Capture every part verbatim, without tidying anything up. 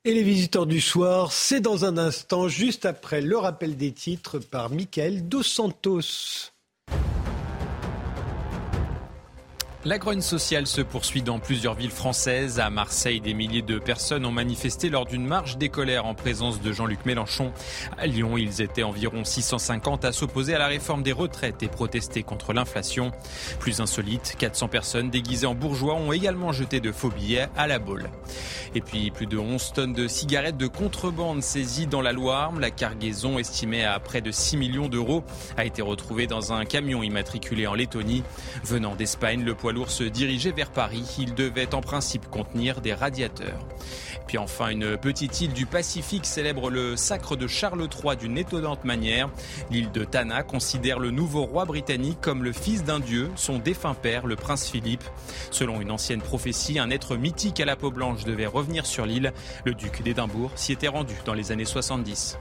Et les visiteurs du soir, c'est dans un instant, juste après le rappel des titres par Mickaël Dos Santos. La grogne sociale se poursuit dans plusieurs villes françaises. À Marseille, des milliers de personnes ont manifesté lors d'une marche des colères en présence de Jean-Luc Mélenchon. À Lyon, ils étaient environ six cent cinquante à s'opposer à la réforme des retraites et protester contre l'inflation. Plus insolite, quatre cents personnes déguisées en bourgeois ont également jeté de faux billets à la Baule. Et puis, plus de onze tonnes de cigarettes de contrebande saisies dans la Loire. La cargaison, estimée à près de six millions d'euros, a été retrouvée dans un camion immatriculé en Lettonie. Venant d'Espagne, le poids lourd se dirigeait vers Paris. Il devait en principe contenir des radiateurs. Puis enfin, une petite île du Pacifique célèbre le sacre de Charles trois d'une étonnante manière. L'île de Tanna considère le nouveau roi britannique comme le fils d'un dieu, son défunt père, le prince Philippe. Selon une ancienne prophétie, un être mythique à la peau blanche devait revenir sur l'île. Le duc d'Édimbourg s'y était rendu dans les années soixante-dix.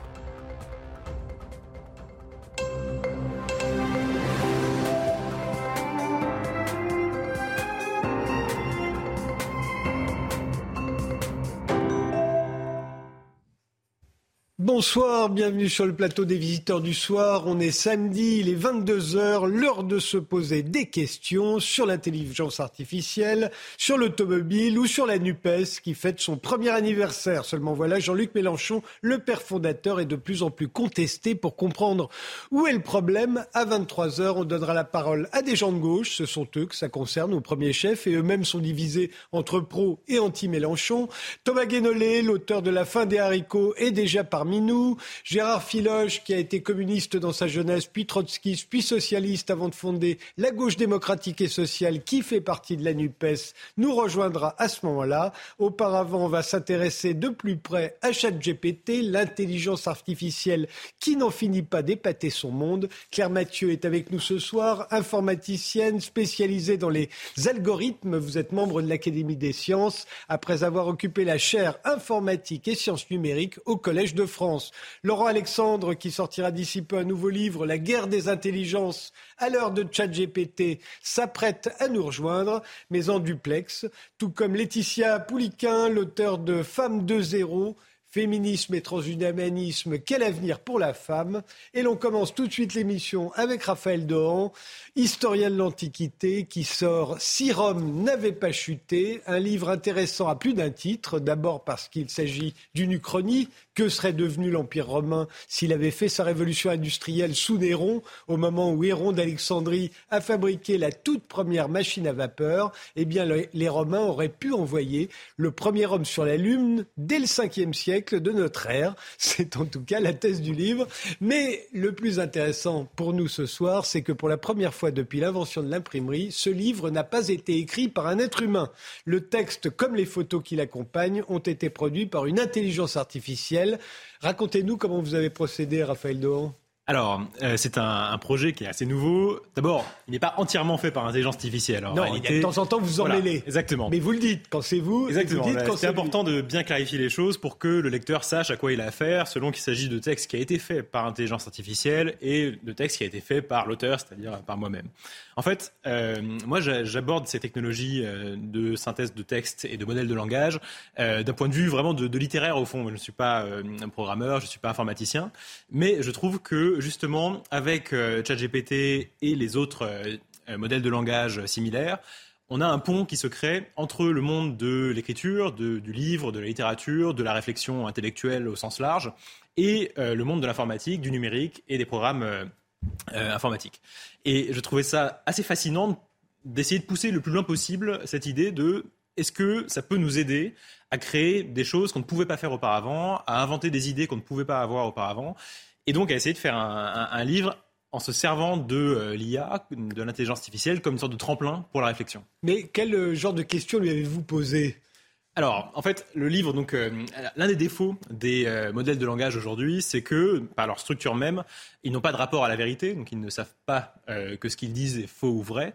Bonsoir, bienvenue sur le plateau des visiteurs du soir. On est samedi, il est vingt-deux heures, l'heure de se poser des questions sur l'intelligence artificielle, sur l'automobile ou sur la NUPES qui fête son premier anniversaire. Seulement voilà, Jean-Luc Mélenchon, le père fondateur, est de plus en plus contesté. Pour comprendre où est le problème, à vingt-trois heures, on donnera la parole à des gens de gauche. Ce sont eux que ça concerne au premier chef et eux-mêmes sont divisés entre pro et anti-Mélenchon. Thomas Guénolé, l'auteur de La fin des haricots, est déjà parmi nous. Gérard Filoche, qui a été communiste dans sa jeunesse, puis trotskiste, puis socialiste avant de fonder la gauche démocratique et sociale qui fait partie de la NUPES, nous rejoindra à ce moment-là. Auparavant, on va s'intéresser de plus près à ChatGPT, l'intelligence artificielle qui n'en finit pas d'épater son monde. Claire Mathieu est avec nous ce soir, informaticienne spécialisée dans les algorithmes. Vous êtes membre de l'Académie des sciences après avoir occupé la chaire informatique et sciences numériques au Collège de France. Laurent Alexandre, qui sortira d'ici peu un nouveau livre, La guerre des intelligences, à l'heure de ChatGPT, s'apprête à nous rejoindre, mais en duplex, tout comme Laetitia Pouliquin, l'auteur de Femmes deux zéro, Féminisme et transhumanisme, quel avenir pour la femme? Et l'on commence tout de suite l'émission avec Raphaël Dohan, historien de l'Antiquité, qui sort « Si Rome n'avait pas chuté », un livre intéressant à plus d'un titre. D'abord parce qu'il s'agit d'une uchronie. Que serait devenu l'Empire romain s'il avait fait sa révolution industrielle sous Néron, au moment où Héron d'Alexandrie a fabriqué la toute première machine à vapeur? Eh bien, les Romains auraient pu envoyer le premier homme sur la Lune dès le cinquième siècle de notre ère. C'est en tout cas la thèse du livre. Mais le plus intéressant pour nous ce soir, c'est que pour la première fois depuis l'invention de l'imprimerie, ce livre n'a pas été écrit par un être humain. Le texte, comme les photos qui l'accompagnent, ont été produits par une intelligence artificielle. Racontez-nous comment vous avez procédé, Raphaël Dohan. Alors, euh, c'est un, un projet qui est assez nouveau. D'abord, il n'est pas entièrement fait par intelligence artificielle. En non, réalité, de temps en temps, vous en voilà, mêlez. Exactement. Mais vous le dites quand c'est vous. Exactement. Vous dites quand c'est, c'est important lui. de bien clarifier les choses pour que le lecteur sache à quoi il a affaire, selon qu'il s'agit de texte qui a été fait par intelligence artificielle et de texte qui a été fait par l'auteur, c'est-à-dire par moi-même. En fait, euh, moi, j'aborde ces technologies euh, de synthèse de texte et de modèles de langage euh, d'un point de vue vraiment de, de littéraire, au fond. Je ne suis pas euh, un programmeur, je ne suis pas informaticien, mais je trouve que, justement, avec euh, ChatGPT et les autres euh, modèles de langage similaires, on a un pont qui se crée entre le monde de l'écriture, de, du livre, de la littérature, de la réflexion intellectuelle au sens large, et euh, le monde de l'informatique, du numérique et des programmes euh, euh, informatiques. Et je trouvais ça assez fascinant d'essayer de pousser le plus loin possible cette idée de est-ce que ça peut nous aider à créer des choses qu'on ne pouvait pas faire auparavant, à inventer des idées qu'on ne pouvait pas avoir auparavant, et donc à essayer de faire un, un, un livre en se servant de euh, l'I A, de l'intelligence artificielle, comme une sorte de tremplin pour la réflexion. Mais quel genre de questions lui avez-vous posé ? Alors, en fait, le livre, donc, euh, l'un des défauts des euh, modèles de langage aujourd'hui, c'est que, par leur structure même, ils n'ont pas de rapport à la vérité, donc ils ne savent pas euh, que ce qu'ils disent est faux ou vrai.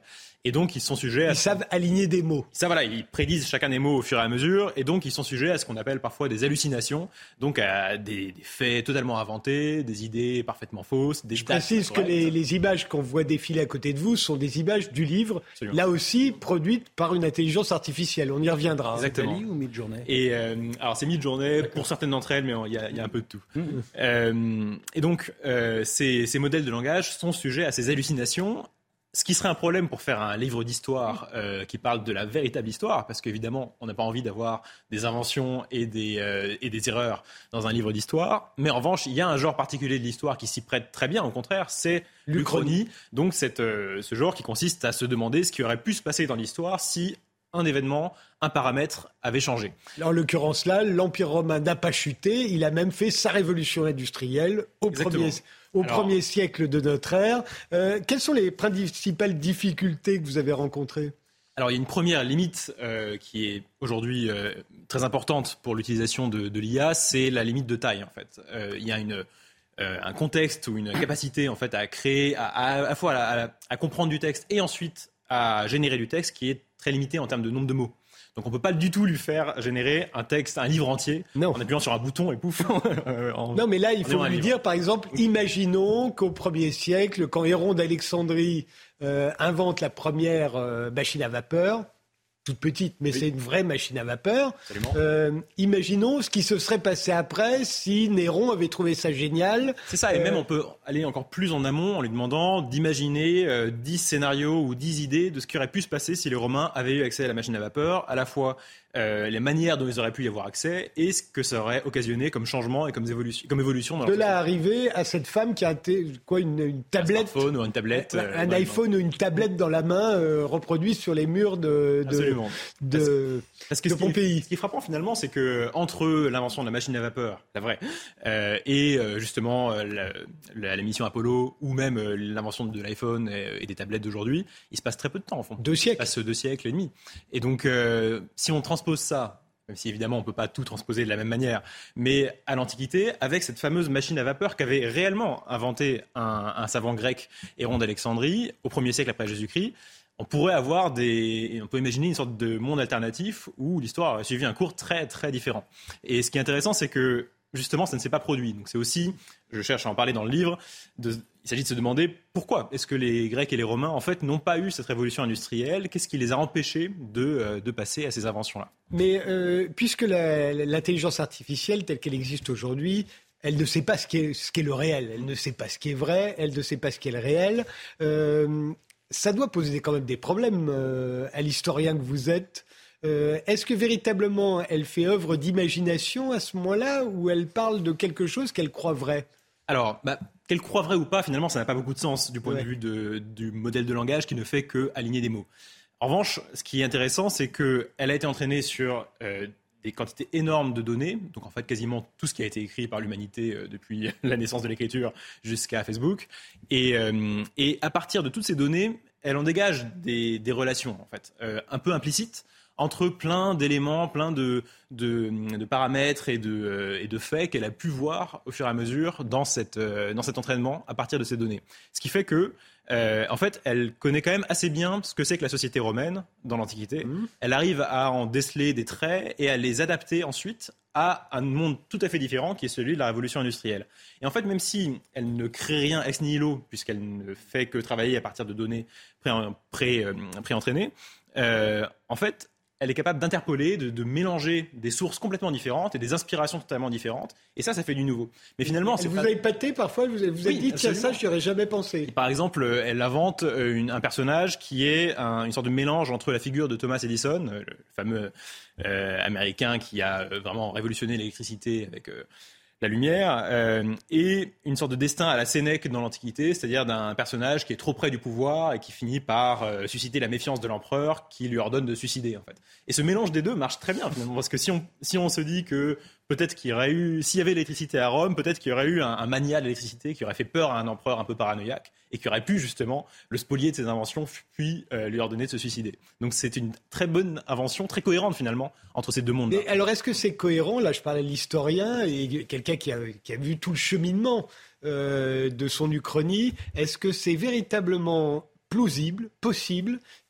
Et donc, ils sont sujets à... Ils savent aligner des mots. Ça, voilà, ils prédisent chacun des mots au fur et à mesure, et donc ils sont sujets à ce qu'on appelle parfois des hallucinations, donc à des, des faits totalement inventés, des idées parfaitement fausses, des Je précise que les, les images qu'on voit défiler à côté de vous sont des images du livre, Absolument. Là aussi produites par une intelligence artificielle. On y reviendra. Exactement. Dali ou Midjourney ? Et euh, alors c'est Midjourney pour certaines d'entre elles, mais il y, y a un peu de tout. Mmh. Euh, et donc euh, ces, ces modèles de langage sont sujets à ces hallucinations. Ce qui serait un problème pour faire un livre d'histoire euh, qui parle de la véritable histoire, parce qu'évidemment, on n'a pas envie d'avoir des inventions et des, euh, et des erreurs dans un livre d'histoire. Mais en revanche, il y a un genre particulier de l'histoire qui s'y prête très bien, au contraire, c'est l'Uchronie. Donc cette, euh, ce genre qui consiste à se demander ce qui aurait pu se passer dans l'histoire si un événement, un paramètre avait changé. En l'occurrence là, l'Empire romain n'a pas chuté, il a même fait sa révolution industrielle au premier Au Alors, premier siècle de notre ère. Euh, quelles sont les principales difficultés que vous avez rencontrées ? Alors, il y a une première limite euh, qui est aujourd'hui euh, très importante pour l'utilisation de, de l'I A, c'est la limite de taille, en fait. Euh, il y a une, euh, un contexte ou une capacité, en fait, à créer, à, à, à la fois à, à, à comprendre du texte et ensuite à générer du texte qui est très limité en termes de nombre de mots. Donc on ne peut pas du tout lui faire générer un texte, un livre entier, non. en appuyant sur un bouton et pouf. en, non, mais là, il faut lui livre. dire, par exemple, imaginons qu'au premier siècle, quand Héron d'Alexandrie euh, invente la première euh, machine à vapeur, toute petite, mais oui. c'est une vraie machine à vapeur. Euh, imaginons ce qui se serait passé après si Néron avait trouvé ça génial. C'est ça, et euh... même on peut aller encore plus en amont en lui demandant d'imaginer euh, dix scénarios ou dix idées de ce qui aurait pu se passer si les Romains avaient eu accès à la machine à vapeur, à la fois euh, les manières dont ils auraient pu y avoir accès et ce que ça aurait occasionné comme changement et comme évolution, comme évolution dans de là arriver à cette femme qui a t- quoi, une, une tablette, un smartphone ou une tablette, un, euh, un ouais, iPhone non. ou une tablette dans la main euh, reproduit sur les murs de, de, de, parce, parce que de ce Pompéi. Qui, ce qui est frappant finalement, c'est que entre l'invention de la machine à vapeur, la vraie, euh, et euh, justement euh, la, la, la mission Apollo ou même euh, l'invention de l'iPhone et, et des tablettes d'aujourd'hui, il se passe très peu de temps en fond. Deux siècles. Il se passe deux siècles et demi. Et donc, euh, si on transpose ça, même si évidemment on ne peut pas tout transposer de la même manière, mais à l'Antiquité, avec cette fameuse machine à vapeur qu'avait réellement inventé un, un savant grec, Héron d'Alexandrie, au premier siècle après Jésus-Christ, on pourrait avoir des, on peut imaginer une sorte de monde alternatif où l'histoire aurait suivi un cours très très différent. Et ce qui est intéressant, c'est que justement, ça ne s'est pas produit. Donc c'est aussi, je cherche à en parler dans le livre, de, il s'agit de se demander pourquoi est-ce que les Grecs et les Romains, en fait, n'ont pas eu cette révolution industrielle ? Qu'est-ce qui les a empêchés de, de passer à ces inventions-là ? Mais euh, puisque la, l'intelligence artificielle telle qu'elle existe aujourd'hui, elle ne sait pas ce qu'est, ce qu'est le réel, elle ne sait pas ce qui est vrai, elle ne sait pas ce qu'est le réel. Euh, ça doit poser quand même des problèmes euh, à l'historien que vous êtes. Euh, est-ce que véritablement elle fait œuvre d'imagination à ce moment-là ou elle parle de quelque chose qu'elle croit vrai ? Alors, bah, qu'elle croit vrai ou pas, finalement, ça n'a pas beaucoup de sens du point ouais. de vue de, du modèle de langage qui ne fait qu'aligner des mots. En revanche, ce qui est intéressant, c'est qu'elle a été entraînée sur euh, des quantités énormes de données, donc en fait quasiment tout ce qui a été écrit par l'humanité euh, depuis la naissance de l'écriture jusqu'à Facebook. Et, euh, et à partir de toutes ces données, elle en dégage des, des relations, en fait, euh, un peu implicites, entre plein d'éléments, plein de, de, de paramètres et de, euh, et de faits qu'elle a pu voir au fur et à mesure dans, cette, euh, dans cet entraînement à partir de ces données. Ce qui fait que, euh, en fait, elle connaît quand même assez bien ce que c'est que la société romaine dans l'Antiquité. Mmh. Elle arrive à en déceler des traits et à les adapter ensuite à un monde tout à fait différent qui est celui de la révolution industrielle. Et en fait, même si elle ne crée rien ex nihilo, puisqu'elle ne fait que travailler à partir de données pré, pré, euh, pré-entraînées, euh, en fait, elle est capable d'interpoler, de, de mélanger des sources complètement différentes et des inspirations totalement différentes. Et ça, ça fait du nouveau. Mais finalement, elle c'est vous pas... a épaté parfois, vous avez, vous avez oui, dit, tiens, ça, je n'y aurais jamais pensé. Et par exemple, elle invente une, un personnage qui est un, une sorte de mélange entre la figure de Thomas Edison, le fameux euh, américain qui a vraiment révolutionné l'électricité avec... Euh, la lumière, euh, et une sorte de destin à la Sénèque dans l'Antiquité, c'est-à-dire d'un personnage qui est trop près du pouvoir et qui finit par euh, susciter la méfiance de l'empereur qui lui ordonne de suicider, en fait. Et ce mélange des deux marche très bien, finalement, parce que si on, si on se dit que peut-être qu'il y aurait eu, s'il y avait l'électricité à Rome, peut-être qu'il y aurait eu un, un mania de l'électricité qui aurait fait peur à un empereur un peu paranoïaque et qui aurait pu, justement, le spolier de ses inventions, puis euh, lui ordonner de se suicider. Donc c'est une très bonne invention, très cohérente, finalement, entre ces deux mondes. Mais alors, est-ce que c'est cohérent ? Là, je parlais de l'historien et quelqu'un qui a, qui a vu tout le cheminement euh, de son uchronie. Est-ce que c'est véritablement plausible, possible,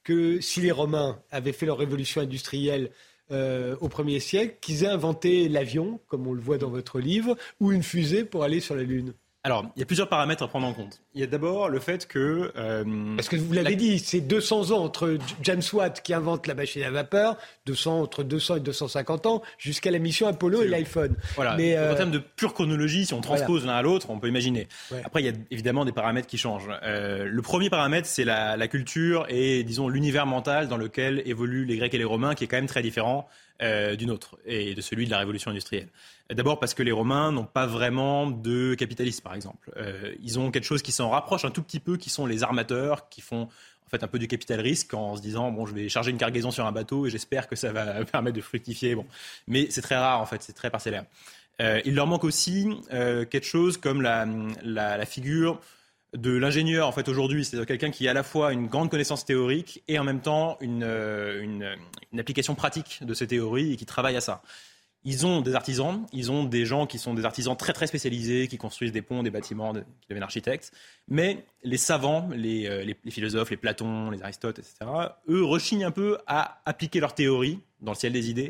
que si les Romains avaient fait leur révolution industrielle euh, au premier siècle, qu'ils aient inventé l'avion, comme on le voit dans votre livre, ou une fusée pour aller sur la Lune? Alors, il y a plusieurs paramètres à prendre en compte. Il y a d'abord le fait que... Euh, Parce que vous l'avez la... dit, c'est deux cents ans entre James Watt qui invente la machine à vapeur, deux cents, entre deux cents et deux cent cinquante ans, jusqu'à la mission Apollo et l'iPhone. Voilà. Mais, euh... en termes de pure chronologie, si on transpose voilà. l'un à l'autre, on peut imaginer. Ouais. Après, il y a évidemment des paramètres qui changent. Euh, le premier paramètre, c'est la, la culture et, disons, l'univers mental dans lequel évoluent les Grecs et les Romains, qui est quand même très différent euh, d'une autre, et de celui de la révolution industrielle. D'abord parce que les Romains n'ont pas vraiment de capitalisme, par exemple. Euh, ils ont quelque chose qui s'en rapproche un tout petit peu, qui sont les armateurs, qui font en fait un peu du capital risque en se disant bon, je vais charger une cargaison sur un bateau et j'espère que ça va permettre de fructifier. Bon, mais c'est très rare en fait, c'est très parcellaire. Euh, il leur manque aussi euh, quelque chose comme la, la, la figure de l'ingénieur en fait aujourd'hui, c'est-à-dire quelqu'un qui a à la fois une grande connaissance théorique et en même temps une, une, une application pratique de ces théories et qui travaille à ça. Ils ont des artisans, ils ont des gens qui sont des artisans très très spécialisés, qui construisent des ponts, des bâtiments, qui deviennent architectes. Mais les savants, les, les, les philosophes, les Platon, les Aristote, et cetera, eux rechignent un peu à appliquer leur théorie dans le ciel des idées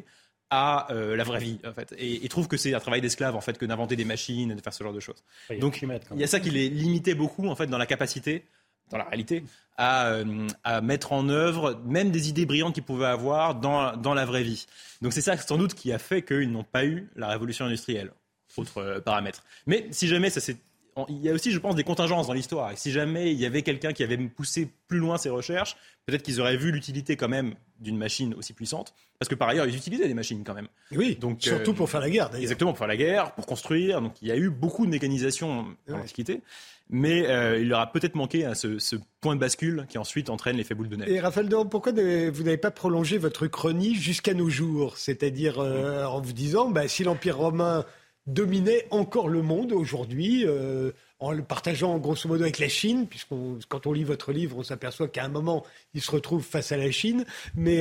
à euh, la vraie vie, en fait. Et ils trouvent que c'est un travail d'esclave, en fait, que d'inventer des machines et de faire ce genre de choses. Ouais, Donc, il y a ça qui les limitait beaucoup, en fait, dans la capacité, dans la réalité, à, euh, à mettre en œuvre même des idées brillantes qu'ils pouvaient avoir dans, dans la vraie vie. Donc c'est ça sans doute qui a fait qu'ils n'ont pas eu la révolution industrielle, autre euh, paramètre. Mais si jamais ça s'est... Il y a aussi, je pense, des contingences dans l'histoire. Et si jamais il y avait quelqu'un qui avait poussé plus loin ses recherches, peut-être qu'ils auraient vu l'utilité quand même d'une machine aussi puissante. Parce que par ailleurs, ils utilisaient des machines quand même. Oui, donc, surtout euh, pour faire la guerre d'ailleurs. Exactement, pour faire la guerre, pour construire. Donc il y a eu beaucoup de mécanisation dans ouais. l'Antiquité. Mais euh, il leur a peut-être manqué hein, ce, ce point de bascule qui ensuite entraîne l'effet boule de neige. Et Raphaël Dahan, pourquoi vous n'avez pas prolongé votre chronie jusqu'à nos jours? C'est-à-dire euh, en vous disant, bah, si l'Empire romain dominait encore le monde aujourd'hui, euh, en le partageant grosso modo avec la Chine, puisque quand on lit votre livre, on s'aperçoit qu'à un moment, il se retrouve face à la Chine, mais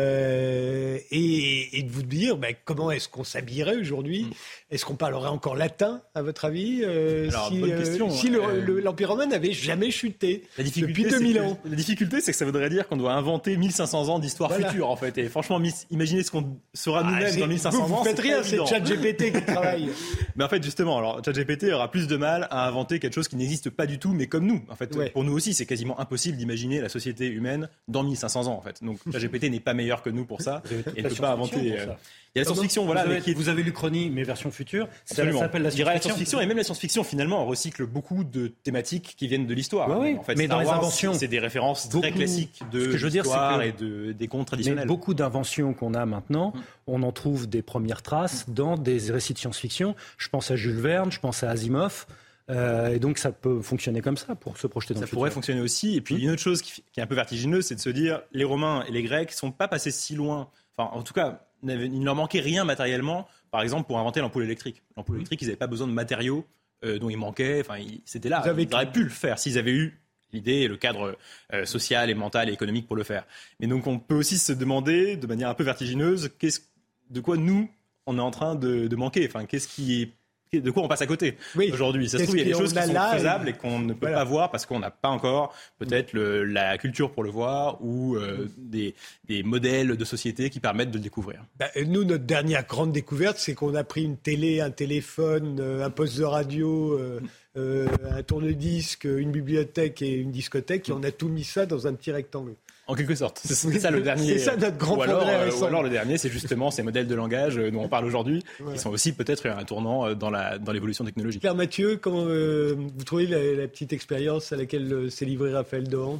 euh, et, et de vous dire, bah, comment est-ce qu'on s'habillerait aujourd'hui? mmh. Est-ce qu'on parlerait encore latin, à votre avis, euh, Alors, si, bonne question. euh, si le, euh, le, l'Empire romain n'avait jamais chuté la depuis deux mille ans? La difficulté, c'est que ça voudrait dire qu'on doit inventer mille cinq cents ans d'histoire voilà. future, en fait. Et franchement, imaginez ce qu'on sera ah, nous-mêmes dans mille cinq cents vous, ans. Vous faites rien, c'est ChatGPT qui travaille. Mais en fait, justement, alors ChatGPT aura plus de mal à inventer quelque chose qui n'existe pas du tout, mais comme nous. En fait, ouais. pour nous aussi, c'est quasiment impossible d'imaginer la société humaine dans mille cinq cents ans. En fait, donc ChatGPT n'est pas meilleur que nous pour ça et ne peut pas inventer. Euh... Il y a la science-fiction, voilà. Vous avez, qui... vous avez lu Chronie, mais version future. Ça s'appelle la science-fiction. la science-fiction. Et même la science-fiction, finalement, on recycle beaucoup de thématiques qui viennent de l'histoire. Ouais, oui. En fait, mais Star dans les Wars, inventions, c'est des références beaucoup... très classiques de ce que je veux dire, l'histoire c'est que... et de, des contes traditionnels. Mais beaucoup d'inventions qu'on a maintenant, mmh. on en trouve des premières traces mmh. dans des récits de science-fiction. Je pense à Jules Verne, je pense à Asimov. Euh, et donc ça peut fonctionner comme ça pour se projeter dans ça le futur. Ça pourrait fonctionner aussi. Et puis mmh. une autre chose qui, qui est un peu vertigineuse, c'est de se dire les Romains et les Grecs ne sont pas passés si loin. Enfin, en tout cas, il ne leur manquait rien matériellement, par exemple, pour inventer l'ampoule électrique. L'ampoule mmh. électrique, ils n'avaient pas besoin de matériaux euh, dont il manquait. Enfin, il, c'était là. Ils auraient pu le faire s'ils avaient eu l'idée et le cadre euh, social et mental et économique pour le faire. Mais donc, on peut aussi se demander, de manière un peu vertigineuse, qu'est-ce, de quoi nous, on est en train de, de manquer. Enfin, qu'est-ce qui est de quoi on passe à côté oui. aujourd'hui. Ça se trouve, il y a des choses qui sont faisables et, et qu'on ne peut voilà. pas voir parce qu'on n'a pas encore peut-être le, la culture pour le voir ou euh, des, des modèles de société qui permettent de le découvrir. Bah, nous, notre dernière grande découverte, c'est qu'on a pris une télé, un téléphone, un poste de radio, euh, euh, un tourne-disque, une bibliothèque et une discothèque et on a tout mis ça dans un petit rectangle. En quelque sorte. C'est, c'est ça le dernier. C'est ça notre grand ou alors, progrès récent. Ou alors le dernier, c'est justement ces modèles de langage dont on parle aujourd'hui, ouais. qui sont aussi peut-être un tournant dans, la, dans l'évolution technologique. Claire Mathieu, comment euh, vous trouvez la, la petite expérience à laquelle euh, s'est livré Raphaël Dahan?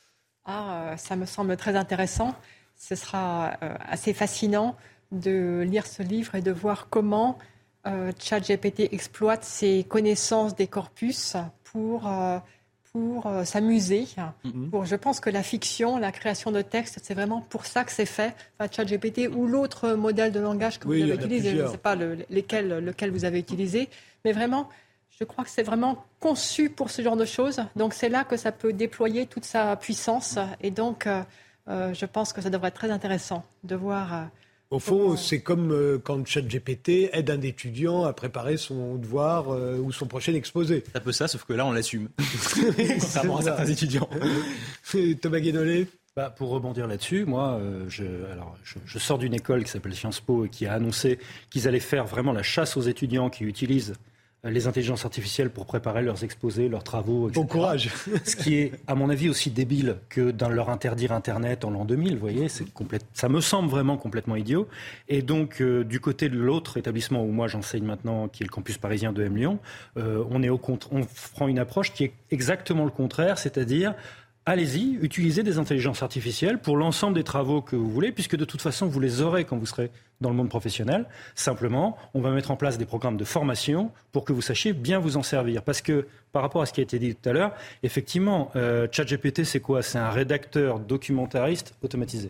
Ah, ça me semble très intéressant. Ce sera euh, assez fascinant de lire ce livre et de voir comment euh, ChatGPT exploite ses connaissances des corpus pour... Euh, pour euh, s'amuser. Mm-hmm. Pour, je pense que la fiction, la création de textes, c'est vraiment pour ça que c'est fait. Enfin, ChatGPT ou l'autre modèle de langage que oui, vous avez utilisé, je ne sais pas le, lesquels, lequel vous avez utilisé, mais vraiment, je crois que c'est vraiment conçu pour ce genre de choses. Donc c'est là que ça peut déployer toute sa puissance. Et donc, euh, euh, je pense que ça devrait être très intéressant de voir... Euh, Au fond, c'est comme euh, quand ChatGPT aide un étudiant à préparer son devoir euh, ou son prochain exposé. C'est un peu ça, sauf que là, on l'assume. Contrairement à certains étudiants. Thomas Guénolé. Bah, pour rebondir là-dessus, moi, euh, je, alors, je, je sors d'une école qui s'appelle Sciences Po et qui a annoncé qu'ils allaient faire vraiment la chasse aux étudiants qui utilisent les intelligences artificielles pour préparer leurs exposés, leurs travaux, et cetera. Bon courage. Ce qui est, à mon avis, aussi débile que de leur interdire Internet en l'an deux mille. Vous voyez, c'est complète, ça me semble vraiment complètement idiot. Et donc, euh, du côté de l'autre établissement où moi j'enseigne maintenant, qui est le campus parisien de M Lyon, euh, on est au contre, on prend une approche qui est exactement le contraire, c'est-à-dire allez-y, utilisez des intelligences artificielles pour l'ensemble des travaux que vous voulez, puisque de toute façon, vous les aurez quand vous serez dans le monde professionnel. Simplement, on va mettre en place des programmes de formation pour que vous sachiez bien vous en servir. Parce que, par rapport à ce qui a été dit tout à l'heure, effectivement, euh, ChatGPT, c'est quoi ? C'est un rédacteur documentariste automatisé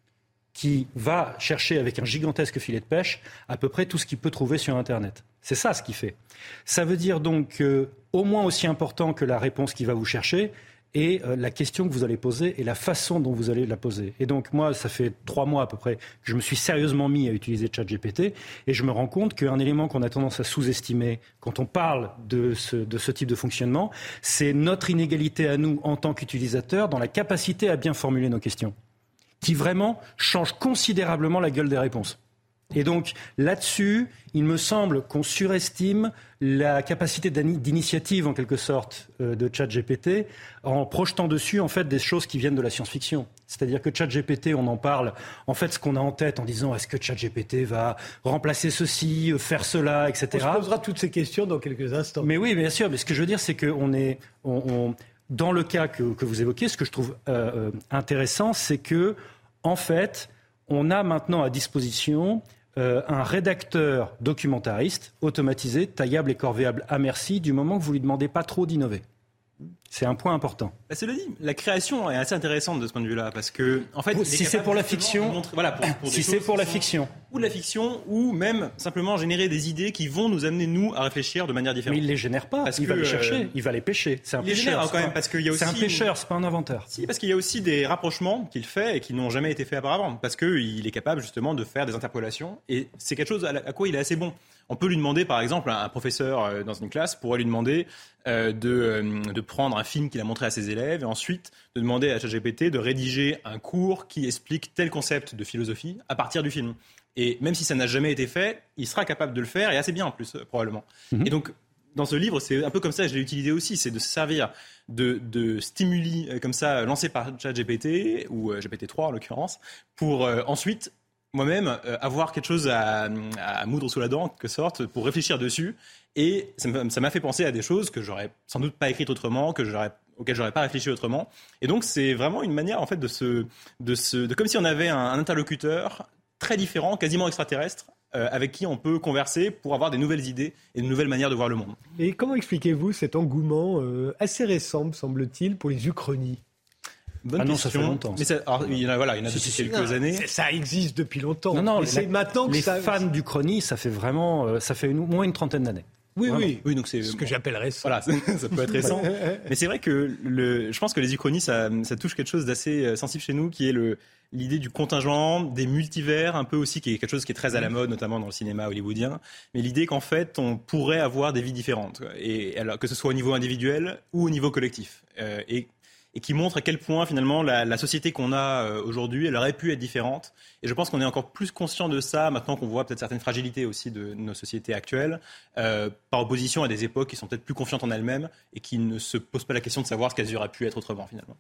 qui va chercher avec un gigantesque filet de pêche à peu près tout ce qu'il peut trouver sur Internet. C'est ça ce qu'il fait. Ça veut dire donc euh, au moins aussi important que la réponse qu'il va vous chercher, et euh, la question que vous allez poser et la façon dont vous allez la poser. Et donc moi, ça fait trois mois à peu près que je me suis sérieusement mis à utiliser ChatGPT et je me rends compte qu'un élément qu'on a tendance à sous-estimer quand on parle de ce, de ce type de fonctionnement, c'est notre inégalité à nous en tant qu'utilisateurs dans la capacité à bien formuler nos questions, qui vraiment change considérablement la gueule des réponses. Et donc, là-dessus, il me semble qu'on surestime la capacité d'initiative, en quelque sorte, euh, de ChatGPT, en projetant dessus, en fait, des choses qui viennent de la science-fiction. C'est-à-dire que ChatGPT, on en parle, en fait, ce qu'on a en tête en disant, est-ce que ChatGPT va remplacer ceci, faire cela, et cetera. On se posera toutes ces questions dans quelques instants. Mais oui, bien sûr. Mais ce que je veux dire, c'est qu'on est... On, on, dans le cas que, que vous évoquez, ce que je trouve euh, intéressant, c'est que, en fait, on a maintenant à disposition euh, un rédacteur documentariste automatisé, taillable et corvéable à merci, du moment que vous ne lui demandez pas trop d'innover. C'est un point important. Bah, cela dit, la création est assez intéressante de ce point de vue-là, parce que, en fait, si c'est pour la fiction, montrer, voilà, pour, pour si c'est pour la fiction, ou de la fiction, ou même simplement générer des idées qui vont nous amener nous à réfléchir de manière différente. Mais il les génère pas. Parce il que, va les chercher, euh, il va les pêcher. C'est un il les pêcheur génère, quand même, parce qu'il y a aussi. C'est un pêcheur, c'est pas un inventeur. Si, parce qu'il y a aussi des rapprochements qu'il fait et qui n'ont jamais été faits auparavant, parce qu'il est capable justement de faire des interpolations, et c'est quelque chose à, la, à quoi il est assez bon. On peut lui demander, par exemple, un professeur dans une classe pourrait lui demander euh, de, euh, de prendre un film qu'il a montré à ses élèves et ensuite de demander à ChatGPT de rédiger un cours qui explique tel concept de philosophie à partir du film. Et même si ça n'a jamais été fait, il sera capable de le faire et assez bien en plus, probablement. Mm-hmm. Et donc, dans ce livre, c'est un peu comme ça, je l'ai utilisé aussi, c'est de se servir de, de stimuli euh, comme ça lancés par ChatGPT, ou euh, G P T trois en l'occurrence, pour euh, ensuite moi-même euh, avoir quelque chose à, à moudre sous la dent, en quelque sorte, pour réfléchir dessus. Et ça m'a, ça m'a fait penser à des choses que j'aurais sans doute pas écrites autrement, que j'aurais, auxquelles j'aurais pas réfléchi autrement. Et donc c'est vraiment une manière en fait de se, de se, de comme si on avait un, un interlocuteur très différent, quasiment extraterrestre, euh, avec qui on peut converser pour avoir des nouvelles idées et de nouvelles manières de voir le monde. Et comment expliquez-vous cet engouement euh, assez récent, me semble-t-il, pour les uchronies ? Bonne ah non, question. ça fait longtemps. Mais ça, alors, il y en a, voilà, il y en a si, depuis si, quelques non, années. Ça existe depuis longtemps. Non, non, mais les, c'est maintenant que les ça... fans du chrony, ça fait vraiment, euh, ça fait une, au moins une trentaine d'années. Oui, Vraiment. oui, oui, donc c'est ce bon. que j'appelle récent. Voilà, ça peut être récent. Mais c'est vrai que le, je pense que les uchronies, ça, ça touche quelque chose d'assez sensible chez nous, qui est le, l'idée du contingent, des multivers, un peu aussi, qui est quelque chose qui est très à la mode, notamment dans le cinéma hollywoodien. Mais l'idée qu'en fait, on pourrait avoir des vies différentes, et alors que ce soit au niveau individuel ou au niveau collectif. Euh, et et qui montre à quel point finalement la, la société qu'on a euh, aujourd'hui, elle aurait pu être différente. Et je pense qu'on est encore plus conscient de ça maintenant qu'on voit peut-être certaines fragilités aussi de nos sociétés actuelles, euh, par opposition à des époques qui sont peut-être plus confiantes en elles-mêmes et qui ne se posent pas la question de savoir ce qu'elles auraient pu être autrement finalement.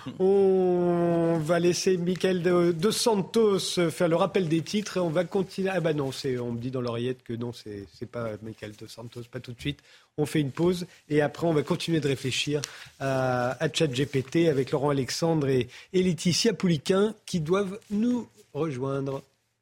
On va laisser Michael Dos Santos faire le rappel des titres et on va continuer. Ah bah non, c'est, on me dit dans l'oreillette que non, c'est, c'est pas Michael Dos Santos, pas tout de suite. On fait une pause et après on va continuer de réfléchir à, à ChatGPT avec Laurent Alexandre et, et Laetitia Pouliquin qui doivent nous rejoindre.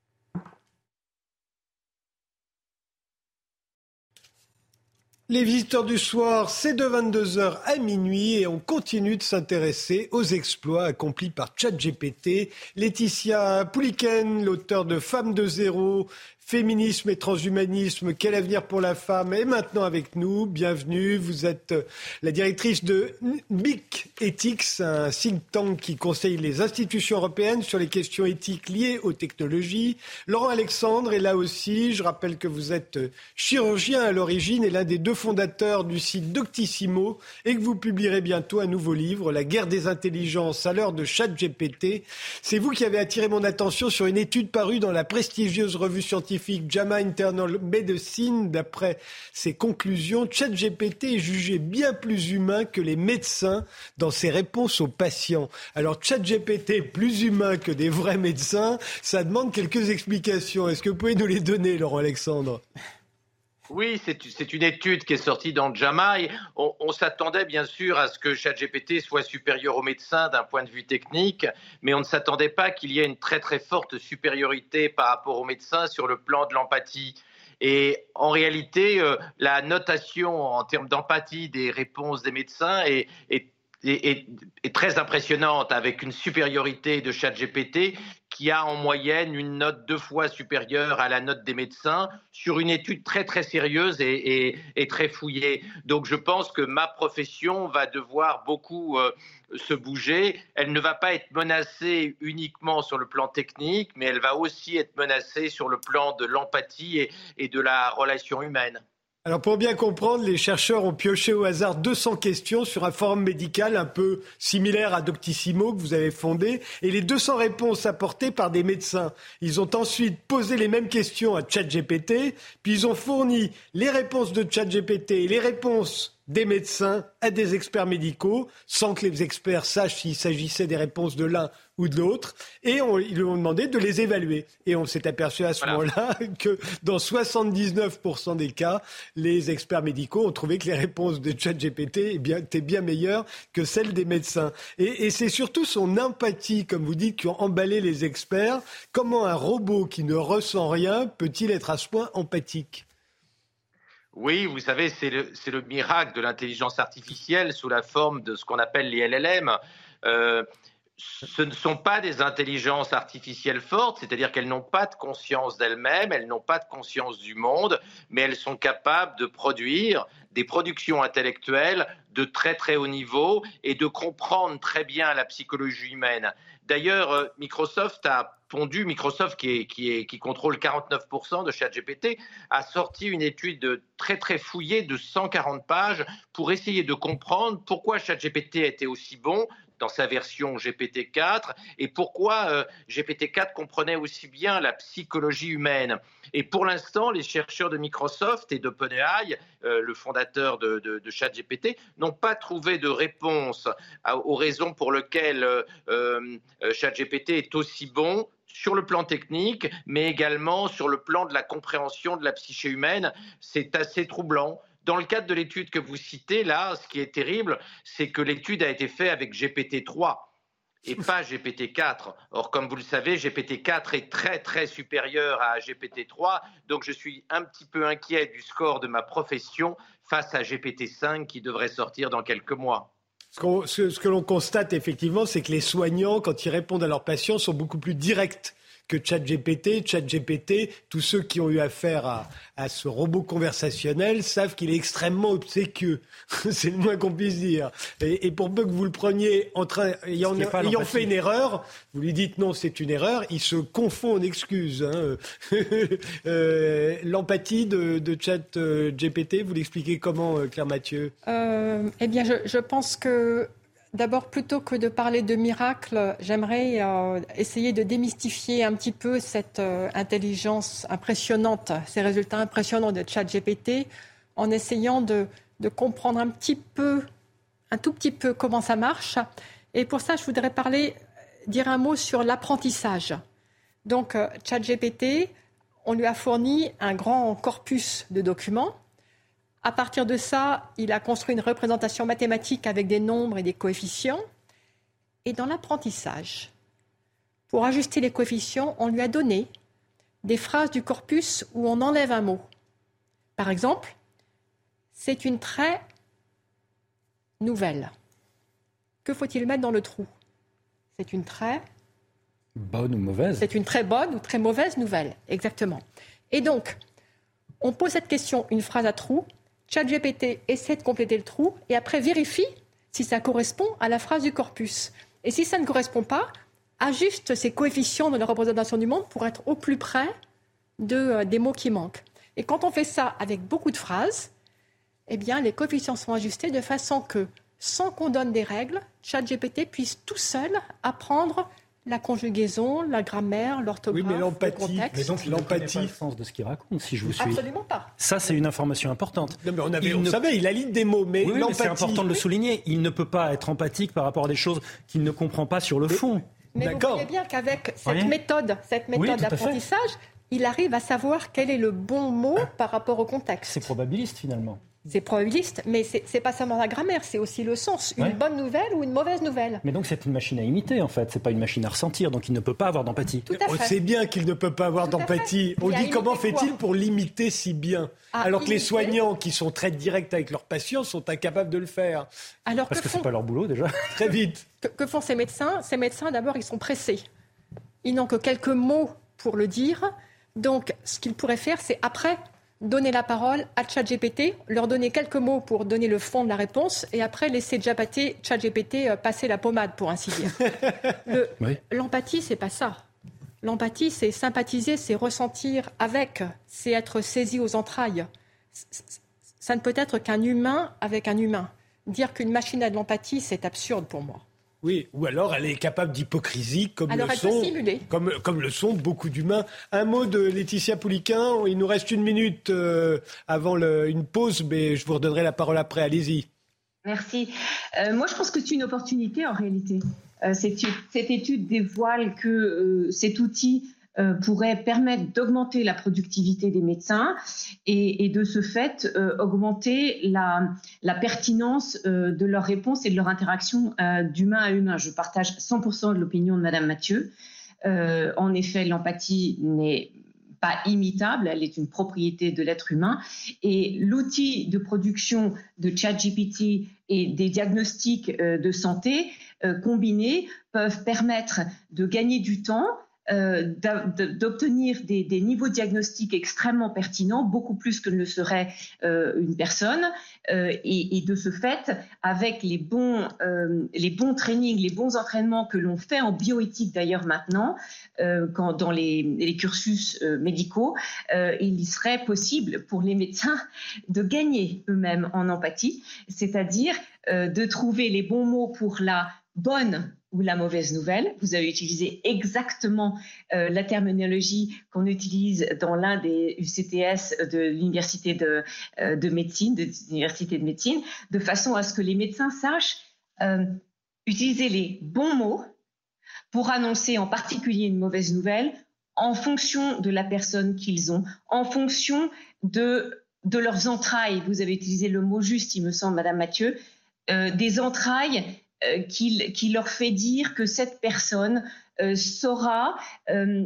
Les visiteurs du soir, c'est de vingt-deux heures à minuit et on continue de s'intéresser aux exploits accomplis par ChatGPT. Laetitia Pouliquin, l'auteur de Femmes de zéro, Féminisme et transhumanisme, quel avenir pour la femme est maintenant avec nous. Bienvenue, vous êtes la directrice de B I C Ethics, un think tank qui conseille les institutions européennes sur les questions éthiques liées aux technologies. Laurent Alexandre est là aussi. Je rappelle que vous êtes chirurgien à l'origine et l'un des deux fondateurs du site Doctissimo et que vous publierez bientôt un nouveau livre, La guerre des intelligences à l'heure de ChatGPT. C'est vous qui avez attiré mon attention sur une étude parue dans la prestigieuse revue scientifique JAMA Internal Medicine. D'après ses conclusions, ChatGPT est jugé bien plus humain que les médecins dans ses réponses aux patients. Alors ChatGPT plus humain que des vrais médecins, ça demande quelques explications. Est-ce que vous pouvez nous les donner, Laurent Alexandre ? Oui, c'est, c'est une étude qui est sortie dans JAMA. Et on, on s'attendait bien sûr à ce que ChatGPT soit supérieur aux médecins d'un point de vue technique, mais on ne s'attendait pas qu'il y ait une très très forte supériorité par rapport aux médecins sur le plan de l'empathie. Et en réalité, euh, la notation en termes d'empathie des réponses des médecins est, est Est, est très impressionnante, avec une supériorité de ChatGPT qui a en moyenne une note deux fois supérieure à la note des médecins sur une étude très très sérieuse et, et, et très fouillée. Donc je pense que ma profession va devoir beaucoup euh, se bouger. Elle ne va pas être menacée uniquement sur le plan technique, mais elle va aussi être menacée sur le plan de l'empathie et, et de la relation humaine. Alors pour bien comprendre, les chercheurs ont pioché au hasard deux cents questions sur un forum médical un peu similaire à Doctissimo que vous avez fondé et les deux cents réponses apportées par des médecins. Ils ont ensuite posé les mêmes questions à ChatGPT, puis ils ont fourni les réponses de ChatGPT et les réponses des médecins à des experts médicaux, sans que les experts sachent s'il s'agissait des réponses de l'un ou de l'autre, et on, ils lui ont demandé de les évaluer. Et on s'est aperçu à ce voilà. moment-là que dans soixante-dix-neuf pour cent des cas, les experts médicaux ont trouvé que les réponses de ChatGPT eh bien, étaient bien meilleures que celles des médecins. Et, et c'est surtout son empathie, comme vous dites, qui ont emballé les experts. Comment un robot qui ne ressent rien peut-il être à ce point empathique ? Oui, vous savez, c'est le, c'est le miracle de l'intelligence artificielle sous la forme de ce qu'on appelle les L L M. Euh, ce ne sont pas des intelligences artificielles fortes, c'est-à-dire qu'elles n'ont pas de conscience d'elles-mêmes, elles n'ont pas de conscience du monde, mais elles sont capables de produire des productions intellectuelles de très très haut niveau et de comprendre très bien la psychologie humaine. D'ailleurs, Microsoft a pondu, Microsoft qui, est, qui, est, qui contrôle quarante-neuf pour cent de ChatGPT, a sorti une étude très très fouillée de cent quarante pages pour essayer de comprendre pourquoi ChatGPT était aussi bon dans sa version G P T quatre et pourquoi euh, G P T quatre comprenait aussi bien la psychologie humaine. Et pour l'instant, les chercheurs de Microsoft et d'OpenAI, euh, le fondateur de, de, de ChatGPT, n'ont pas trouvé de réponse à, aux raisons pour lesquelles euh, euh, ChatGPT est aussi bon sur le plan technique, mais également sur le plan de la compréhension de la psyché humaine. C'est assez troublant. Dans le cadre de l'étude que vous citez, là, ce qui est terrible, c'est que l'étude a été faite avec G P T trois et pas G P T quatre. Or, comme vous le savez, G P T quatre est très, très supérieur à G P T trois. Donc, je suis un petit peu inquiet du score de ma profession face à G P T cinq qui devrait sortir dans quelques mois. Ce, qu'on, ce, ce que l'on constate effectivement, c'est que les soignants, quand ils répondent à leurs patients, sont beaucoup plus directs que ChatGPT. ChatGPT, tous ceux qui ont eu affaire à, à ce robot conversationnel savent qu'il est extrêmement obséquieux. C'est le moins qu'on puisse dire. Et, et pour peu que vous le preniez en train, ayant, ayant fait une erreur, vous lui dites non, c'est une erreur, il se confond en excuses. Hein. euh, l'empathie de, de ChatGPT, vous l'expliquez comment, Claire Mathieu ? euh, Eh bien, je, je pense que d'abord, plutôt que de parler de miracle, j'aimerais euh, essayer de démystifier un petit peu cette euh, intelligence impressionnante, ces résultats impressionnants de ChatGPT, en essayant de, de comprendre un petit peu, un tout petit peu comment ça marche. Et pour ça, je voudrais parler, dire un mot sur l'apprentissage. Donc, euh, ChatGPT, on lui a fourni un grand corpus de documents. À partir de ça, il a construit une représentation mathématique avec des nombres et des coefficients. Et dans l'apprentissage, pour ajuster les coefficients, on lui a donné des phrases du corpus où on enlève un mot. Par exemple, c'est une très nouvelle. Que faut-il mettre dans le trou ? C'est une très... Bonne ou mauvaise ? C'est une très bonne ou très mauvaise nouvelle, exactement. Et donc, on pose cette question, une phrase à trous, ChatGPT essaie de compléter le trou et après vérifie si ça correspond à la phrase du corpus. Et si ça ne correspond pas, ajuste ses coefficients de la représentation du monde pour être au plus près de, euh, des mots qui manquent. Et quand on fait ça avec beaucoup de phrases, eh bien, les coefficients sont ajustés de façon que, sans qu'on donne des règles, ChatGPT puisse tout seul apprendre la conjugaison, la grammaire, l'orthographe, oui, mais l'empathie, le contexte. Mais donc, il l'empathie, le sens de ce qu'il raconte, si je vous suis. Absolument pas. Ça, c'est une information importante. Non, mais on avait, il on ne... savait, il a ligne des mots, mais oui, oui, l'empathie. Mais c'est important de le souligner. Il ne peut pas être empathique par rapport à des choses qu'il ne comprend pas sur le fond. Mais D'accord. vous voyez bien qu'avec cette Oui. méthode, cette méthode Oui, d'apprentissage, il arrive à savoir quel est le bon mot par rapport au contexte. C'est probabiliste, finalement. C'est probabiliste, mais c'est, c'est pas seulement la grammaire, c'est aussi le sens. Une Ouais. bonne nouvelle ou une mauvaise nouvelle. Mais donc, c'est une machine à imiter, en fait. C'est pas une machine à ressentir, donc il ne peut pas avoir d'empathie. Tout à On fait. sait bien qu'il ne peut pas avoir Tout à d'empathie. fait. On Il a dit comment imité fait-il quoi pour l'imiter si bien Ah, alors que les imiter. soignants qui sont très directs avec leurs patients sont incapables de le faire. Alors Parce que que font, c'est pas leur boulot, déjà. Très vite. que, que font ces médecins Ces médecins, d'abord, ils sont pressés. Ils n'ont que quelques mots pour le dire. Donc, ce qu'ils pourraient faire, c'est après donner la parole à ChatGPT, leur donner quelques mots pour donner le fond de la réponse, et après laisser ChatGPT euh, passer la pommade, pour ainsi dire. Le, Oui. L'empathie, c'est pas ça. L'empathie, c'est sympathiser, c'est ressentir avec, c'est être saisi aux entrailles. C- c- Ça ne peut être qu'un humain avec un humain. Dire qu'une machine a de l'empathie, c'est absurde pour moi. Oui, ou alors elle est capable d'hypocrisie comme Alors le elle peut sont simuler. comme, comme le sont beaucoup d'humains. Un mot de Laetitia Pouliquin. Il nous reste une minute euh, avant le, une pause, mais je vous redonnerai la parole après. Allez-y. Merci. Euh, moi, je pense que c'est une opportunité en réalité. Euh, cette, cette étude dévoile que euh, cet outil euh, pourrait permettre d'augmenter la productivité des médecins et, et de ce fait euh, augmenter la, la pertinence euh, de leurs réponses et de leur interaction euh, d'humain à humain. Je partage cent pour cent de l'opinion de Madame Mathieu. Euh, en effet, l'empathie n'est pas imitable, elle est une propriété de l'être humain. Et l'outil de production de ChatGPT et des diagnostics euh, de santé euh, combinés peuvent permettre de gagner du temps, euh, d'obtenir des, des niveaux diagnostiques extrêmement pertinents, beaucoup plus que ne le serait euh, une personne. Euh, et, et de ce fait, avec les bons, euh, les bons trainings, les bons entraînements que l'on fait en bioéthique d'ailleurs maintenant, euh, quand, dans les, les cursus euh, médicaux, euh, il serait possible pour les médecins de gagner eux-mêmes en empathie, c'est-à-dire euh, de trouver les bons mots pour la bonne ou la mauvaise nouvelle. Vous avez utilisé exactement euh, la terminologie qu'on utilise dans l'un des U C T S de l'université de, euh, de médecine, de l'université de médecine, de façon à ce que les médecins sachent euh, utiliser les bons mots pour annoncer en particulier une mauvaise nouvelle en fonction de la personne qu'ils ont, en fonction de, de leurs entrailles. Vous avez utilisé le mot juste, il me semble, Madame Mathieu, euh, des entrailles euh, qui, qui leur fait dire que cette personne euh, saura, euh,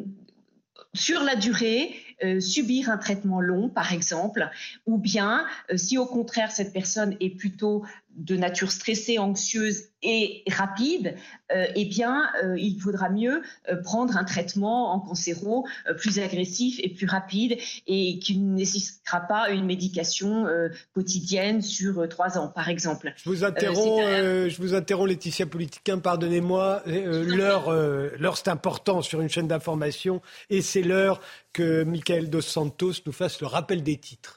sur la durée, euh, subir un traitement long, par exemple, ou bien, euh, si au contraire cette personne est plutôt de nature stressée, anxieuse et rapide, euh, eh bien, euh, il faudra mieux euh, prendre un traitement en cancéro euh, plus agressif et plus rapide et qui ne nécessitera pas une médication euh, quotidienne sur euh, trois ans, par exemple. Je vous interromps, Euh, euh, je vous interromps, Laetitia Pouliquin, pardonnez-moi. Euh, l'heure, euh, l'heure, c'est important sur une chaîne d'information et c'est l'heure que Michael Dos Santos nous fasse le rappel des titres.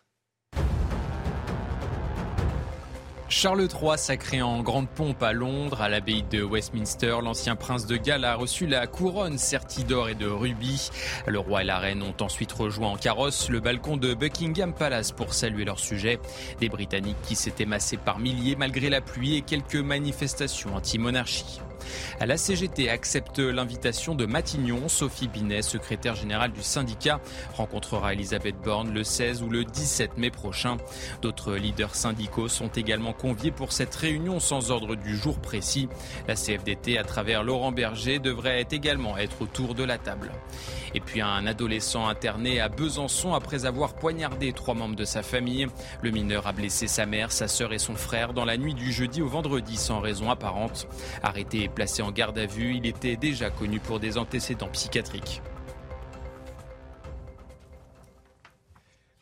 Charles trois, sacré en grande pompe à Londres, à l'abbaye de Westminster, l'ancien prince de Galles a reçu la couronne sertie d'or et de rubis. Le roi et la reine ont ensuite rejoint en carrosse le balcon de Buckingham Palace pour saluer leur sujet. Des Britanniques qui s'étaient massés par milliers malgré la pluie et quelques manifestations anti-monarchie. La C G T accepte l'invitation de Matignon. Sophie Binet, secrétaire générale du syndicat, rencontrera Elisabeth Borne le seize ou le dix-sept mai prochain. D'autres leaders syndicaux sont également conviés pour cette réunion sans ordre du jour précis. La C F D T, à travers Laurent Berger, devrait également être autour de la table. Et puis un adolescent interné à Besançon après avoir poignardé trois membres de sa famille. Le mineur a blessé sa mère, sa sœur et son frère dans la nuit du jeudi au vendredi sans raison apparente. Arrêté et placé en garde à vue, il était déjà connu pour des antécédents psychiatriques.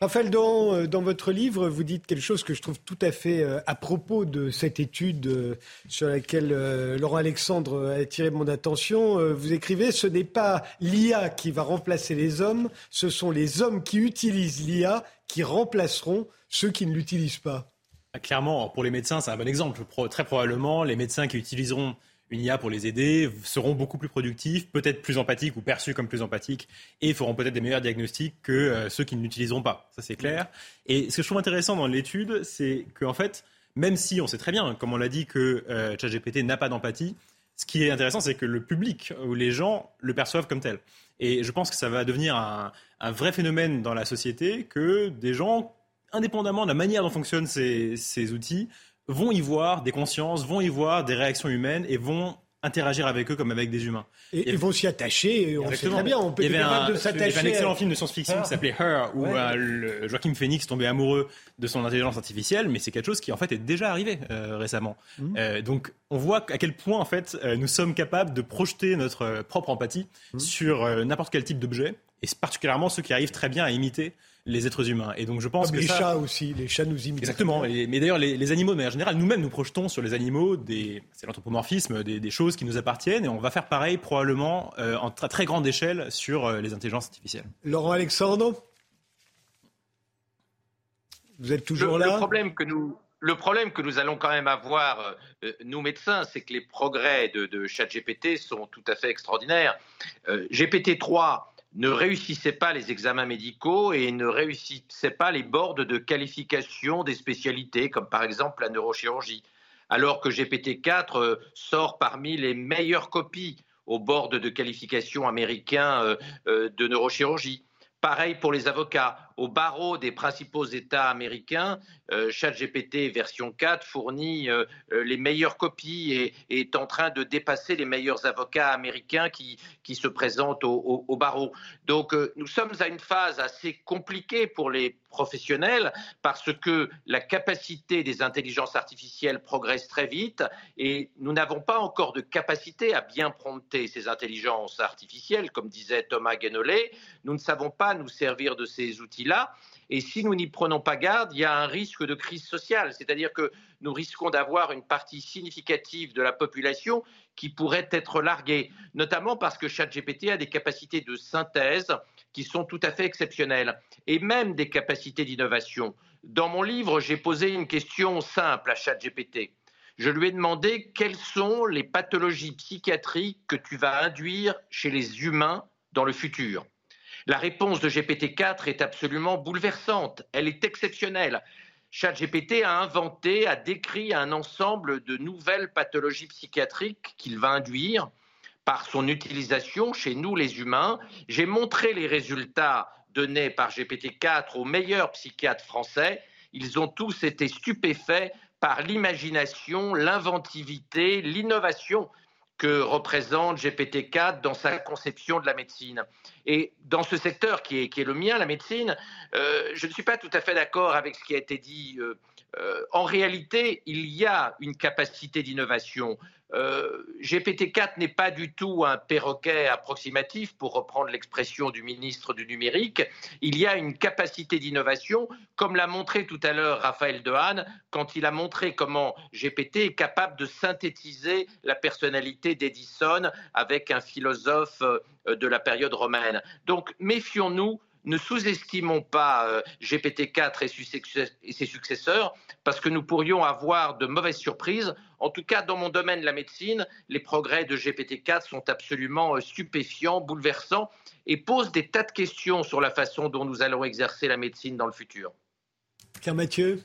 Raphaël Dohan, dans votre livre, vous dites quelque chose que je trouve tout à fait à propos de cette étude sur laquelle Laurent Alexandre a attiré mon attention. Vous écrivez « Ce n'est pas l'I A qui va remplacer les hommes, ce sont les hommes qui utilisent l'I A qui remplaceront ceux qui ne l'utilisent pas. » Clairement, pour les médecins, c'est un bon exemple. Très probablement, les médecins qui utiliseront une I A pour les aider seront beaucoup plus productifs, peut-être plus empathiques ou perçus comme plus empathiques, et feront peut-être des meilleurs diagnostics que euh, ceux qui ne l'utiliseront pas. Ça, c'est clair. Et ce que je trouve intéressant dans l'étude, c'est qu'en fait, même si on sait très bien, comme on l'a dit, que euh, ChatGPT n'a pas d'empathie, ce qui est intéressant, c'est que le public ou les gens le perçoivent comme tel. Et je pense que ça va devenir un, un vrai phénomène dans la société que des gens, indépendamment de la manière dont fonctionnent ces, ces outils, vont y voir des consciences, vont y voir des réactions humaines et vont interagir avec eux comme avec des humains. Et ils vont s'y attacher, on sait très bien, on peut être capable de s'attacher. Il y avait un excellent film de science-fiction Her. qui s'appelait Her, où ouais. euh, le Joaquin Phoenix tombait amoureux de son intelligence artificielle, mais c'est quelque chose qui en fait est déjà arrivé euh, récemment. Mmh. Euh, donc on voit à quel point en fait euh, nous sommes capables de projeter notre euh, propre empathie mmh. sur euh, n'importe quel type d'objet, et particulièrement ceux qui arrivent très bien à imiter les êtres humains. Et donc je pense Comme que les ça... chats aussi, les chats nous imitent. Exactement. Et, mais d'ailleurs, les, les animaux, de manière générale, nous-mêmes, nous projetons sur les animaux des, c'est l'anthropomorphisme, des, des choses qui nous appartiennent, et on va faire pareil probablement euh, en très, très grande échelle sur euh, les intelligences artificielles. Laurent Alexandre, vous êtes toujours le, là. Le problème que nous, le problème que nous allons quand même avoir, euh, nous médecins, c'est que les progrès de, de ChatGPT sont tout à fait extraordinaires. Euh, G P T trois ne réussissait pas les examens médicaux et ne réussissait pas les boards de qualification des spécialités, comme par exemple la neurochirurgie, alors que G P T quatre sort parmi les meilleures copies au board de qualification américain de neurochirurgie. Pareil pour les avocats. Au barreau des principaux États américains, euh, ChatGPT version quatre fournit euh, les meilleures copies et, et est en train de dépasser les meilleurs avocats américains qui, qui se présentent au, au, au barreau. Donc euh, nous sommes à une phase assez compliquée pour les professionnels parce que la capacité des intelligences artificielles progresse très vite et nous n'avons pas encore de capacité à bien prompter ces intelligences artificielles, comme disait Thomas Guénolé. Nous ne savons pas nous servir de ces outils-là. Et si nous n'y prenons pas garde, il y a un risque de crise sociale, c'est-à-dire que nous risquons d'avoir une partie significative de la population qui pourrait être larguée, notamment parce que ChatGPT a des capacités de synthèse qui sont tout à fait exceptionnelles, et même des capacités d'innovation. Dans mon livre, j'ai posé une question simple à ChatGPT. Je lui ai demandé quelles sont les pathologies psychiatriques que tu vas induire chez les humains dans le futur. La réponse de G P T quatre est absolument bouleversante, elle est exceptionnelle. ChatGPT a inventé, a décrit un ensemble de nouvelles pathologies psychiatriques qu'il va induire par son utilisation chez nous les humains. J'ai montré les résultats donnés par G P T quatre aux meilleurs psychiatres français. Ils ont tous été stupéfaits par l'imagination, l'inventivité, l'innovation que représente G P T quatre dans sa conception de la médecine. Et dans ce secteur qui est, qui est le mien, la médecine, euh, je ne suis pas tout à fait d'accord avec ce qui a été dit. Euh, euh, en réalité, il y a une capacité d'innovation. Euh, G P T quatre n'est pas du tout un perroquet approximatif, pour reprendre l'expression du ministre du numérique. Il y a une capacité d'innovation, comme l'a montré tout à l'heure Raphaël Dohan, quand il a montré comment G P T est capable de synthétiser la personnalité d'Edison avec un philosophe de la période romaine. Donc méfions-nous. Ne sous-estimons pas euh, G P T quatre et, et ses successeurs parce que nous pourrions avoir de mauvaises surprises. En tout cas, dans mon domaine, la médecine, les progrès de G P T quatre sont absolument euh, stupéfiants, bouleversants et posent des tas de questions sur la façon dont nous allons exercer la médecine dans le futur. Claire Mathieu.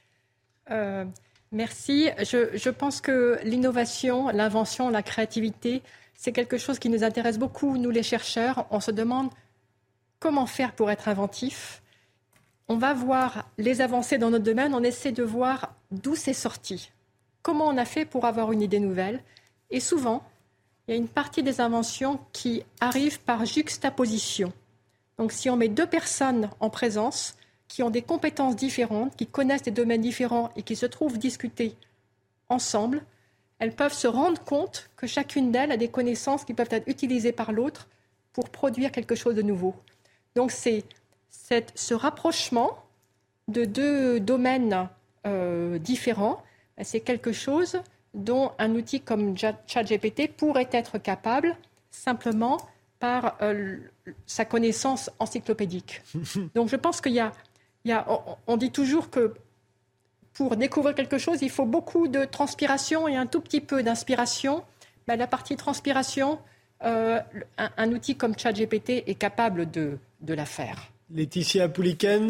Euh, merci. Je, je pense que l'innovation, l'invention, la créativité, c'est quelque chose qui nous intéresse beaucoup, nous les chercheurs. On se demande comment faire pour être inventif. On va voir les avancées dans notre domaine, on essaie de voir d'où c'est sorti. Comment on a fait pour avoir une idée nouvelle. Et souvent, il y a une partie des inventions qui arrivent par juxtaposition. Donc si on met deux personnes en présence, qui ont des compétences différentes, qui connaissent des domaines différents et qui se trouvent discuter ensemble, elles peuvent se rendre compte que chacune d'elles a des connaissances qui peuvent être utilisées par l'autre pour produire quelque chose de nouveau. Donc c'est cette, ce rapprochement de deux domaines euh, différents, c'est quelque chose dont un outil comme ChatGPT pourrait être capable simplement par euh, sa connaissance encyclopédique. Donc je pense qu'il y a, il y a on, on dit toujours que pour découvrir quelque chose, il faut beaucoup de transpiration et un tout petit peu d'inspiration. Ben, la partie transpiration, euh, un, un outil comme ChatGPT est capable de, de la faire. Laetitia Pouliken.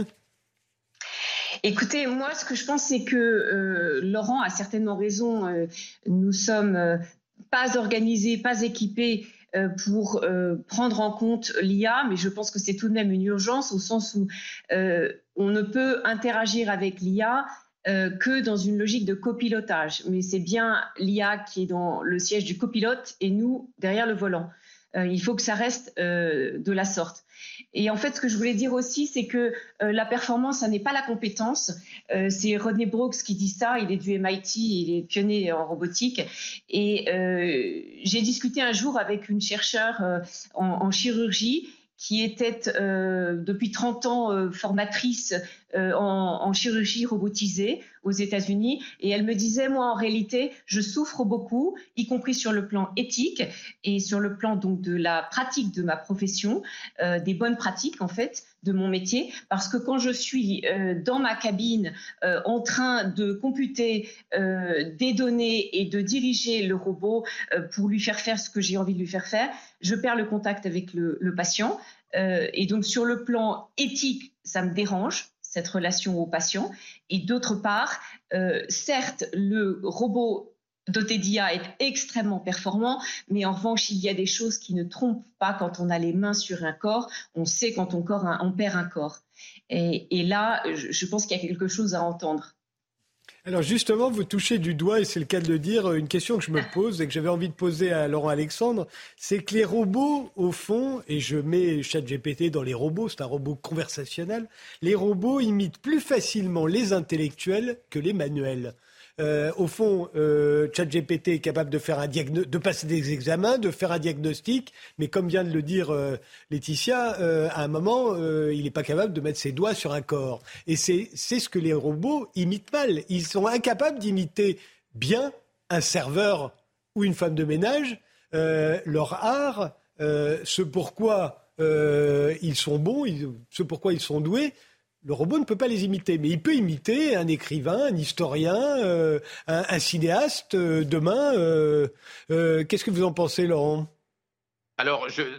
Écoutez, moi, ce que je pense, c'est que euh, Laurent a certainement raison. Euh, nous sommes euh, pas organisés, pas équipés euh, pour euh, prendre en compte l'I A, mais je pense que c'est tout de même une urgence au sens où euh, on ne peut interagir avec l'I A euh, que dans une logique de copilotage. Mais c'est bien l'I A qui est dans le siège du copilote et nous derrière le volant. Euh, il faut que ça reste euh, de la sorte. Et en fait, ce que je voulais dire aussi, c'est que euh, la performance, ça n'est pas la compétence. Euh, c'est Rodney Brooks qui dit ça. Il est du M I T, il est pionnier en robotique. Et euh, j'ai discuté un jour avec une chercheure euh, en, en chirurgie qui était euh, depuis trente ans euh, formatrice euh, en, en chirurgie robotisée aux États-Unis. Et elle me disait, moi, en réalité, je souffre beaucoup, y compris sur le plan éthique et sur le plan donc de la pratique de ma profession, euh, des bonnes pratiques, en fait, de mon métier. Parce que quand je suis euh, dans ma cabine euh, en train de computer euh, des données et de diriger le robot euh, pour lui faire faire ce que j'ai envie de lui faire faire, je perds le contact avec le, le patient. Euh, et donc, sur le plan éthique, ça me dérange, cette relation au patient. Et d'autre part, euh, certes, le robot doté d'I A est extrêmement performant, mais en revanche, il y a des choses qui ne trompent pas quand on a les mains sur un corps. On sait quand on, corps, on perd un corps. Et, et là, je, je pense qu'il y a quelque chose à entendre. Alors justement, vous touchez du doigt, et c'est le cas de le dire, une question que je me pose et que j'avais envie de poser à Laurent Alexandre, c'est que les robots, au fond, et je mets ChatGPT dans les robots, c'est un robot conversationnel, les robots imitent plus facilement les intellectuels que les manuels. Euh, au fond, euh, ChatGPT est capable de faire un diagno- de passer des examens, de faire un diagnostic, mais comme vient de le dire euh, Laetitia, euh, à un moment, euh, il n'est pas capable de mettre ses doigts sur un corps. Et c'est, c'est ce que les robots imitent mal. Ils sont incapables d'imiter bien un serveur ou une femme de ménage, euh, leur art, euh, ce pourquoi euh, ils sont bons, ils, ce pourquoi ils sont doués. Le robot ne peut pas les imiter, mais il peut imiter un écrivain, un historien, euh, un, un cinéaste euh, demain. Euh, euh, qu'est-ce que vous en pensez, Laurent ? Alors, je,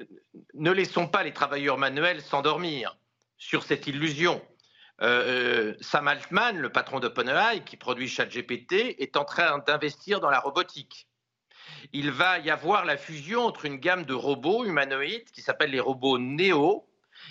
ne laissons pas les travailleurs manuels s'endormir sur cette illusion. Euh, Sam Altman, le patron d'OpenAI, qui produit ChatGPT, est en train d'investir dans la robotique. Il va y avoir la fusion entre une gamme de robots humanoïdes qui s'appellent les robots Neo,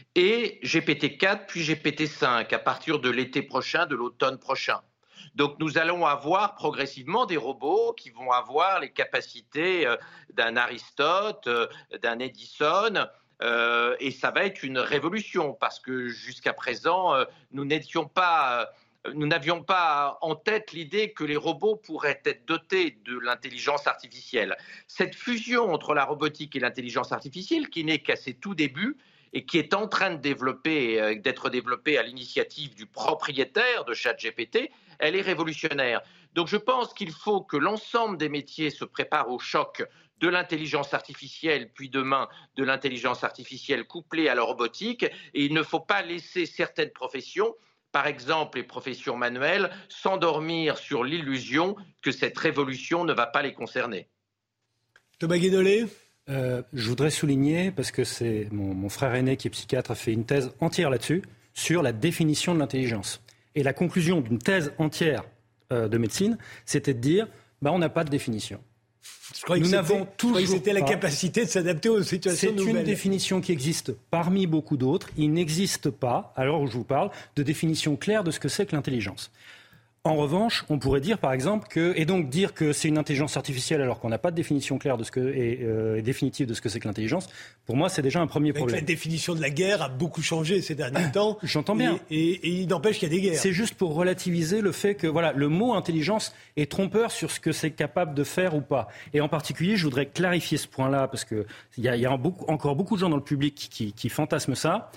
et G P T quatre puis G P T cinq à partir de l'été prochain, de l'automne prochain. Donc nous allons avoir progressivement des robots qui vont avoir les capacités euh, d'un Aristote, euh, d'un Edison, euh, et ça va être une révolution parce que jusqu'à présent, euh, nous n'étions pas... Euh, Nous n'avions pas en tête l'idée que les robots pourraient être dotés de l'intelligence artificielle. Cette fusion entre la robotique et l'intelligence artificielle, qui n'est qu'à ses tout débuts, et qui est en train de développer, euh, d'être développée à l'initiative du propriétaire de ChatGPT, elle est révolutionnaire. Donc je pense qu'il faut que l'ensemble des métiers se préparent au choc de l'intelligence artificielle, puis demain de l'intelligence artificielle couplée à la robotique, et il ne faut pas laisser certaines professions, par exemple les professions manuelles, s'endormir sur l'illusion que cette révolution ne va pas les concerner. Thomas Guénolé ? Euh, je voudrais souligner, parce que c'est mon, mon frère aîné qui est psychiatre a fait une thèse entière là-dessus, sur la définition de l'intelligence. Et la conclusion d'une thèse entière euh, de médecine, c'était de dire, bah, on n'a pas de définition. Je croyais Nous que n'avons c'était, toujours je croyais que c'était la pas. capacité de s'adapter aux situations C'est nouvelles. une définition qui existe parmi beaucoup d'autres. Il n'existe pas, à l'heure où je vous parle, de définition claire de ce que c'est que l'intelligence. En revanche, on pourrait dire par exemple que, et donc dire que c'est une intelligence artificielle alors qu'on n'a pas de définition claire de ce que, et, euh, et définitive de ce que c'est que l'intelligence, pour moi c'est déjà un premier Avec problème. la définition de la guerre a beaucoup changé ces derniers temps. J'entends bien. Et, et, et il n'empêche qu'il y a des guerres. C'est juste pour relativiser le fait que voilà, le mot intelligence est trompeur sur ce que c'est capable de faire ou pas. Et en particulier, je voudrais clarifier ce point-là parce qu'il y a, y a beaucoup, encore beaucoup de gens dans le public qui, qui fantasment ça.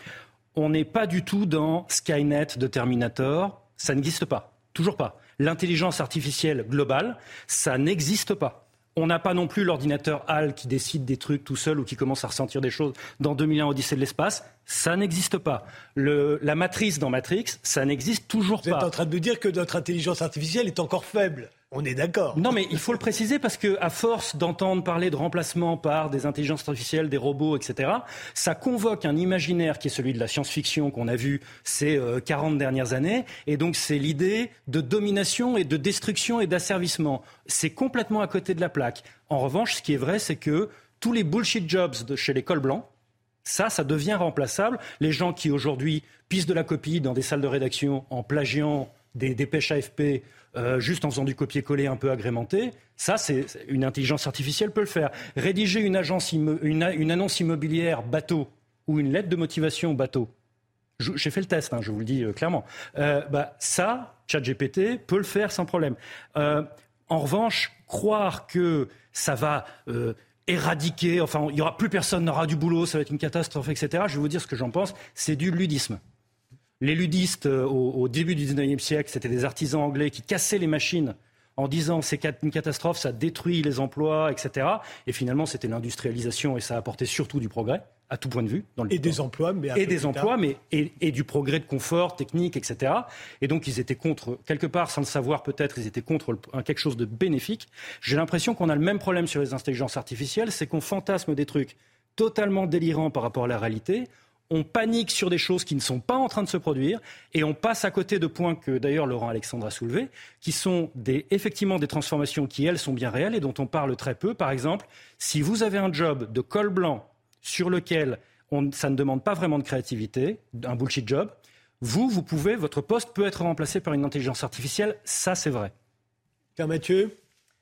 On n'est pas du tout dans Skynet de Terminator. Ça n'existe pas. Toujours pas. L'intelligence artificielle globale, ça n'existe pas. On n'a pas non plus l'ordinateur H A L qui décide des trucs tout seul ou qui commence à ressentir des choses dans deux mille un Odyssée de l'espace. Ça n'existe pas. Le, la matrice dans Matrix, ça n'existe toujours Vous pas. Vous êtes en train de me dire que notre intelligence artificielle est encore faible. On est d'accord. Non, mais il faut le préciser parce que, à force d'entendre parler de remplacement par des intelligences artificielles, des robots, et cetera, ça convoque un imaginaire qui est celui de la science-fiction qu'on a vu ces euh, quarante dernières années. Et donc, c'est l'idée de domination et de destruction et d'asservissement. C'est complètement à côté de la plaque. En revanche, ce qui est vrai, c'est que tous les bullshit jobs de chez les cols blancs, ça, ça devient remplaçable. Les gens qui, aujourd'hui, pissent de la copie dans des salles de rédaction en plagiant des dépêches A F P, Euh, juste en faisant du copier-coller un peu agrémenté, ça, c'est, une intelligence artificielle peut le faire. Rédiger une, agence immo- une, une annonce immobilière bateau ou une lettre de motivation bateau, je, j'ai fait le test, hein, je vous le dis euh, clairement, euh, bah, ça, ChatGPT peut le faire sans problème. Euh, en revanche, croire que ça va... Euh, éradiquer, enfin, il y aura plus personne n'aura du boulot, ça va être une catastrophe, et cetera. Je vais vous dire ce que j'en pense, c'est du ludisme. Les ludistes, euh, au, au début du dix-neuvième siècle, c'était des artisans anglais qui cassaient les machines en disant c'est une catastrophe, ça détruit les emplois, et cetera. Et finalement, c'était l'industrialisation et ça apportait surtout du progrès, à tout point de vue. Dans le et des emplois, mais un Et peu des plus emplois, tard. mais et, et du progrès de confort technique, et cetera. Et donc, ils étaient contre, quelque part, sans le savoir peut-être, ils étaient contre le, un, quelque chose de bénéfique. J'ai l'impression qu'on a le même problème sur les intelligences artificielles, c'est qu'on fantasme des trucs totalement délirants par rapport à la réalité. On panique sur des choses qui ne sont pas en train de se produire et on passe à côté de points que d'ailleurs Laurent Alexandre a soulevés, qui sont des, effectivement des transformations qui, elles, sont bien réelles et dont on parle très peu. Par exemple, si vous avez un job de col blanc sur lequel on, ça ne demande pas vraiment de créativité, un bullshit job, vous, vous pouvez, votre poste peut être remplacé par une intelligence artificielle, ça c'est vrai. Pierre Mathieu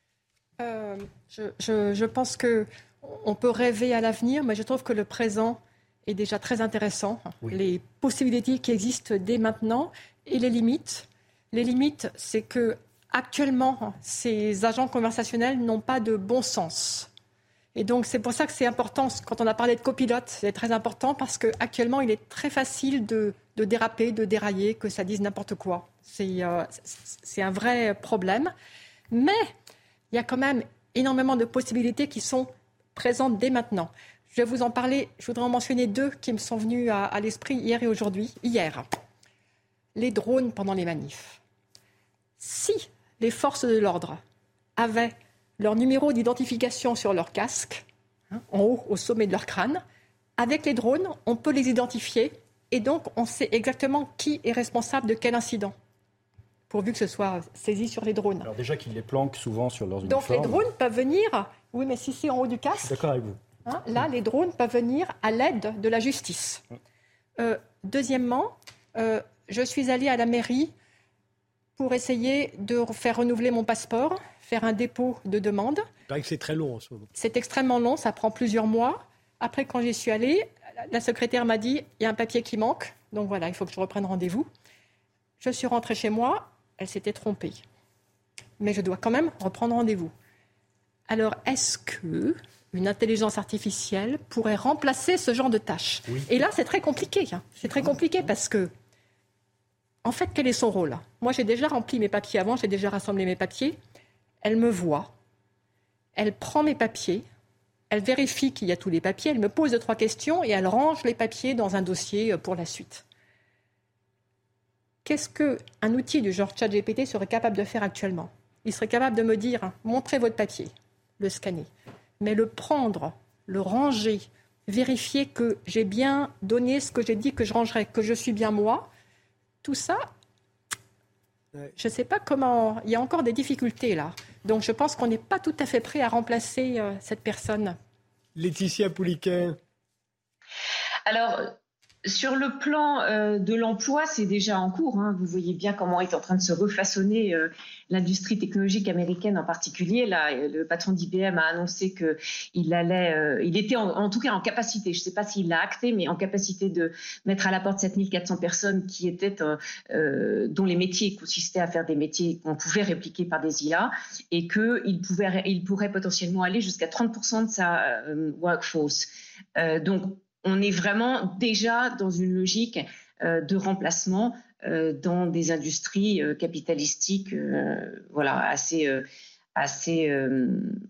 euh, je, je, je pense qu'on peut rêver à l'avenir, mais je trouve que le présent est déjà très intéressant. Oui. Les possibilités qui existent dès maintenant et les limites. Les limites, c'est que actuellement, ces agents conversationnels n'ont pas de bon sens. Et donc, c'est pour ça que c'est important, quand on a parlé de copilote, c'est très important parce qu'actuellement, il est très facile de, de déraper, de dérailler, que ça dise n'importe quoi. C'est, euh, c'est un vrai problème. Mais il y a quand même énormément de possibilités qui sont présentes dès maintenant. Je vais vous en parler, je voudrais en mentionner deux qui me sont venus à, à l'esprit hier et aujourd'hui. Hier, les drones pendant les manifs. Si les forces de l'ordre avaient leur numéro d'identification sur leur casque, hein, en haut, au sommet de leur crâne, avec les drones, on peut les identifier et donc on sait exactement qui est responsable de quel incident, pourvu que ce soit saisi sur les drones. Alors déjà qu'ils les planquent souvent sur leurs donc uniformes. Donc les drones peuvent venir, oui mais si c'est en haut du casque... Je suis d'accord avec vous. Hein, là, les drones peuvent venir à l'aide de la justice. Euh, deuxièmement, euh, je suis allée à la mairie pour essayer de faire renouveler mon passeport, faire un dépôt de demande. Il paraît que c'est très long en ce moment. C'est extrêmement long, ça prend plusieurs mois. Après, quand j'y suis allée, la secrétaire m'a dit « il y a un papier qui manque, donc voilà, il faut que je reprenne rendez-vous ». Je suis rentrée chez moi, elle s'était trompée. Mais je dois quand même reprendre rendez-vous. Alors, est-ce que... une intelligence artificielle pourrait remplacer ce genre de tâches. Oui. Et là, c'est très compliqué. Hein. C'est très compliqué parce que, en fait, quel est son rôle ? Moi, j'ai déjà rempli mes papiers avant, j'ai déjà rassemblé mes papiers. Elle me voit, elle prend mes papiers, elle vérifie qu'il y a tous les papiers, elle me pose deux, trois questions et elle range les papiers dans un dossier pour la suite. Qu'est-ce qu'un outil du genre ChatGPT serait capable de faire actuellement ? Il serait capable de me dire « montrez votre papier », le scanner. Mais le prendre, le ranger, vérifier que j'ai bien donné ce que j'ai dit que je rangerais, que je suis bien moi, tout ça, ouais. Je ne sais pas comment... Il y a encore des difficultés là. Donc je pense qu'on n'est pas tout à fait prêt à remplacer euh, cette personne. Laetitia Pouliquen. Alors... Sur le plan euh, de l'emploi, c'est déjà en cours. Hein. Vous voyez bien comment est en train de se refaçonner euh, l'industrie technologique américaine en particulier. Là, le patron d'I B M a annoncé qu'il allait, euh, il était en, en tout cas en capacité, je ne sais pas s'il l'a acté, mais en capacité de mettre à la porte sept mille quatre cents personnes qui étaient, euh, euh, dont les métiers consistaient à faire des métiers qu'on pouvait répliquer par des I A et qu'il pouvait, il pourrait potentiellement aller jusqu'à trente pour cent de sa euh, workforce. Euh, donc, on est vraiment déjà dans une logique euh, de remplacement euh, dans des industries euh, capitalistiques euh, voilà, assez, euh, assez euh,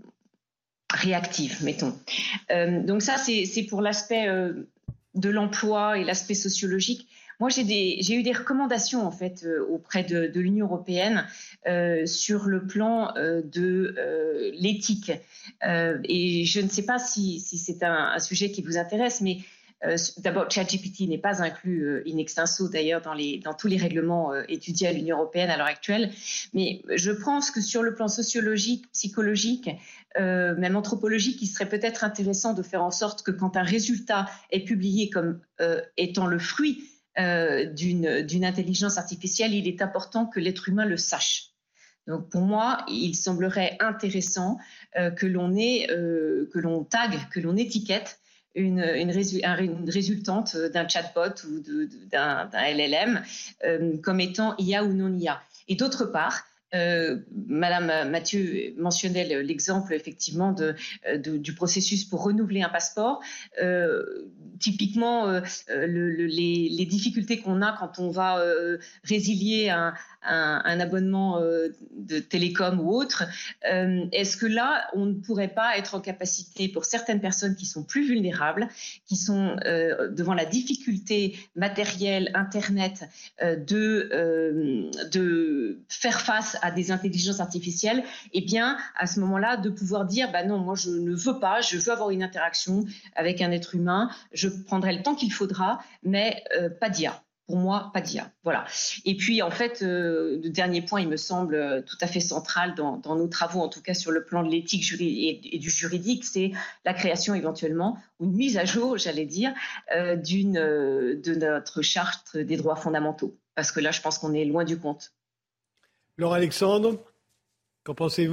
réactives, mettons. Euh, donc ça, c'est, c'est pour l'aspect euh, de l'emploi et l'aspect sociologique. Moi, j'ai, des, j'ai eu des recommandations en fait euh, auprès de, de l'Union européenne euh, sur le plan euh, de euh, l'éthique. Euh, et je ne sais pas si, si c'est un, un sujet qui vous intéresse, mais euh, d'abord, ChatGPT n'est pas inclus euh, in extenso d'ailleurs dans, les, dans tous les règlements euh, étudiés à l'Union européenne à l'heure actuelle. Mais je pense que sur le plan sociologique, psychologique, euh, même anthropologique, il serait peut-être intéressant de faire en sorte que quand un résultat est publié comme euh, étant le fruit Euh, d'une, d'une intelligence artificielle, il est important que l'être humain le sache. Donc pour moi, il semblerait intéressant euh, que l'on ait, euh, que l'on tag, que l'on étiquette une, une, résu- un, une résultante d'un chatbot ou de, de, d'un, d'un L L M euh, comme étant I A ou non I A. Et d'autre part, Euh, Madame Mathieu mentionnait l'exemple effectivement de, de, du processus pour renouveler un passeport. Euh, typiquement, euh, le, le, les, les difficultés qu'on a quand on va euh, résilier un, un, un abonnement euh, de télécom ou autre, euh, est-ce que là, on ne pourrait pas être en capacité pour certaines personnes qui sont plus vulnérables, qui sont euh, devant la difficulté matérielle, Internet, euh, de, euh, de faire face à des intelligences artificielles, eh bien, à ce moment-là, de pouvoir dire, bah non, moi, je ne veux pas, je veux avoir une interaction avec un être humain, je prendrai le temps qu'il faudra, mais euh, pas d'I A. Pour moi, pas d'I A. Voilà. Et puis, en fait, euh, le dernier point, il me semble euh, tout à fait central dans, dans nos travaux, en tout cas sur le plan de l'éthique juri- et, et du juridique, c'est la création éventuellement, ou une mise à jour, j'allais dire, euh, d'une, euh, de notre charte des droits fondamentaux. Parce que là, je pense qu'on est loin du compte. Laure Alexandre, qu'en pensez-vous ?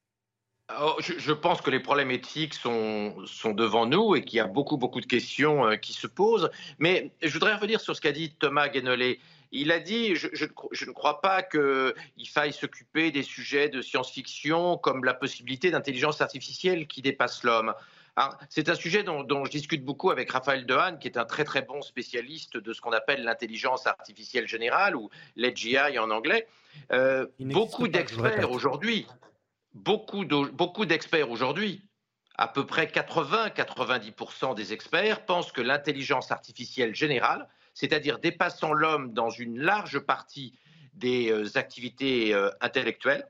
Alors, je, je pense que les problèmes éthiques sont, sont devant nous et qu'il y a beaucoup, beaucoup de questions euh, qui se posent. Mais je voudrais revenir sur ce qu'a dit Thomas Guénolé. Il a dit, je, je, je ne crois pas qu'il faille s'occuper des sujets de science-fiction comme la possibilité d'intelligence artificielle qui dépasse l'homme. Alors, c'est un sujet dont, dont je discute beaucoup avec Raphaël Dehaene, qui est un très très bon spécialiste de ce qu'on appelle l'intelligence artificielle générale, ou l'A G I en anglais. Euh, beaucoup pas, d'experts aujourd'hui, beaucoup, de, beaucoup d'experts aujourd'hui, à peu près quatre-vingts à quatre-vingt-dix pour cent des experts pensent que l'intelligence artificielle générale, c'est-à-dire dépassant l'homme dans une large partie des euh, activités euh, intellectuelles,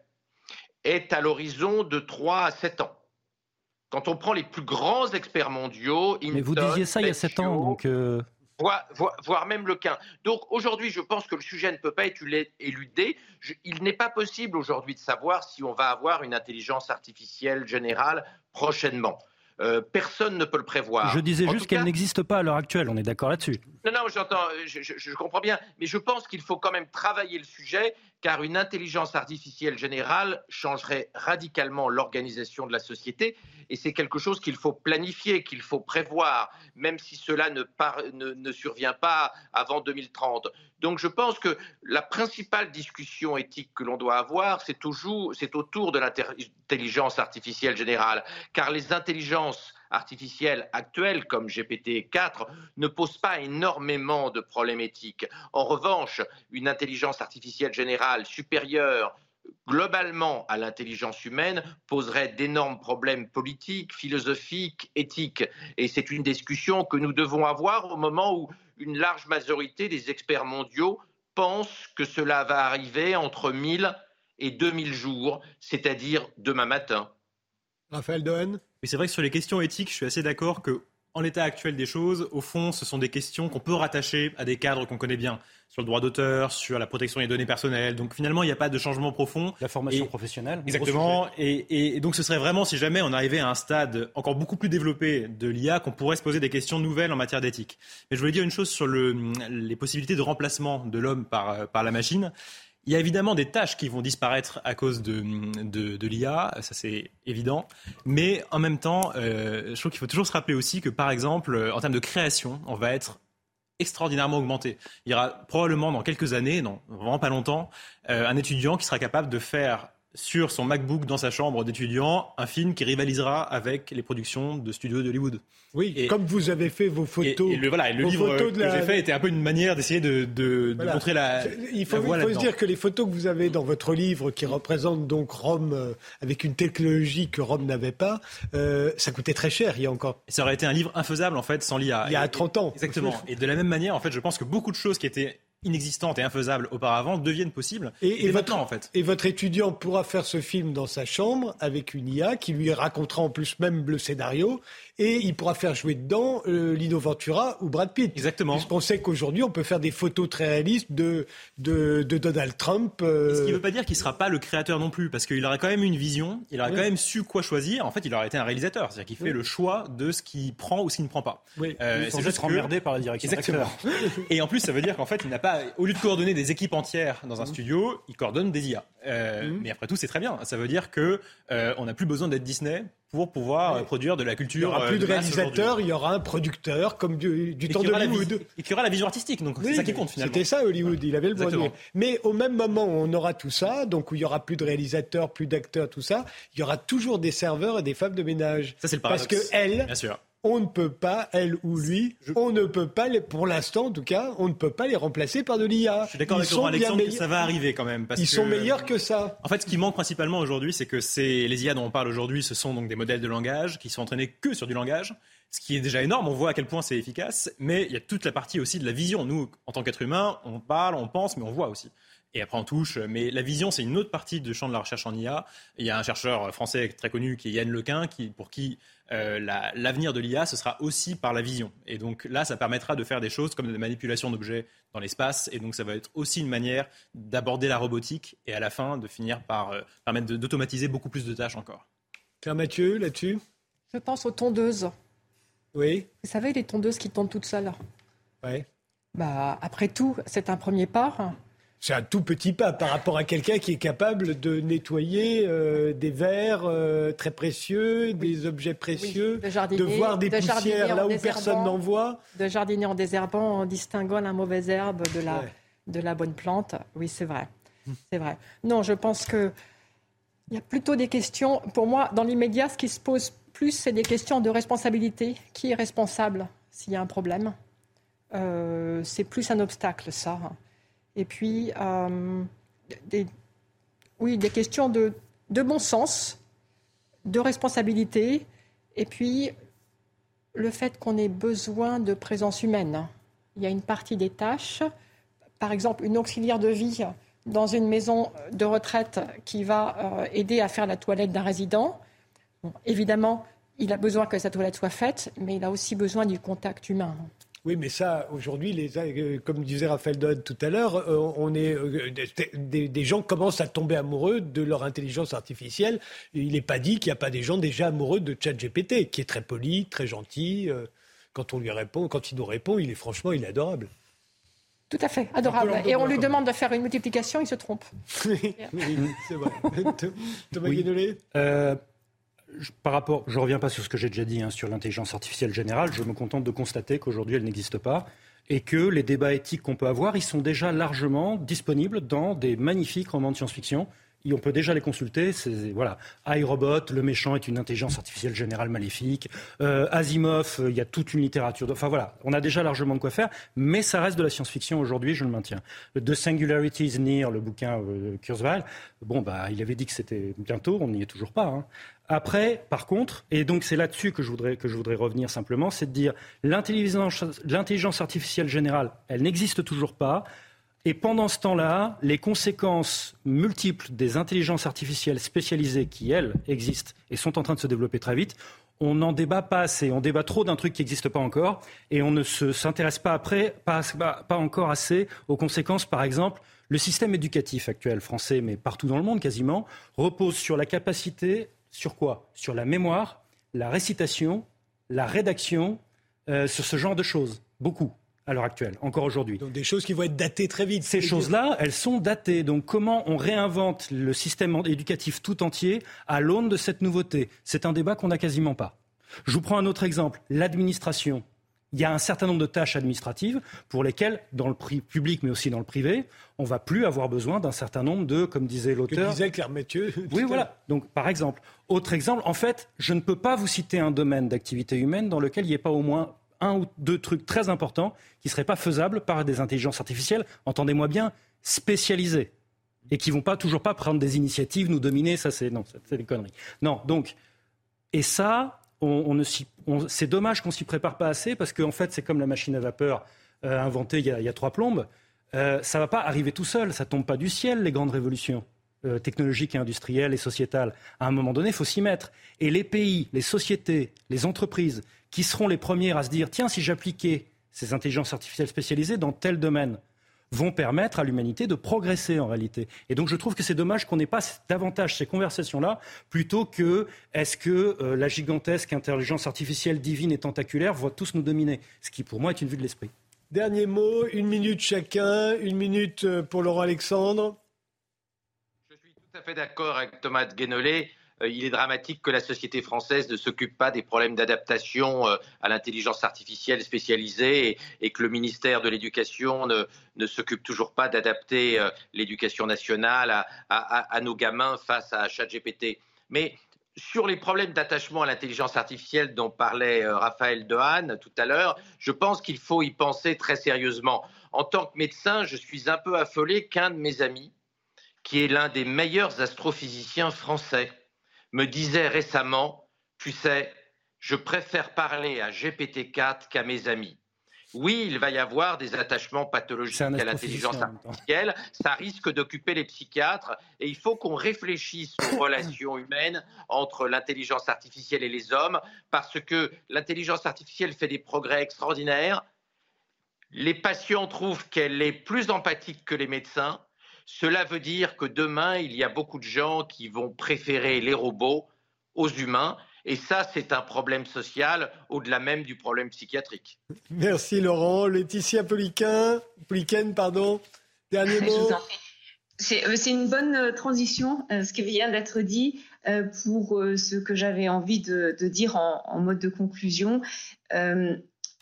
est à l'horizon de trois à sept ans. Quand on prend les plus grands experts mondiaux... Mais Hinton, vous disiez ça il y a sept ans, donc... Euh... Voire, voire, voire même le quinze. Donc aujourd'hui, je pense que le sujet ne peut pas être éludé. Je, il n'est pas possible aujourd'hui de savoir si on va avoir une intelligence artificielle générale prochainement. Euh, personne ne peut le prévoir. Je disais en juste qu'elle cas... n'existe pas à l'heure actuelle, on est d'accord là-dessus. Non, non, j'entends, je, je, je comprends bien, mais je pense qu'il faut quand même travailler le sujet, car une intelligence artificielle générale changerait radicalement l'organisation de la société, et c'est quelque chose qu'il faut planifier, qu'il faut prévoir, même si cela ne, par, ne, ne survient pas avant deux mille trente. Donc je pense que la principale discussion éthique que l'on doit avoir, c'est, toujours, c'est autour de l'intelligence artificielle générale, car les intelligences artificielles actuelles, comme G P T quatre, ne posent pas énormément de problèmes éthiques. En revanche, une intelligence artificielle générale supérieure globalement à l'intelligence humaine poserait d'énormes problèmes politiques, philosophiques, éthiques. Et c'est une discussion que nous devons avoir au moment où une large majorité des experts mondiaux pensent que cela va arriver entre mille et deux mille jours, c'est-à-dire demain matin. Raphaël Dehaene ? Oui, c'est vrai que sur les questions éthiques, je suis assez d'accord que, en l'état actuel des choses, au fond, ce sont des questions qu'on peut rattacher à des cadres qu'on connaît bien, sur le droit d'auteur, sur la protection des données personnelles. Donc finalement, il n'y a pas de changement profond. La formation et, professionnelle. Exactement. Et, et, et donc ce serait vraiment, si jamais on arrivait à un stade encore beaucoup plus développé de l'I A, qu'on pourrait se poser des questions nouvelles en matière d'éthique. Mais je voulais dire une chose sur le, les possibilités de remplacement de l'homme par, par la machine. Il y a évidemment des tâches qui vont disparaître à cause de, de, de l'I A, ça c'est évident. Mais en même temps, euh, je trouve qu'il faut toujours se rappeler aussi que, par exemple, en termes de création, on va être extraordinairement augmenté. Il y aura probablement dans quelques années, non, vraiment pas longtemps, euh, un étudiant qui sera capable de faire sur son MacBook dans sa chambre d'étudiant un film qui rivalisera avec les productions de studios d'Hollywood. Oui, et, comme vous avez fait vos photos. Et, et le, voilà, et le livre que la... j'ai fait était un peu une manière d'essayer de, de, voilà. de montrer la. Il faut, la voie il faut se dire que les photos que vous avez dans votre livre, qui représentent donc Rome euh, avec une technologie que Rome n'avait pas, euh, ça coûtait très cher il y a encore. Et ça aurait été un livre infaisable en fait sans l'I A. Il y a trente ans. Exactement. Et de la même manière, en fait, je pense que beaucoup de choses qui étaient inexistantes et infaisables auparavant deviennent possibles et, et votre, maintenant en fait. Et votre étudiant pourra faire ce film dans sa chambre avec une I A qui lui racontera en plus même le scénario et il pourra faire jouer dedans euh, Lino Ventura ou Brad Pitt. Exactement. Puisqu'on sait qu'aujourd'hui on peut faire des photos très réalistes de, de, de Donald Trump. Euh... Ce qui ne veut pas dire qu'il ne sera pas le créateur non plus parce qu'il aurait quand même une vision, il aurait oui. quand même su quoi choisir. En fait, il aurait été un réalisateur, c'est-à-dire qu'il fait oui. le choix de ce qu'il prend ou ce qu'il ne prend pas. Oui. Euh, c'est juste emmerdé par la direction. Exactement. Et en plus, ça veut dire qu'en fait, il n'a pas, au lieu de coordonner des équipes entières dans un studio, il coordonne des I A. Euh, mmh. Mais après tout, c'est très bien. Ça veut dire que euh, on n'a plus besoin d'être Disney pour pouvoir oui. produire de la culture. Il n'y aura plus de, de réalisateur, il y aura un producteur comme du, du temps d'Hollywood. Et qui aura la vision artistique, donc oui, c'est ça qui compte finalement. C'était ça Hollywood, il avait le bon nez. Mais au même moment où on aura tout ça, donc où il n'y aura plus de réalisateurs, plus d'acteurs, tout ça, il y aura toujours des serveurs et des femmes de ménage. Ça c'est le paradoxe. Parce que elles, bien sûr. On ne peut pas, elle ou lui, je... on ne peut pas, les, pour l'instant en tout cas, on ne peut pas les remplacer par de l'I A. Je suis d'accord Ils avec Laurent Alexandre meilleurs... que ça va arriver quand même. Parce Ils que... sont meilleurs que ça. En fait, ce qui manque principalement aujourd'hui, c'est que c'est... les I A dont on parle aujourd'hui, ce sont donc des modèles de langage qui sont entraînés que sur du langage, ce qui est déjà énorme, on voit à quel point c'est efficace, mais il y a toute la partie aussi de la vision. Nous, en tant qu'êtres humains, on parle, on pense, mais on voit aussi. Et après on touche, mais la vision c'est une autre partie du champ de la recherche en I A. Il y a un chercheur français très connu qui est Yann Lequin, qui, pour qui euh, la, l'avenir de l'I A ce sera aussi par la vision. Et donc là ça permettra de faire des choses comme des manipulations d'objets dans l'espace, et donc ça va être aussi une manière d'aborder la robotique et à la fin de finir par euh, permettre de, d'automatiser beaucoup plus de tâches encore. Claire Mathieu, là-dessus ? Je pense aux tondeuses. Oui. Vous savez, les tondeuses qui tondent toutes seules. Oui. Bah, après tout, c'est un premier pas. C'est un tout petit pas par rapport à quelqu'un qui est capable de nettoyer euh, des verres euh, très précieux, oui. des objets précieux, oui. de, de voir des de poussières là où personne n'en voit. De jardiner en désherbant, en distinguant la mauvaise herbe de la, ouais. de la bonne plante. Oui, c'est vrai. C'est vrai. Non, je pense qu'il y a plutôt des questions. Pour moi, dans l'immédiat, ce qui se pose plus, c'est des questions de responsabilité. Qui est responsable s'il y a un problème ? euh, C'est plus un obstacle, ça. Et puis, euh, des, oui, des questions de, de bon sens, de responsabilité, et puis le fait qu'on ait besoin de présence humaine. Il y a une partie des tâches, par exemple une auxiliaire de vie dans une maison de retraite qui va euh, aider à faire la toilette d'un résident. Bon, évidemment, il a besoin que sa toilette soit faite, mais il a aussi besoin du contact humain. Oui, mais ça, aujourd'hui, les, comme disait Raphaël Dodd tout à l'heure, on est, des, des gens commencent à tomber amoureux de leur intelligence artificielle. Il n'est pas dit qu'il n'y a pas des gens déjà amoureux de ChatGPT, qui est très poli, très gentil. Quand on lui répond, quand il nous répond, il est franchement, il est adorable. Tout à fait, adorable. Et on lui demande de faire une multiplication, il se trompe. Oui, oui c'est vrai. Thomas oui. Guénolé euh... Je, par rapport, je ne reviens pas sur ce que j'ai déjà dit hein, sur l'intelligence artificielle générale, je me contente de constater qu'aujourd'hui elle n'existe pas et que les débats éthiques qu'on peut avoir, ils sont déjà largement disponibles dans des magnifiques romans de science-fiction. Et on peut déjà les consulter. C'est, voilà, iRobot, le méchant est une intelligence artificielle générale maléfique. Euh, Asimov, il euh, y a toute une littérature. De, enfin voilà, on a déjà largement de quoi faire, mais ça reste de la science-fiction aujourd'hui, je le maintiens. The Singularity is Near, le bouquin euh, Kurzweil, bon, bah, il avait dit que c'était bientôt, on n'y est toujours pas. Hein. Après, par contre, et donc c'est là-dessus que je voudrais, que je voudrais revenir simplement, c'est de dire l'intelligence, l'intelligence artificielle générale, elle n'existe toujours pas. Et pendant ce temps-là, les conséquences multiples des intelligences artificielles spécialisées qui, elles, existent et sont en train de se développer très vite, on n'en débat pas assez. On débat trop d'un truc qui n'existe pas encore et on ne se, s'intéresse pas, après, pas, pas, pas encore assez aux conséquences. Par exemple, le système éducatif actuel français, mais partout dans le monde quasiment, repose sur la capacité, sur quoi ? Sur la mémoire, la récitation, la rédaction, euh, sur ce genre de choses. Beaucoup. À l'heure actuelle, encore aujourd'hui. Donc des choses qui vont être datées très vite. Ces choses-là, elles sont datées. Donc comment on réinvente le système éducatif tout entier à l'aune de cette nouveauté ? C'est un débat qu'on n'a quasiment pas. Je vous prends un autre exemple, l'administration. il y a un certain nombre de tâches administratives pour lesquelles, dans le public mais aussi dans le privé, on ne va plus avoir besoin d'un certain nombre de, comme disait l'auteur... Que disait Claire Mathieu. Oui, voilà. Donc, par exemple, autre exemple, en fait, je ne peux pas vous citer un domaine d'activité humaine dans lequel il n'y ait pas au moins un ou deux trucs très importants qui ne seraient pas faisables par des intelligences artificielles, entendez-moi bien, spécialisées, et qui ne vont pas, toujours pas prendre des initiatives, nous dominer, ça c'est... Non, c'est des conneries. Non, donc... Et ça... On, on ne s'y, on, c'est dommage qu'on ne s'y prépare pas assez parce qu'en en fait, c'est comme la machine à vapeur euh, inventée il y, a, il y a trois plombes. Euh, ça ne va pas arriver tout seul, ça ne tombe pas du ciel, les grandes révolutions euh, technologiques et industrielles et sociétales. À un moment donné, il faut s'y mettre. Et les pays, les sociétés, les entreprises qui seront les premières à se dire « Tiens, si j'appliquais ces intelligences artificielles spécialisées dans tel domaine », vont permettre à l'humanité de progresser en réalité. Et donc je trouve que c'est dommage qu'on n'ait pas davantage ces conversations-là, plutôt que est-ce que euh, la gigantesque intelligence artificielle divine et tentaculaire va tous nous dominer, ce qui pour moi est une vue de l'esprit. Dernier mot, une minute chacun, une minute pour Laurent Alexandre. Je suis tout à fait d'accord avec Thomas de Guénolé. Il est dramatique que la société française ne s'occupe pas des problèmes d'adaptation à l'intelligence artificielle spécialisée et, et que le ministère de l'Éducation ne, ne s'occupe toujours pas d'adapter l'éducation nationale à, à, à nos gamins face à ChatGPT. Mais sur les problèmes d'attachement à l'intelligence artificielle dont parlait Raphaël Dehaene tout à l'heure, je pense qu'il faut y penser très sérieusement. En tant que médecin, je suis un peu affolé qu'un de mes amis, qui est l'un des meilleurs astrophysiciens français, me disait récemment, tu sais, je préfère parler à G P T quatre qu'à mes amis. Oui, il va y avoir des attachements pathologiques à l'intelligence artificielle, ça risque d'occuper les psychiatres et il faut qu'on réfléchisse aux relations humaines entre l'intelligence artificielle et les hommes parce que l'intelligence artificielle fait des progrès extraordinaires. Les patients trouvent qu'elle est plus empathique que les médecins. Cela veut dire que demain, il y a beaucoup de gens qui vont préférer les robots aux humains. Et ça, c'est un problème social au-delà même du problème psychiatrique. Merci Laurent. Laetitia Poliquin, Poliquin, pardon. Dernier mot. C'est, euh, c'est une bonne euh, transition, euh, ce qui vient d'être dit, euh, pour euh, ce que j'avais envie de, de dire en, en mode de conclusion. Euh,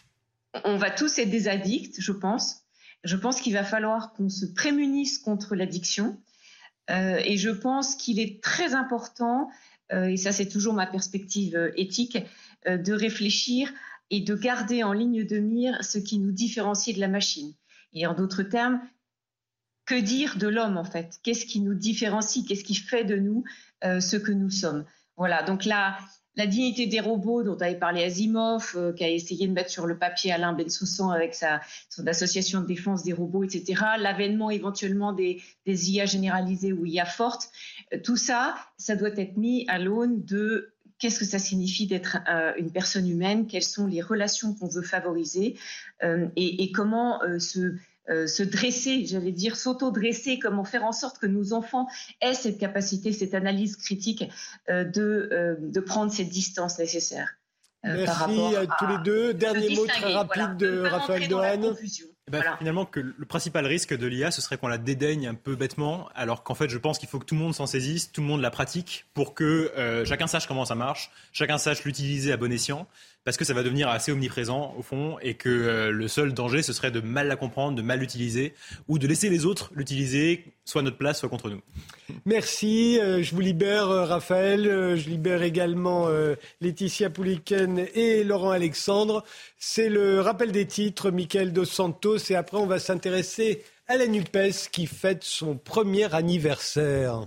on va tous être des addicts, je pense. Je pense qu'il va falloir qu'on se prémunisse contre l'addiction euh, et je pense qu'il est très important, euh, et ça c'est toujours ma perspective euh, éthique, euh, de réfléchir et de garder en ligne de mire ce qui nous différencie de la machine. Et en d'autres termes, que dire de l'homme en fait ? Qu'est-ce qui nous différencie ? Qu'est-ce qui fait de nous euh, ce que nous sommes ? Voilà, donc là... La dignité des robots dont avait parlé Asimov, euh, qui a essayé de mettre sur le papier Alain Bensoussan avec sa, son association de défense des robots, et cetera. L'avènement éventuellement des, des I A généralisées ou I A fortes. Euh, tout ça, ça doit être mis à l'aune de qu'est-ce que ça signifie d'être euh, une personne humaine, quelles sont les relations qu'on veut favoriser euh, et, et comment euh, se... Euh, se dresser, j'allais dire s'auto-dresser, comment faire en sorte que nos enfants aient cette capacité, cette analyse critique euh, de, euh, de prendre cette distance nécessaire. Euh, Merci par rapport à, à tous les deux. Dernier mot très rapide voilà, de, de Raphaël Dehaene. Eh ben, voilà. Finalement, que le principal risque de l'I A, ce serait qu'on la dédaigne un peu bêtement, alors qu'en fait, je pense qu'il faut que tout le monde s'en saisisse, tout le monde la pratique, pour que euh, chacun sache comment ça marche, chacun sache l'utiliser à bon escient, parce que ça va devenir assez omniprésent, au fond, et que euh, le seul danger, ce serait de mal la comprendre, de mal l'utiliser, ou de laisser les autres l'utiliser, soit à notre place, soit contre nous. Merci. Euh, je vous libère, euh, Raphaël. Euh, je libère également euh, Laetitia Poliquin et Laurent Alexandre. C'est le rappel des titres, Michael Dos Santos. Et après, on va s'intéresser à la NUPES qui fête son premier anniversaire.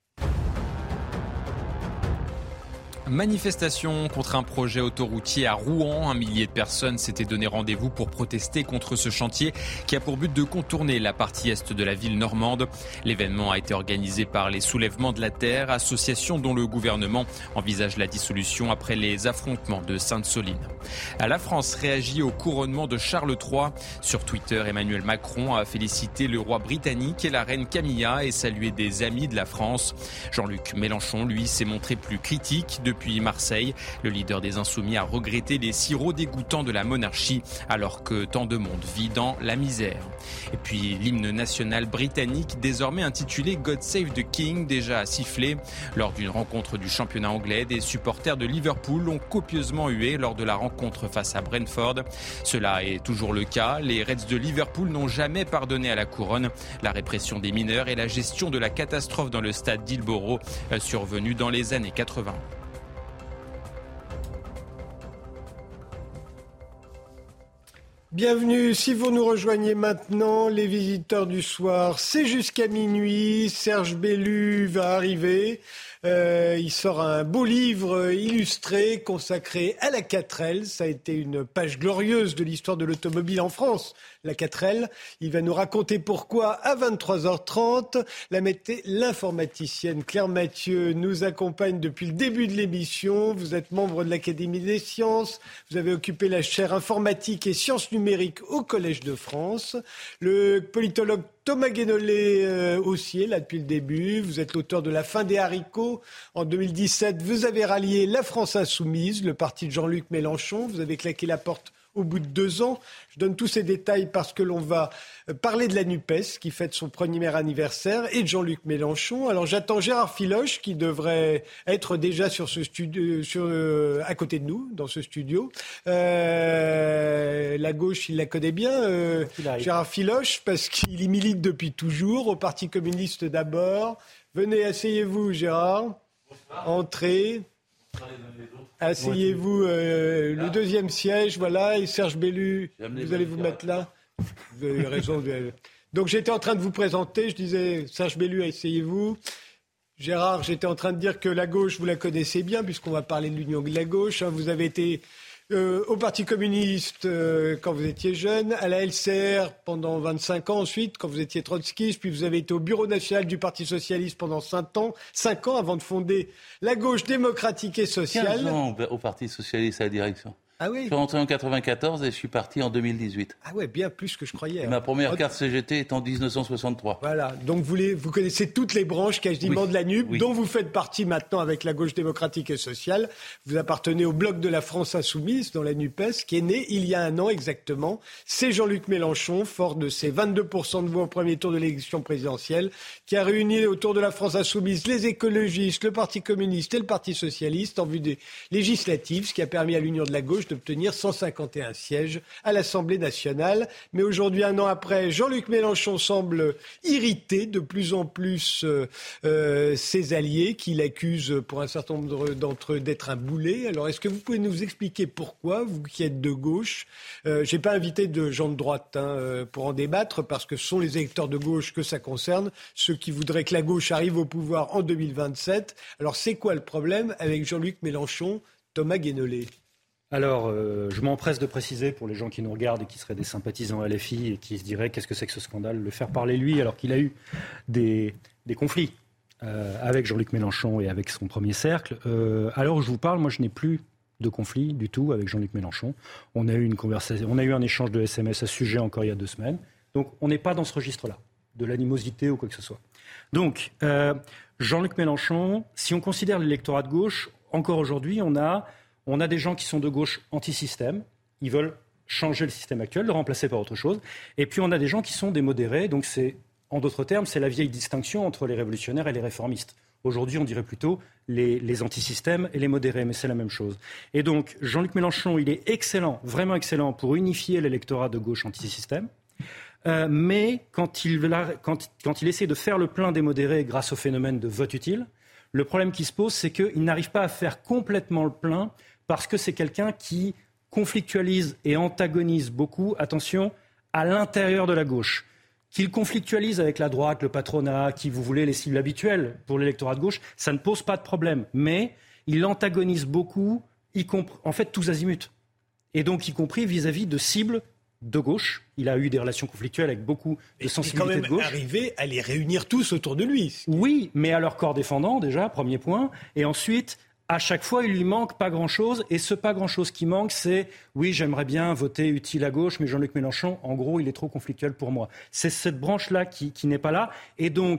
Manifestation contre un projet autoroutier à Rouen. Un millier de personnes s'étaient donné rendez-vous pour protester contre ce chantier qui a pour but de contourner la partie est de la ville normande. L'événement a été organisé par les Soulèvements de la Terre, association dont le gouvernement envisage la dissolution après les affrontements de Sainte-Soline. La France réagit au couronnement de Charles trois. Sur Twitter, Emmanuel Macron a félicité le roi britannique et la reine Camilla et salué des amis de la France. Jean-Luc Mélenchon, lui, s'est montré plus critique. De depuis Marseille. Le leader des Insoumis a regretté les sirops dégoûtants de la monarchie alors que tant de monde vit dans la misère. Et puis l'hymne national britannique, désormais intitulé God Save the King, déjà sifflé. Lors d'une rencontre du championnat anglais, des supporters de Liverpool ont copieusement hué lors de la rencontre face à Brentford. Cela est toujours le cas. Les Reds de Liverpool n'ont jamais pardonné à la couronne la répression des mineurs et la gestion de la catastrophe dans le stade d'Hillsborough survenue dans les années quatre-vingts. Bienvenue, si vous nous rejoignez maintenant, les visiteurs du soir, c'est jusqu'à minuit, Serge Bellu va arriver. Euh, il sort un beau livre illustré consacré à la quatre L. Ça a été une page glorieuse de l'histoire de l'automobile en France, la quatre L. Il va nous raconter pourquoi à vingt-trois heures trente. La mété- l'informaticienne Claire Mathieu nous accompagne depuis le début de l'émission. Vous êtes membre de l'Académie des sciences. Vous avez occupé la chaire informatique et sciences numériques au Collège de France. Le politologue Thomas Guénolé euh, aussi est là depuis le début. Vous êtes l'auteur de La fin des haricots. En deux mille dix-sept, vous avez rallié la France insoumise, le parti de Jean-Luc Mélenchon. Vous avez claqué la porte au bout de deux ans. Je donne tous ces détails parce que l'on va parler de la NUPES qui fête son premier anniversaire et de Jean-Luc Mélenchon. Alors j'attends Gérard Filoche qui devrait être déjà sur ce studio, sur, euh, à côté de nous, dans ce studio. Euh, la gauche, il la connaît bien, euh, Gérard Filoche, parce qu'il y milite depuis toujours, au Parti communiste d'abord. Venez, asseyez-vous Gérard. Bonsoir. Entrez. Asseyez-vous, euh, le deuxième siège, voilà, et Serge Bellu, vous allez vous mettre là. Vous avez raison. Donc j'étais en train de vous présenter, je disais, Serge Bellu, asseyez-vous. Gérard, j'étais en train de dire que la gauche, vous la connaissez bien, puisqu'on va parler de l'union de la gauche. Hein. Vous avez été euh, au Parti communiste euh, quand vous étiez jeune, à la L C R pendant vingt-cinq ans ensuite, quand vous étiez trotskiste, puis vous avez été au bureau national du Parti socialiste pendant cinq ans, cinq ans avant de fonder la gauche démocratique et sociale. quinze ans au Parti socialiste à la direction. Ah oui. Je suis rentré en quatre-vingt-quatorze et je suis parti en deux mille dix-huit. Ah ouais, bien plus que je croyais. Et ma première carte C G T est en dix-neuf cent soixante-trois. Voilà, donc vous, les, vous connaissez toutes les branches quasiment oui. de la N U P, oui. dont vous faites partie maintenant avec la gauche démocratique et sociale. Vous appartenez au bloc de la France insoumise dans la NUPES, qui est né il y a un an exactement. C'est Jean-Luc Mélenchon, fort de ses vingt-deux pour cent de voix au premier tour de l'élection présidentielle, qui a réuni autour de la France insoumise les écologistes, le Parti communiste et le Parti socialiste en vue des législatives, ce qui a permis à l'union de la gauche d'obtenir cent cinquante et un sièges à l'Assemblée nationale. Mais aujourd'hui, un an après, Jean-Luc Mélenchon semble irriter de plus en plus euh, euh, ses alliés, qui l'accusent pour un certain nombre d'entre eux d'être un boulet. Alors, est-ce que vous pouvez nous expliquer pourquoi, vous qui êtes de gauche, euh, je n'ai pas invité de gens de droite hein, pour en débattre, parce que ce sont les électeurs de gauche que ça concerne, ceux qui voudraient que la gauche arrive au pouvoir en deux mille vingt-sept. Alors, c'est quoi le problème avec Jean-Luc Mélenchon, Thomas Guénolé ? Alors, euh, je m'empresse de préciser pour les gens qui nous regardent et qui seraient des sympathisants L F I et qui se diraient qu'est-ce que c'est que ce scandale, le faire parler lui alors qu'il a eu des, des conflits euh, avec Jean-Luc Mélenchon et avec son premier cercle. Euh, alors, je vous parle, moi je n'ai plus de conflit du tout avec Jean-Luc Mélenchon. On a eu une conversation, on a eu un échange de S M S à ce sujet encore il y a deux semaines. Donc, on n'est pas dans ce registre-là, de l'animosité ou quoi que ce soit. Donc, euh, Jean-Luc Mélenchon, si on considère l'électorat de gauche, encore aujourd'hui, on a... On a des gens qui sont de gauche anti-système, ils veulent changer le système actuel, le remplacer par autre chose. Et puis on a des gens qui sont des modérés, donc c'est, en d'autres termes, c'est la vieille distinction entre les révolutionnaires et les réformistes. Aujourd'hui, on dirait plutôt les, les anti-systèmes et les modérés, mais c'est la même chose. Et donc, Jean-Luc Mélenchon, il est excellent, vraiment excellent pour unifier l'électorat de gauche anti-système. Euh, mais quand il, quand, quand il essaie de faire le plein des modérés grâce au phénomène de vote utile, le problème qui se pose, c'est qu'il n'arrive pas à faire complètement le plein parce que c'est quelqu'un qui conflictualise et antagonise beaucoup, attention, à l'intérieur de la gauche. Qu'il conflictualise avec la droite, le patronat, qui vous voulez les cibles habituelles pour l'électorat de gauche, ça ne pose pas de problème. Mais il antagonise beaucoup, y comp- en fait, tous azimuts. Et donc, y compris vis-à-vis de cibles de gauche. Il a eu des relations conflictuelles avec beaucoup de sensibilités de gauche. Il est quand même arrivé à les réunir tous autour de lui. Oui, mais à leur corps défendant, déjà, premier point. Et ensuite, à chaque fois, il lui manque pas grand-chose. Et ce pas grand-chose qui manque, c'est « oui, j'aimerais bien voter utile à gauche, mais Jean-Luc Mélenchon, en gros, il est trop conflictuel pour moi ». C'est cette branche-là qui, qui n'est pas là. Et donc,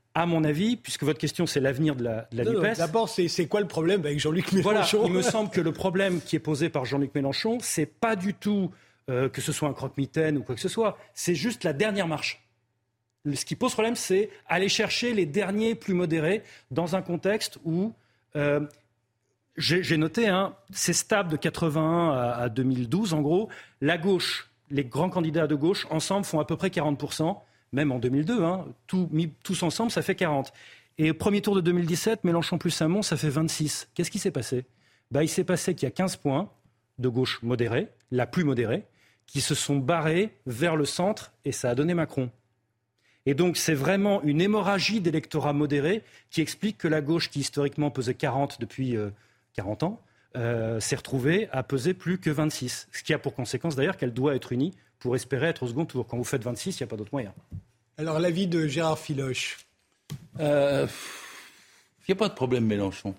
À mon avis, puisque votre question c'est l'avenir de la, de la non, NUPES. Non, d'abord, c'est, c'est quoi le problème avec Jean-Luc Mélenchon ? Voilà, il me semble que le problème qui est posé par Jean-Luc Mélenchon, c'est pas du tout euh, que ce soit un croque-mitaine ou quoi que ce soit, c'est juste la dernière marche. Ce qui pose problème, c'est aller chercher les derniers plus modérés dans un contexte où, euh, j'ai, j'ai noté, hein, c'est stable de quatre-vingt-un à, à deux mille douze en gros, la gauche, les grands candidats de gauche, ensemble font à peu près quarante pour cent. Même en deux mille deux, hein, tout, mis, tous ensemble, ça fait quarante. Et au premier tour de deux mille dix-sept, Mélenchon plus Hamon, ça fait vingt-six. Qu'est-ce qui s'est passé ? bah, Il s'est passé qu'il y a quinze points de gauche modérée, la plus modérée, qui se sont barrés vers le centre, et ça a donné Macron. Et donc, c'est vraiment une hémorragie d'électorat modéré qui explique que la gauche, qui historiquement pesait quarante depuis euh, quarante ans, euh, s'est retrouvée à peser plus que vingt-six. Ce qui a pour conséquence, d'ailleurs, qu'elle doit être unie pour espérer être au second tour. Quand vous faites vingt-six, il n'y a pas d'autre moyen. Alors, l'avis de Gérard Filoche. Il euh, n'y a pas de problème Mélenchon.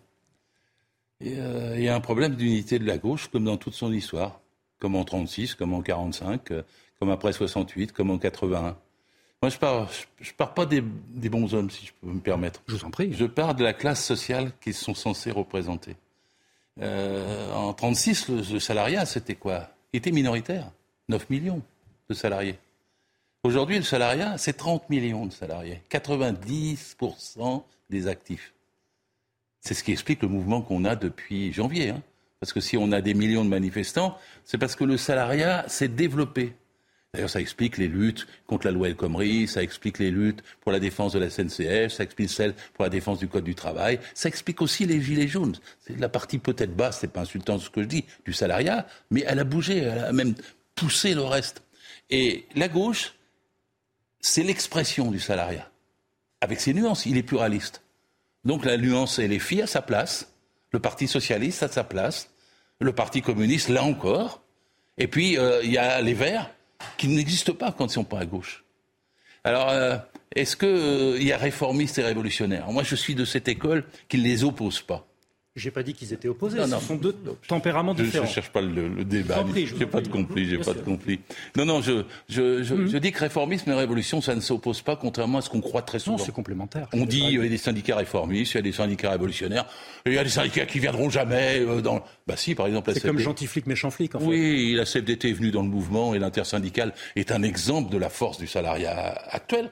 Il euh, y a un problème d'unité de la gauche, comme dans toute son histoire. Comme en trente-six, comme en quarante-cinq, euh, comme après soixante-huit, comme en quatre-vingt-un. Moi, je ne pars, je, je pars pas des, des bons hommes, si je peux me permettre. Je vous en prie. Je pars de la classe sociale qu'ils sont censés représenter. Euh, en trente-six, le, le salariat, c'était quoi ? Il était minoritaire. neuf millions de salariés. Aujourd'hui, le salariat, c'est trente millions de salariés. quatre-vingt-dix pour cent des actifs. C'est ce qui explique le mouvement qu'on a depuis janvier. Hein. Parce que si on a des millions de manifestants, c'est parce que le salariat s'est développé. D'ailleurs, ça explique les luttes contre la loi El Khomri, ça explique les luttes pour la défense de la S N C F, ça explique celles pour la défense du Code du travail, ça explique aussi les gilets jaunes. C'est la partie peut-être basse, c'est pas insultant ce que je dis, du salariat, mais elle a bougé, elle a même poussé le reste. Et la gauche, c'est l'expression du salariat, avec ses nuances, il est pluraliste. Donc la nuance L F I à sa place, le Parti socialiste à sa place, le Parti communiste là encore, et puis il euh, y a les Verts, qui n'existent pas quand ils ne sont pas à gauche. Alors, euh, est-ce qu'il euh, y a réformistes et révolutionnaires ? Moi, je suis de cette école qui ne les oppose pas. Je n'ai pas dit qu'ils étaient opposés, non, ce non, sont deux non, tempéraments je, différents. Je ne cherche pas le, le débat, je n'ai pas de conflit, j'ai pas de conflit. Non, non, je, je, je, mm-hmm. je dis que réformisme et révolution, ça ne s'oppose pas, contrairement à ce qu'on croit très souvent. Non, c'est complémentaire. On dit qu'il y a des syndicats réformistes, il y a des syndicats révolutionnaires, il y a des syndicats qui ne viendront jamais euh, dans... Bah si, par exemple, la c'est C F D. C'est comme gentil flic, méchant flic, en fait. Oui, la C F D T est venue dans le mouvement et l'intersyndical est un exemple de la force du salariat actuel.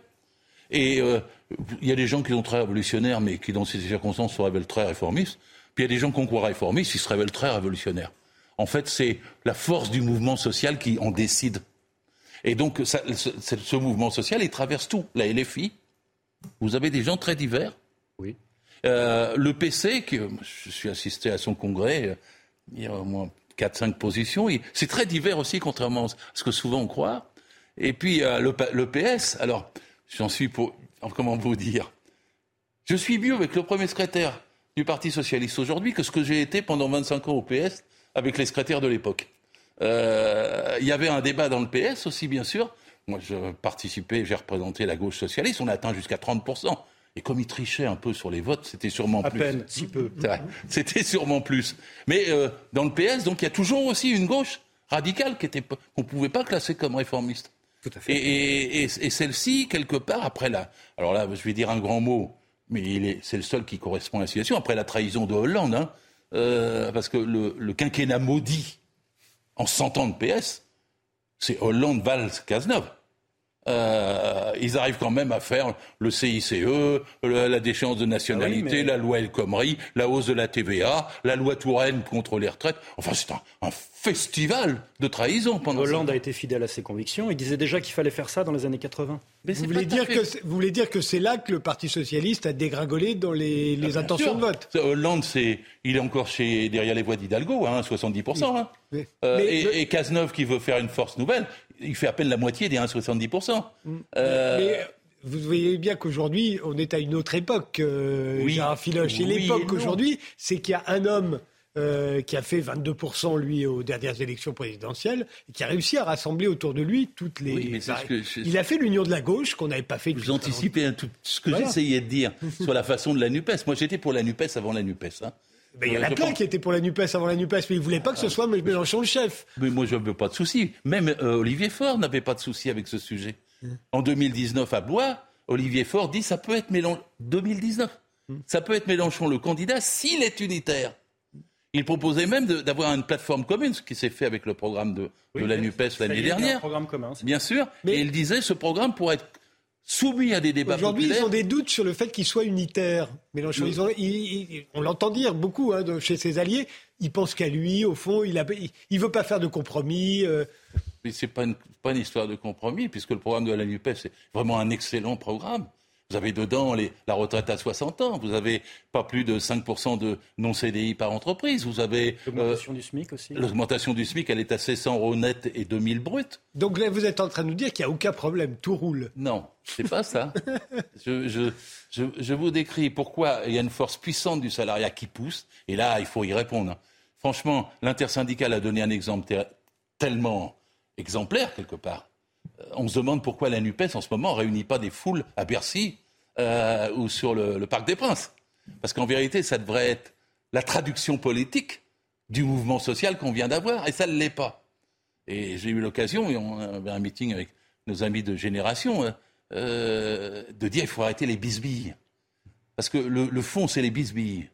Et il euh, y a des gens qui sont très révolutionnaires, mais qui, dans ces circonstances, se révèlent très réformistes. Puis il y a des gens qu'on croit réformistes, ils se révèlent très révolutionnaires. En fait, c'est la force du mouvement social qui en décide. Et donc, ça, ce, ce mouvement social, il traverse tout. La L F I, vous avez des gens très divers. Oui. Euh, le P C, que je suis assisté à son congrès, il y a au moins quatre cinq positions. Il, c'est très divers aussi, contrairement à ce que souvent on croit. Et puis, euh, le, le P S, alors, j'en suis pour... Comment vous dire ? Je suis mieux avec le premier secrétaire du Parti socialiste aujourd'hui que ce que j'ai été pendant vingt-cinq ans au P S avec les secrétaires de l'époque. Euh, il y avait un débat dans le P S aussi, bien sûr. Moi, je participais, j'ai représenté la gauche socialiste. On a atteint jusqu'à trente pour cent. Et comme ils trichaient un peu sur les votes, c'était sûrement à plus. À peine, si peu. Ouais, c'était sûrement plus. Mais euh, dans le P S, donc, il y a toujours aussi une gauche radicale qui était, qu'on ne pouvait pas classer comme réformiste. Tout à fait. Et, et, et, et celle-ci, quelque part, après la... Alors là, je vais dire un grand mot. Mais il est, c'est le seul qui correspond à la situation. Après la trahison de Hollande, hein, euh, parce que le, le quinquennat maudit en cent ans de P S, c'est Hollande, Valls, Cazeneuve. Euh, ils arrivent quand même à faire le C I C E, le, la déchéance de nationalité, ah oui, mais... la loi El Khomri, la hausse de la T V A, la loi Touraine contre les retraites. Enfin, c'est un, un festival de trahison pendant Hollande a été fidèle à ses convictions. Il disait déjà qu'il fallait faire ça dans les années quatre-vingts. Mais vous, voulez dire que vous voulez dire que c'est là que le Parti socialiste a dégringolé dans les, les ah, intentions sûr. de vote. Hollande, c'est, il est encore chez, derrière les voix d'Hidalgo, hein, soixante-dix pour cent. Hein. Mais, euh, mais et, je... et Cazeneuve, qui veut faire une force nouvelle, il fait à peine la moitié des un virgule soixante-dix pour cent. Euh... Mais vous voyez bien qu'aujourd'hui, on est à une autre époque, euh, oui. Gérard Filoche. Et oui l'époque et aujourd'hui, c'est qu'il y a un homme euh, qui a fait vingt-deux pour cent, lui, aux dernières élections présidentielles, et qui a réussi à rassembler autour de lui toutes les... Oui, mais c'est ce que je... Il a fait l'union de la gauche, qu'on n'avait pas fait depuis... Vous anticipez un tout ce que voilà. j'essayais de dire sur la façon de la NUPES. Moi, j'étais pour la NUPES avant la NUPES, hein. Ben, il y en a plein pense... qui étaient pour la NUPES avant la NUPES, mais ils ne voulaient pas que ce soit Mélenchon le chef. Mais moi, je n'avais pas de souci. Même euh, Olivier Faure n'avait pas de souci avec ce sujet. Mmh. En deux mille dix-neuf, à Blois, Olivier Faure dit ça peut être Mélenchon, deux mille dix-neuf, ça peut être Mélenchon le candidat s'il est unitaire. Il proposait même de, d'avoir une plateforme commune, ce qui s'est fait avec le programme de, oui, de la NUPES l'année dernière. Un programme commun, c'est bien sûr. Mais et il disait ce programme pourrait être soumis à des débats aujourd'hui, populaires. Aujourd'hui, ils ont des doutes sur le fait qu'il soit unitaire. Mélenchon, oui. ils ont, ils, ils, on l'entend dire beaucoup hein, de, chez ses alliés. Il pense qu'à lui, au fond, il ne il veut pas faire de compromis. Euh... Mais ce n'est pas une, pas une histoire de compromis, puisque le programme de la NUPES est vraiment un excellent programme. Vous avez dedans les, la retraite à soixante ans, vous avez pas plus de cinq pour cent de non-C D I par entreprise, vous avez... L'augmentation euh, du SMIC aussi. L'augmentation du SMIC, elle est à six cents euros net et deux mille bruts. Donc là, vous êtes en train de nous dire qu'il n'y a aucun problème, tout roule. Non, c'est pas ça. je, je, je, je vous décris pourquoi il y a une force puissante du salariat qui pousse, et là, il faut y répondre. Franchement, l'intersyndicale a donné un exemple ter- tellement exemplaire, quelque part. On se demande pourquoi la NUPES, en ce moment, ne réunit pas des foules à Bercy euh, ou sur le, le Parc des Princes. Parce qu'en vérité, ça devrait être la traduction politique du mouvement social qu'on vient d'avoir, et ça ne l'est pas. Et j'ai eu l'occasion, et on avait un meeting avec nos amis de génération, euh, de dire qu'il faut arrêter les bisbilles. Parce que le, le fond, c'est les bisbilles.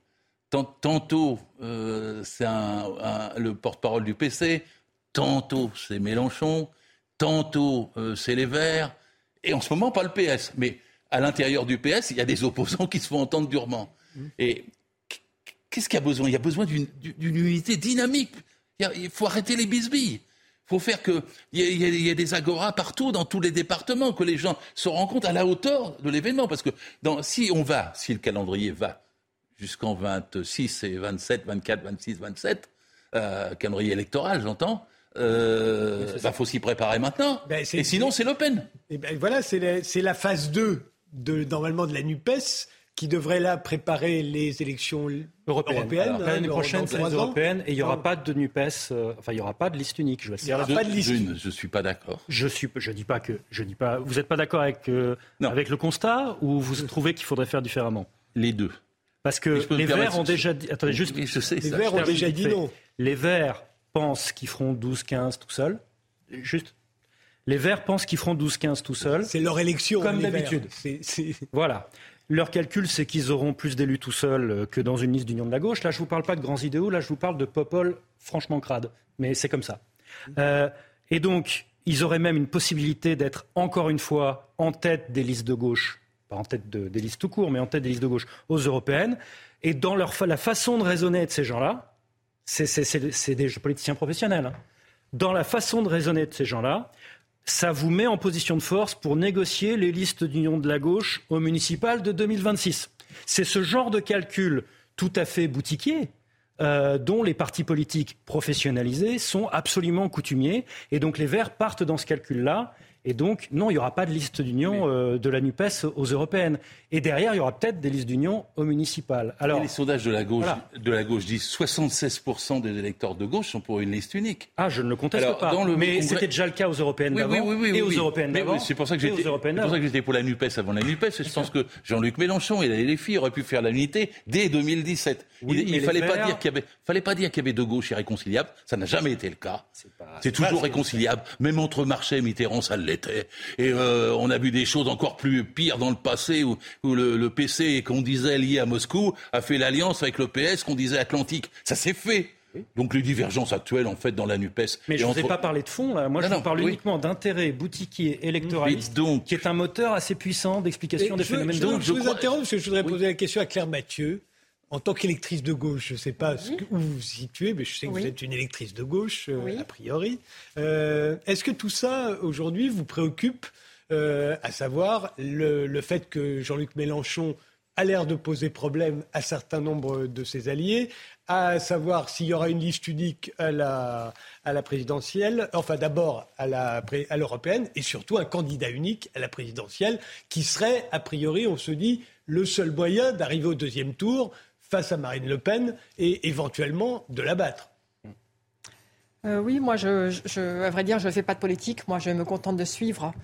Tantôt, euh, c'est un, un, le porte-parole du P C, tantôt, c'est Mélenchon, tantôt, euh, c'est les Verts, et en ce moment, pas le P S. Mais à l'intérieur du P S, il y a des opposants qui se font entendre durement. Et qu'est-ce qu'il y a besoin ? Il y a besoin d'une, d'une unité dynamique. Il, y a, il faut arrêter les bisbilles. Il faut faire qu'il y, y, y ait des agoras partout, dans tous les départements, que les gens se rendent compte à la hauteur de l'événement. Parce que dans, si on va, si le calendrier va jusqu'en vingt-six et vingt-sept, vingt-quatre, vingt-six, vingt-sept, euh, calendrier électoral, j'entends, il euh, bah, faut s'y préparer maintenant. Ben, et sinon, c'est Le Pen. Et ben, voilà, c'est la, c'est la phase deux, de, normalement, de la NUPES, qui devrait là préparer les élections européennes. européennes Alors, l'année hein, prochaine, c'est les européennes, et il n'y aura pas de NUPES, euh, enfin, il n'y aura pas de liste unique. Je il n'y aura pas de liste unique. Je ne suis pas d'accord. Je suis, je dis pas que, je dis pas, vous n'êtes pas d'accord avec, euh, avec le constat, ou vous trouvez qu'il faudrait faire différemment ? Les deux. Parce que les Verts ont déjà dit, attendez, juste, je sais, les ça. Verts ont déjà dit non. Les Verts pensent qu'ils feront douze quinze tout seuls. Juste. Les Verts pensent qu'ils feront douze quinze tout seuls. C'est leur élection. Comme d'habitude. C'est, c'est... Voilà. Leur calcul, c'est qu'ils auront plus d'élus tout seuls que dans une liste d'union de la gauche. Là, je ne vous parle pas de grands idéaux. Là, je vous parle de popol franchement crade. Mais c'est comme ça. Euh, et donc, ils auraient même une possibilité d'être, encore une fois, en tête des listes de gauche. Pas en tête de, des listes tout court, mais en tête des listes de gauche aux européennes. Et dans leur, la façon de raisonner de ces gens-là, C'est, c'est, c'est, c'est des politiciens professionnels. Hein. Dans la façon de raisonner de ces gens-là, ça vous met en position de force pour négocier les listes d'union de la gauche aux municipales de deux mille vingt-six. C'est ce genre de calcul tout à fait boutiquier euh, dont les partis politiques professionnalisés sont absolument coutumiers. Et donc les Verts partent dans ce calcul-là. Et donc, non, il n'y aura pas de liste d'union euh, de la NUPES aux européennes. Et derrière, il y aura peut-être des listes d'union aux municipales. Alors, les sondages de la gauche, voilà. de la gauche disent soixante-seize pour cent des électeurs de gauche sont pour une liste unique. Ah, je ne le conteste Alors, pas. Dans le mais congrès... c'était déjà le cas aux européennes oui, d'avant oui, oui, oui, et aux oui. européennes mais d'avant. Oui, c'est pour ça que j'étais, c'est pour, ça que j'étais pour la NUPES avant la NUPES. Et je pense que Jean-Luc Mélenchon et les filles auraient pu faire l'unité dès deux mille dix-sept. Oui, il ne fallait, Verts... fallait pas dire qu'il y avait deux gauches irréconciliables. Ça n'a jamais été le cas. C'est, pas... c'est toujours pas, réconciliable. C'est... Même entre Marchais et Mitterrand, ça l'était. Et euh, on a vu des choses encore plus pires dans le passé où, où le, le P C, qu'on disait lié à Moscou, a fait l'alliance avec le P S qu'on disait atlantique. Ça s'est fait. Donc les divergences actuelles, en fait, dans la NUPES... Mais je ne entre... vous ai pas parlé de fond, là. Moi, non, je vous parle oui. uniquement d'intérêt boutiquier électoraliste, donc... qui est un moteur assez puissant d'explication et des je, phénomènes de... Je, je, je vous crois... interromps parce que je voudrais oui. poser la question à Claire Mathieu. En tant qu'électrice de gauche, je ne sais pas oui. où vous vous situez, mais je sais que oui. vous êtes une électrice de gauche, euh, oui. a priori. Euh, est-ce que tout ça, aujourd'hui, vous préoccupe, euh, à savoir le, le fait que Jean-Luc Mélenchon a l'air de poser problème à certains nombres de ses alliés, à savoir s'il y aura une liste unique à la, à la présidentielle, enfin d'abord à, la, à l'européenne, et surtout un candidat unique à la présidentielle, qui serait, a priori, on se dit, le seul moyen d'arriver au deuxième tour face à Marine Le Pen et éventuellement de la battre. Euh, oui, moi, je, je, à vrai dire, je ne fais pas de politique. Moi, je me contente de suivre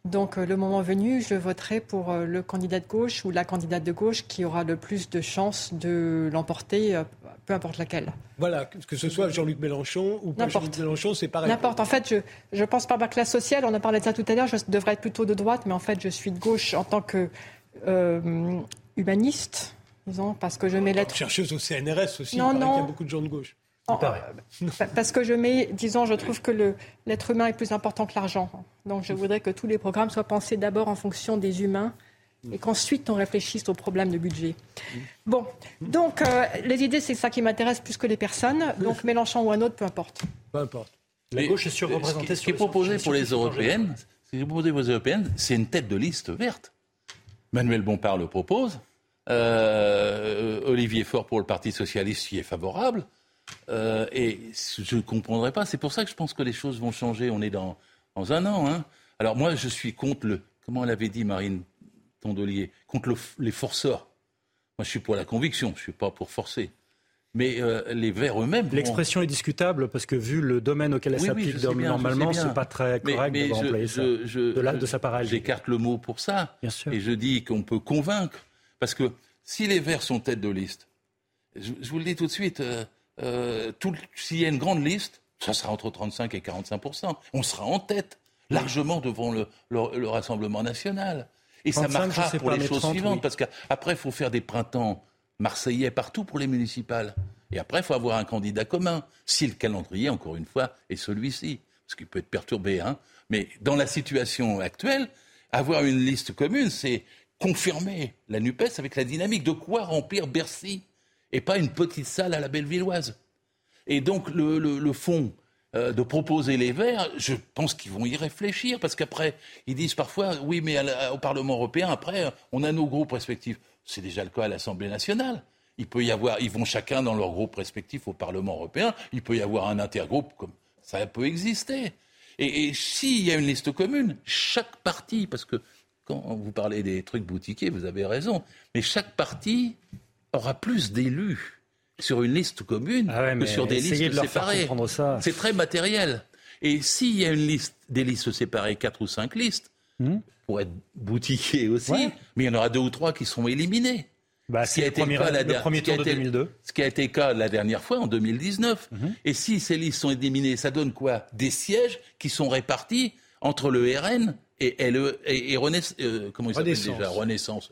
Donc, le moment venu, je voterai pour le candidat de gauche ou la candidate de gauche qui aura le plus de chances de l'emporter, peu importe laquelle. Voilà, que ce soit Jean-Luc Mélenchon ou pas Jean-Luc Mélenchon, c'est pareil. N'importe. En fait, je, je pense par ma classe sociale, on a parlé de ça tout à l'heure, je devrais être plutôt de droite, mais en fait, je suis de gauche en tant que euh, humaniste, disons, parce que je mets l'être... Chercheuse au C N R S aussi, non, il paraît non. qu'il y a beaucoup de gens de gauche. En, parce que je mets, disons, je trouve que le, l'être humain est plus important que l'argent. Donc je voudrais que tous les programmes soient pensés d'abord en fonction des humains et qu'ensuite on réfléchisse aux problèmes de budget. Bon, donc euh, les idées, c'est ça qui m'intéresse plus que les personnes. Donc Mélenchon ou un autre, peu importe. Peu importe. La gauche est surreprésentée. Ce qui est proposé pour les européennes, ce qui est proposé pour les européennes, c'est une tête de liste verte. Manuel Bompard le propose. Euh, Olivier Faure pour le Parti socialiste y est favorable. Euh, et je ne comprendrai pas. C'est pour ça que je pense que les choses vont changer. On est dans, dans un an. Hein. Alors moi, je suis contre le... Comment l'avait dit Marine Tondelier ? Contre le, les forceurs. Moi, je suis pour la conviction. Je ne suis pas pour forcer. Mais euh, les Verts eux-mêmes... L'expression vont... est discutable parce que vu le domaine auquel elle oui, s'applique oui, bien, normalement, ce n'est pas très correct mais, mais de je, employer je, ça. Je, de là, je, de sa parole. J'écarte le mot pour ça. Bien sûr. Et je dis qu'on peut convaincre. Parce que si les Verts sont tête de liste, je, je vous le dis tout de suite... Euh, Euh, tout, s'il y a une grande liste, ça sera entre trente-cinq et quarante-cinq pour cent. On sera en tête, largement devant le, le, le Rassemblement national. Et ça marquera pour pas, les choses trente, suivantes, oui. Parce qu'après, il faut faire des printemps marseillais partout pour les municipales. Et après, il faut avoir un candidat commun. Si le calendrier, encore une fois, est celui-ci. Parce qu'il peut être perturbé. Hein. Mais dans la situation actuelle, avoir une liste commune, c'est confirmer la NUPES avec la dynamique. De quoi remplir Bercy ? Et pas une petite salle à la Bellevilloise. Et donc, le, le, le fond euh, de proposer les Verts, je pense qu'ils vont y réfléchir, parce qu'après, ils disent parfois, oui, mais à la, au Parlement européen, après, on a nos groupes respectifs. C'est déjà le cas à l'Assemblée nationale. Il peut y avoir, ils vont chacun dans leur groupe respectif au Parlement européen, il peut y avoir un intergroupe, comme ça peut exister. Et, et s'il y a une liste commune, chaque parti, parce que quand vous parlez des trucs boutiquiers, vous avez raison, mais chaque parti... aura plus d'élus sur une liste commune ah ouais, que sur des listes de leur séparées. Faire ça. C'est très matériel. Et s'il y a une liste, des listes séparées, quatre ou cinq listes, mmh. pour être boutiquier aussi, ouais. mais il y en aura deux ou trois qui seront éliminés. Bah, ce qui a été le, premier, le premier tour de deux mille deux. Ce qui a été le cas la dernière fois, en deux mille dix-neuf. Mmh. Et si ces listes sont éliminées, ça donne quoi ? Des sièges qui sont répartis entre le R N et, et, le, et, et Renaissance. Euh, comment il s'appelle déjà ? Renaissance.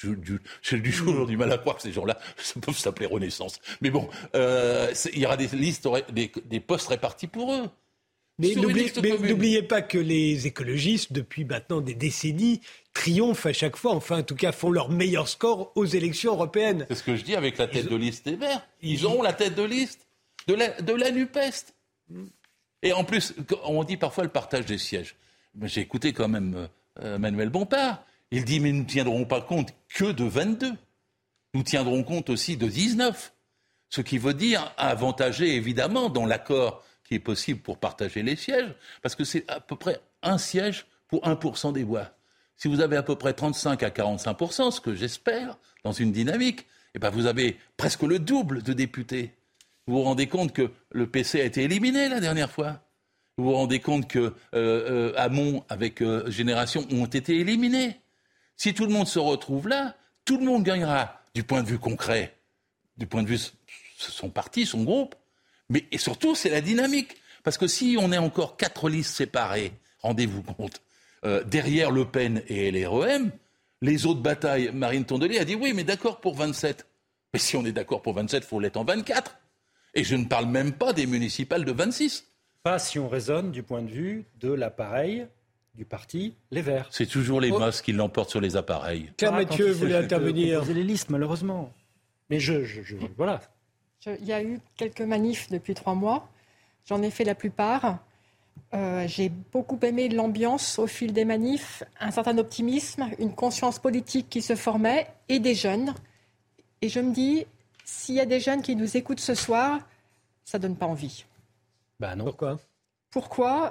J'ai du jour du mal à croire que ces gens-là peuvent s'appeler Renaissance. Mais bon, euh, il y aura des listes, des, des postes répartis pour eux. Mais, n'oubliez, mais n'oubliez pas que les écologistes, depuis maintenant des décennies, triomphent à chaque fois, enfin en tout cas font leur meilleur score aux élections européennes. C'est ce que je dis avec la tête ils, de liste des Verts. Ils, ils auront la tête de liste de la, de la NUPES. Et en plus, on dit parfois le partage des sièges. J'ai écouté quand même euh, Manuel Bompard. Il dit, mais nous ne tiendrons pas compte que de vingt-deux. Nous tiendrons compte aussi de dix-neuf. Ce qui veut dire avantager, évidemment, dans l'accord qui est possible pour partager les sièges, parce que c'est à peu près un siège pour un pour cent des voix. Si vous avez à peu près trente-cinq à quarante-cinq pour cent, ce que j'espère, dans une dynamique, eh ben vous avez presque le double de députés. Vous vous rendez compte que le P C a été éliminé la dernière fois. Vous vous rendez compte que euh, euh, Hamon, avec euh, Génération, ont été éliminés. Si tout le monde se retrouve là, tout le monde gagnera du point de vue concret, du point de vue de son parti, son groupe, mais et surtout c'est la dynamique. Parce que si on est encore quatre listes séparées, rendez-vous compte, euh, derrière Le Pen et L R E M, les autres batailles, Marine Tondelier a dit oui, mais d'accord pour vingt-sept. Mais si on est d'accord pour vingt-sept, il faut l'être en vingt-quatre. Et je ne parle même pas des municipales de vingt-six. Pas si on raisonne du point de vue de l'appareil du parti Les Verts. C'est toujours les oh. masses qui l'emportent sur les appareils. Claire ah, Mathieu voulait intervenir. Vous les listes, malheureusement. Mais je, je, je voilà. Il y a eu quelques manifs depuis trois mois. J'en ai fait la plupart. Euh, j'ai beaucoup aimé l'ambiance au fil des manifs, un certain optimisme, une conscience politique qui se formait, et des jeunes. Et je me dis, s'il y a des jeunes qui nous écoutent ce soir, ça ne donne pas envie. Ben non. Pourquoi ? Pourquoi ?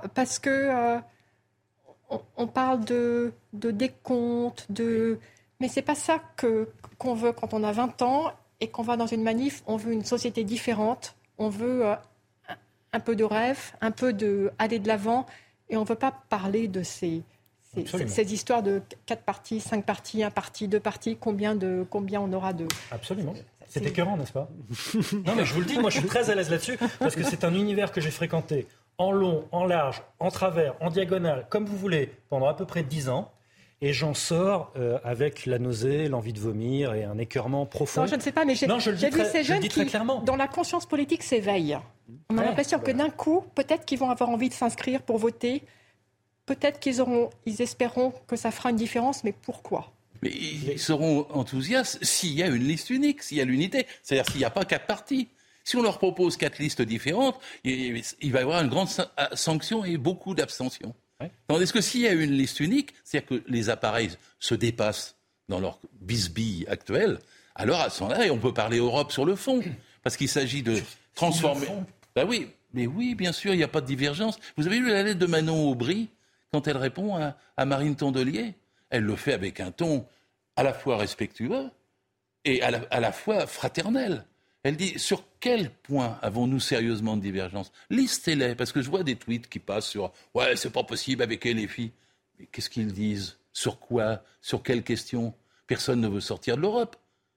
Parce que euh, on, on parle de, de décompte, de... mais ce n'est pas ça que, qu'on veut quand on a vingt ans et qu'on va dans une manif. On veut une société différente, on veut euh, un peu de rêve, un peu d'aller de l'avant, et on ne veut pas parler de ces, ces c'est, ces histoires de quatre partis, cinq partis, un parti, deux partis, combien, de, combien on aura de... Absolument. C'est écœurant, n'est-ce pas? Non, mais je vous le dis, moi je suis très à l'aise là-dessus, parce que c'est un univers que j'ai fréquenté en long, en large, en travers, en diagonale, comme vous voulez, pendant à peu près dix ans. Et j'en sors euh, avec la nausée, l'envie de vomir et un écœurement profond. Non, je ne sais pas, mais j'ai, non, je le j'ai dis vu très, ces jeunes je le dis très qui, clairement. dans la conscience politique, s'éveillent. On a ouais, l'impression voilà. que d'un coup, peut-être qu'ils vont avoir envie de s'inscrire pour voter. Peut-être qu'ils auront, ils espéreront que ça fera une différence, mais pourquoi? Mais ils seront enthousiastes s'il y a une liste unique, s'il y a l'unité. C'est-à-dire s'il n'y a pas quatre partis. Si on leur propose quatre listes différentes, il va y avoir une grande sanction et beaucoup d'abstention. Ouais. Tandis que s'il y a une liste unique, c'est-à-dire que les appareils se dépassent dans leur bisbille actuelle, alors à ce moment-là, on peut parler Europe sur le fond. Parce qu'il s'agit de transformer... Ben oui, mais oui, bien sûr, il n'y a pas de divergence. Vous avez vu la lettre de Manon Aubry quand elle répond à, à Marine Tondelier? Elle le fait avec un ton à la fois respectueux et à la, à la fois fraternel. Elle dit, sur quel point avons-nous sérieusement de divergence? Listez-les, parce que je vois des tweets qui passent sur « Ouais, c'est pas possible avec les filles ». Mais qu'est-ce qu'ils disent? Sur quoi? Sur quelle question? Personne ne veut sortir de l'Europe.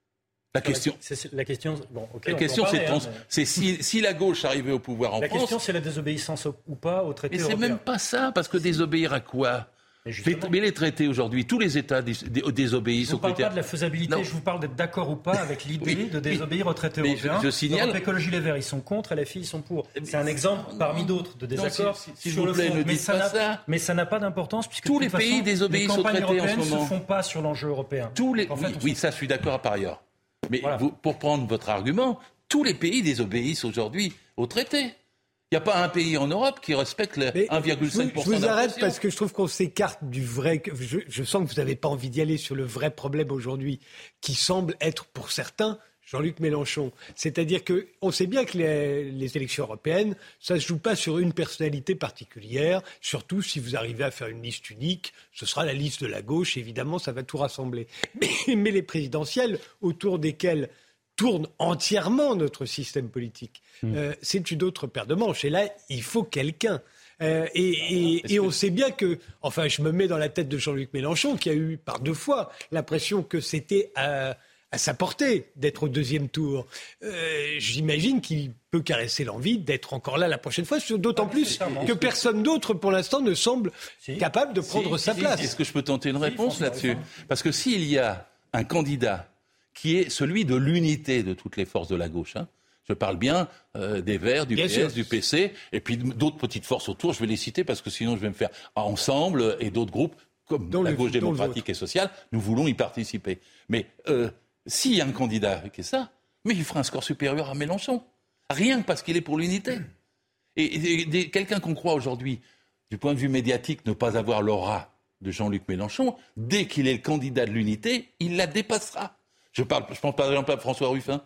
La question, la, c'est, la question, bon, okay, la question parler, c'est, trans, hein, mais... c'est si, si la gauche arrivait au pouvoir en la France... La question, c'est la désobéissance ou pas au traité européen. Mais c'est même pas ça, parce que désobéir à quoi? Mais, mais les traités aujourd'hui, tous les États dés, dés, désobéissent aux critères. Je ne vous parle pas de la faisabilité, non. Je vous parle d'être d'accord ou pas avec l'idée oui, de désobéir oui. aux traités européens. Je, je signale... L'Europe Écologie Les Verts, ils sont contre, et la fille, ils sont pour. C'est un exemple non, parmi d'autres de désaccord si, si, sur vous le plaît, fond. Ne mais, dites ça pas n'a, ça. mais ça n'a pas d'importance puisque tous les de toute pays façon, désobéissent aux traités en ce moment. Ne se font pas sur l'enjeu européen. Tous les... en fait, oui, oui ça, je suis d'accord par ailleurs. Mais voilà. vous, pour prendre votre argument, tous les pays désobéissent aujourd'hui aux traités. Il n'y a pas un pays en Europe qui respecte le un virgule cinq pour cent. Je vous arrête parce que je trouve qu'on s'écarte du vrai... Je, je sens que vous n'avez pas envie d'y aller sur le vrai problème aujourd'hui, qui semble être pour certains Jean-Luc Mélenchon. C'est-à-dire qu'on sait bien que les, les élections européennes, ça ne se joue pas sur une personnalité particulière, surtout si vous arrivez à faire une liste unique, ce sera la liste de la gauche, évidemment, ça va tout rassembler. Mais, mais les présidentielles, autour desquelles tourne entièrement notre système politique. Mmh. Euh, c'est une autre paire de manches. Et là, il faut quelqu'un. Euh, et, et, et on sait bien que, enfin, je me mets dans la tête de Jean-Luc Mélenchon, qui a eu par deux fois l'impression que c'était à, à sa portée d'être au deuxième tour. Euh, j'imagine qu'il peut caresser l'envie d'être encore là la prochaine fois, d'autant ah, plus que personne d'autre, pour l'instant, ne semble si. capable de prendre si, sa si, place. Est-ce que je peux tenter une réponse si, là-dessus? Parce que s'il y a un candidat qui est celui de l'unité de toutes les forces de la gauche. Hein. Je parle bien euh, des Verts, du bien P S, sûr. Du P C, et puis d'autres petites forces autour. Je vais les citer parce que sinon je vais me faire Ensemble et d'autres groupes comme dans la le, gauche démocratique et sociale. Nous voulons y participer. Mais euh, s'il y a un candidat qui est ça, mais il fera un score supérieur à Mélenchon. Rien que parce qu'il est pour l'unité. Et, et, et quelqu'un qu'on croit aujourd'hui, du point de vue médiatique, ne pas avoir l'aura de Jean-Luc Mélenchon, dès qu'il est le candidat de l'unité, il la dépassera. Je, parle, je pense par exemple à François Ruffin.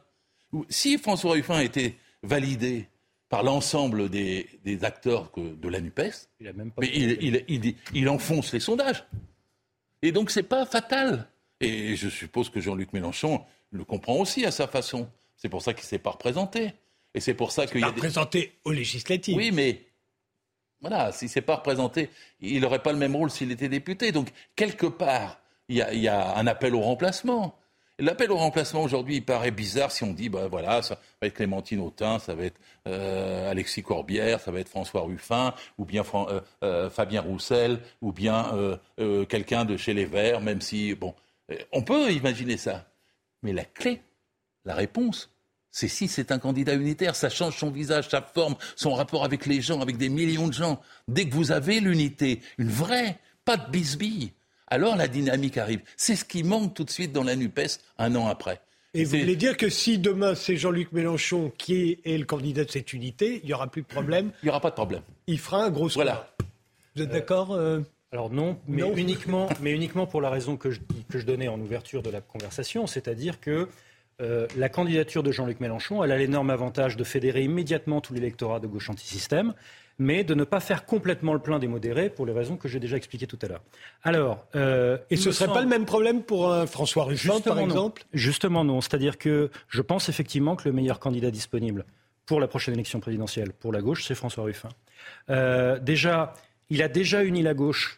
Si François Ruffin était validé par l'ensemble des, des acteurs que, de la NUPES, il, a même pas mais il, il, il, il, il enfonce les sondages. Et donc c'est pas fatal. Et je suppose que Jean-Luc Mélenchon le comprend aussi à sa façon. C'est pour ça qu'il ne s'est pas représenté. Et c'est pour ça qu'il pas y a représenté des... aux législatives. Oui, mais voilà, s'il ne s'est pas représenté, il n'aurait pas le même rôle s'il était député. Donc quelque part, il y a, il y a un appel au remplacement. L'appel au remplacement aujourd'hui, il paraît bizarre si on dit, ben voilà, ça va être Clémentine Autain, ça va être euh, Alexis Corbière, ça va être François Ruffin, ou bien euh, euh, Fabien Roussel, ou bien euh, euh, quelqu'un de chez Les Verts, même si, bon, on peut imaginer ça. Mais la clé, la réponse, c'est si c'est un candidat unitaire, ça change son visage, sa forme, son rapport avec les gens, avec des millions de gens. Dès que vous avez l'unité, une vraie, pas de bisbille, alors la dynamique arrive. C'est ce qui manque tout de suite dans la NUPES un an après. Et c'est... vous voulez dire que si demain c'est Jean-Luc Mélenchon qui est le candidat de cette unité, il n'y aura plus de problème? Il n'y aura pas de problème. Il fera un gros score. Voilà. Vous êtes euh, d'accord euh... Alors non, mais, non. Uniquement, mais uniquement pour la raison que je, que je donnais en ouverture de la conversation, c'est-à-dire que euh, la candidature de Jean-Luc Mélenchon, elle a l'énorme avantage de fédérer immédiatement tout l'électorat de gauche anti-système, mais de ne pas faire complètement le plein des modérés pour les raisons que j'ai déjà expliquées tout à l'heure. Alors, euh, et ce ne serait semble... pas le même problème pour un François Ruffin, Justement, par exemple non. Justement non, c'est-à-dire que je pense effectivement que le meilleur candidat disponible pour la prochaine élection présidentielle pour la gauche, c'est François Ruffin. Euh, déjà, il a déjà uni la gauche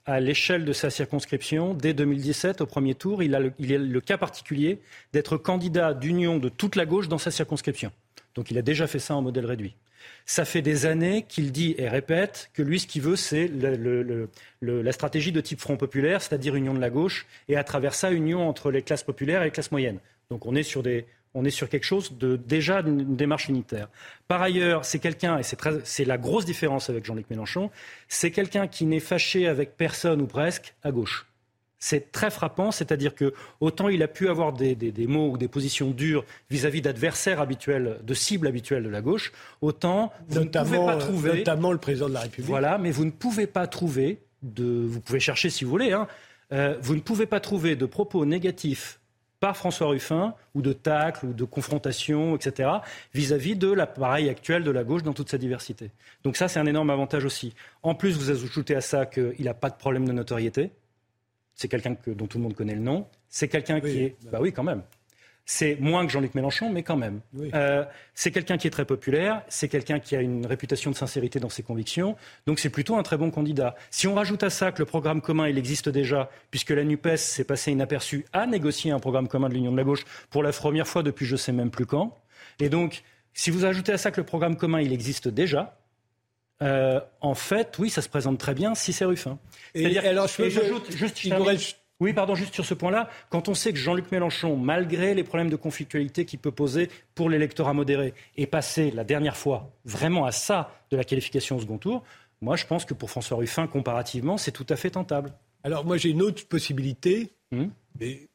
à l'échelle de sa circonscription, dès deux mille dix-sept, au premier tour, il a le, il a le cas particulier d'être candidat d'union de toute la gauche dans sa circonscription. Donc il a déjà fait ça en modèle réduit. Ça fait des années qu'il dit et répète que lui, ce qu'il veut, c'est le, le, le, le, la stratégie de type Front populaire, c'est-à-dire union de la gauche, et à travers ça, union entre les classes populaires et les classes moyennes. Donc on est sur des... On est sur quelque chose de déjà une démarche unitaire. Par ailleurs, c'est quelqu'un, et c'est, très, c'est la grosse différence avec Jean-Luc Mélenchon, c'est quelqu'un qui n'est fâché avec personne ou presque à gauche. C'est très frappant, c'est-à-dire que autant il a pu avoir des, des, des mots ou des positions dures vis-à-vis d'adversaires habituels, de cibles habituelles de la gauche, autant vous notamment, ne pouvez pas trouver... Notamment le président de la République. Voilà, mais vous ne pouvez pas trouver, de, vous pouvez chercher si vous voulez, hein, euh, vous ne pouvez pas trouver de propos négatifs par François Ruffin, ou de tacle, ou de confrontation, et cetera, vis-à-vis de l'appareil actuel de la gauche dans toute sa diversité. Donc ça, c'est un énorme avantage aussi. En plus, vous ajoutez à ça qu'il n'a pas de problème de notoriété. C'est quelqu'un que, dont tout le monde connaît le nom. C'est quelqu'un oui, qui est... Bah oui, quand même. C'est moins que Jean-Luc Mélenchon, mais quand même. Oui. Euh, c'est quelqu'un qui est très populaire, c'est quelqu'un qui a une réputation de sincérité dans ses convictions, donc c'est plutôt un très bon candidat. Si on rajoute à ça que le programme commun, il existe déjà, puisque la NUPES s'est passée inaperçue à négocier un programme commun de l'Union de la gauche pour la première fois depuis je ne sais même plus quand, et donc si vous ajoutez à ça que le programme commun, il existe déjà, euh, en fait, oui, ça se présente très bien si c'est Ruffin. Et, et alors, je peux j'ajoute juste... Je pourrais... Oui, pardon, juste sur ce point-là, quand on sait que Jean-Luc Mélenchon, malgré les problèmes de conflictualité qu'il peut poser pour l'électorat modéré, est passé la dernière fois vraiment à ça de la qualification au second tour, moi je pense que pour François Ruffin, comparativement, c'est tout à fait tentable. Alors moi j'ai une autre possibilité, hum mais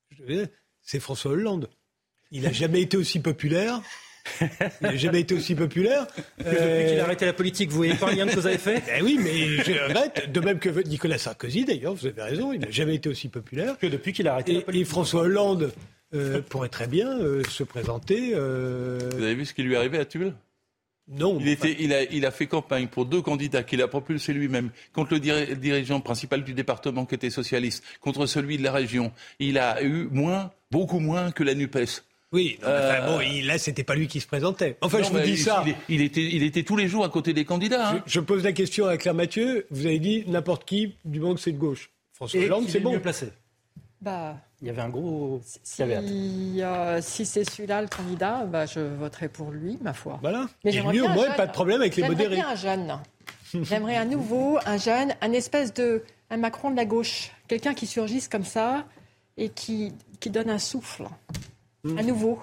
c'est François Hollande. Il n'a jamais été aussi populaire. Il n'a jamais été aussi populaire. Que depuis euh... qu'il a arrêté la politique, vous voyez pas rien que vous avez fait ? Eh oui, mais je regrette. De même que Nicolas Sarkozy, d'ailleurs, vous avez raison, il n'a jamais été aussi populaire. Que depuis qu'il a arrêté et, la politique. Et François Hollande euh, pourrait très bien euh, se présenter. Euh... Vous avez vu ce qui lui est arrivé à Tulle ? Non. Il, était, il, a, il a fait campagne pour deux candidats qu'il a propulsés lui-même, contre le diri- dirigeant principal du département qui était socialiste, contre celui de la région. Il a eu moins, beaucoup moins que la NUPES. Oui, non, euh... enfin, bon, il, là, c'était pas lui qui se présentait. Enfin, non, je vous dis il, ça. Il, il, était, il était tous les jours à côté des candidats. Hein. Je, je pose la question à Claire Mathieu. Vous avez dit n'importe qui, du moment que c'est de gauche. François Et Hollande, c'est bon. Mieux placé. Bah, il y avait un gros si, euh, si c'est celui-là le candidat, bah, je voterai pour lui, ma foi. Voilà. Mais et lui, au moins, pas de problème avec les modérés. J'aimerais bien un jeune. J'aimerais un nouveau, un jeune, un espèce de un Macron de la gauche, quelqu'un qui surgisse comme ça et qui qui donne un souffle, mmh. un nouveau.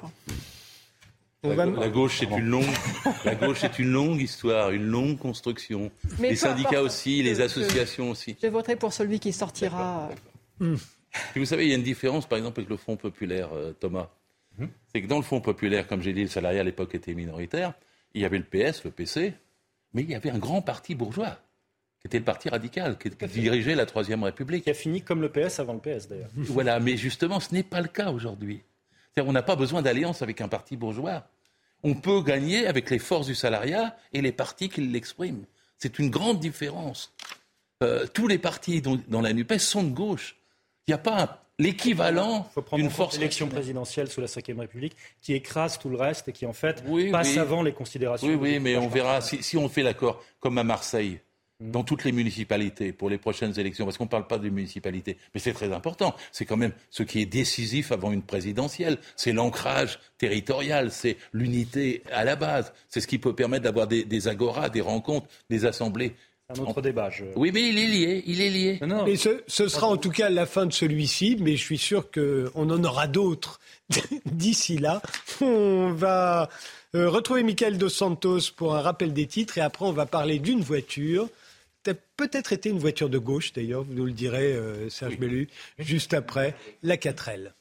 La, va... la gauche, c'est une longue, la gauche, c'est une longue histoire, une longue construction. Mais les syndicats aussi, les associations je, aussi. Je voterai pour celui qui sortira. Mmh. Et vous savez, il y a une différence, par exemple, avec le Front populaire, euh, Thomas. Mmh. C'est que dans le Front populaire, comme j'ai dit, le salariat à l'époque était minoritaire. Il y avait le P S, le P C, mais il y avait un grand parti bourgeois, qui était le parti radical, qui, qui dirigeait la Troisième République. Qui a fini comme le P S avant le P S, d'ailleurs. Voilà, mais justement, ce n'est pas le cas aujourd'hui. C'est-à-dire, on n'a pas besoin d'alliance avec un parti bourgeois. On peut gagner avec les forces du salariat et les partis qui l'expriment. C'est une grande différence. Euh, tous les partis dont, dans la NUPES sont de gauche. Il n'y a pas un, l'équivalent d'une force... L'élection présidentielle sous la cinquième République qui écrase tout le reste et qui, en fait, oui, passe oui. avant les considérations... Oui, oui, mais on verra. Si, si on fait l'accord, comme à Marseille, dans toutes les municipalités pour les prochaines élections, parce qu'on ne parle pas des municipalités, mais c'est très important, c'est quand même ce qui est décisif avant une présidentielle, c'est l'ancrage territorial, c'est l'unité à la base, c'est ce qui peut permettre d'avoir des, des agoras, des rencontres, des assemblées. Un autre en... débat. Je... Oui, mais il est lié, il est lié. Non, non. Mais ce, ce sera en tout cas la fin de celui-ci, mais je suis sûr qu'on en aura d'autres d'ici là. On va euh, retrouver Mickaël Dos Santos pour un rappel des titres et après on va parler d'une voiture. Ça a peut-être été une voiture de gauche, d'ailleurs, vous nous le direz, euh, Serge oui. Bellu, juste après, la quatre L.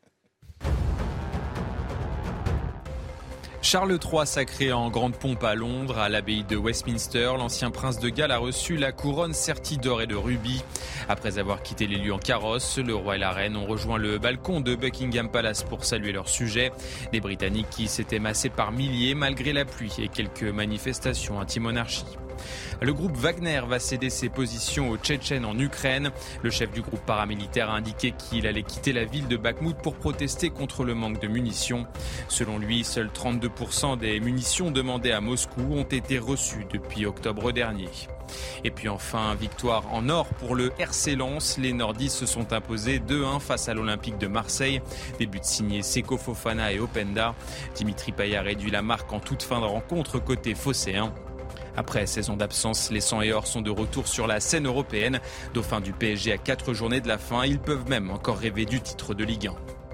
Charles trois sacré en grande pompe à Londres, à l'abbaye de Westminster. L'ancien prince de Galles a reçu la couronne sertie d'or et de rubis. Après avoir quitté les lieux en carrosse, le roi et la reine ont rejoint le balcon de Buckingham Palace pour saluer leur sujet. Des Britanniques qui s'étaient massés par milliers malgré la pluie et quelques manifestations anti-monarchie. Le groupe Wagner va céder ses positions aux Tchétchènes en Ukraine. Le chef du groupe paramilitaire a indiqué qu'il allait quitter la ville de Bakhmout pour protester contre le manque de munitions. Selon lui, seuls trente-deux pour cent des munitions demandées à Moscou ont été reçues depuis octobre dernier. Et puis enfin, victoire en or pour le R C Lens. Les Nordistes se sont imposés deux un face à l'Olympique de Marseille. Des buts signés Seko Fofana et Openda. Dimitri Payet a réduit la marque en toute fin de rencontre côté phocéen. Après seize ans d'absence, les sang et or sont de retour sur la scène européenne. Dauphin du P S G à quatre journées de la fin, ils peuvent même encore rêver du titre de Ligue un.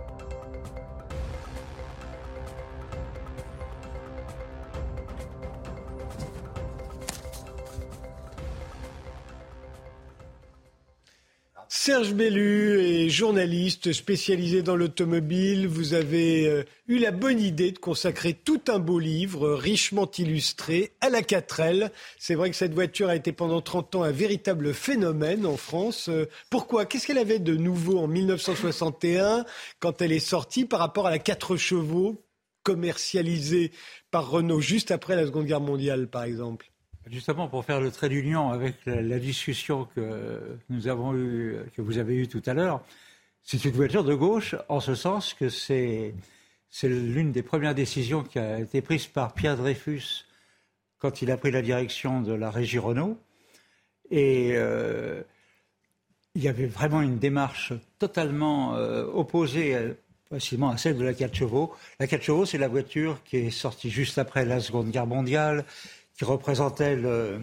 Serge Bellu est journaliste spécialisé dans l'automobile. Vous avez euh, eu la bonne idée de consacrer tout un beau livre euh, richement illustré à la quatre L. C'est vrai que cette voiture a été pendant trente ans un véritable phénomène en France. Euh, pourquoi ? Qu'est-ce qu'elle avait de nouveau en dix-neuf cent soixante et un quand elle est sortie par rapport à la quatre chevaux commercialisée par Renault juste après la Seconde Guerre mondiale, par exemple ? Justement, pour faire le trait d'union avec la, la discussion que nous avons eue, que vous avez eue tout à l'heure, c'est une voiture de gauche, en ce sens que c'est, c'est l'une des premières décisions qui a été prise par Pierre Dreyfus quand il a pris la direction de la régie Renault. Et euh, il y avait vraiment une démarche totalement euh, opposée euh, facilement à celle de la quatre chevaux. La quatre chevaux, c'est la voiture qui est sortie juste après la Seconde Guerre mondiale, qui représentait le,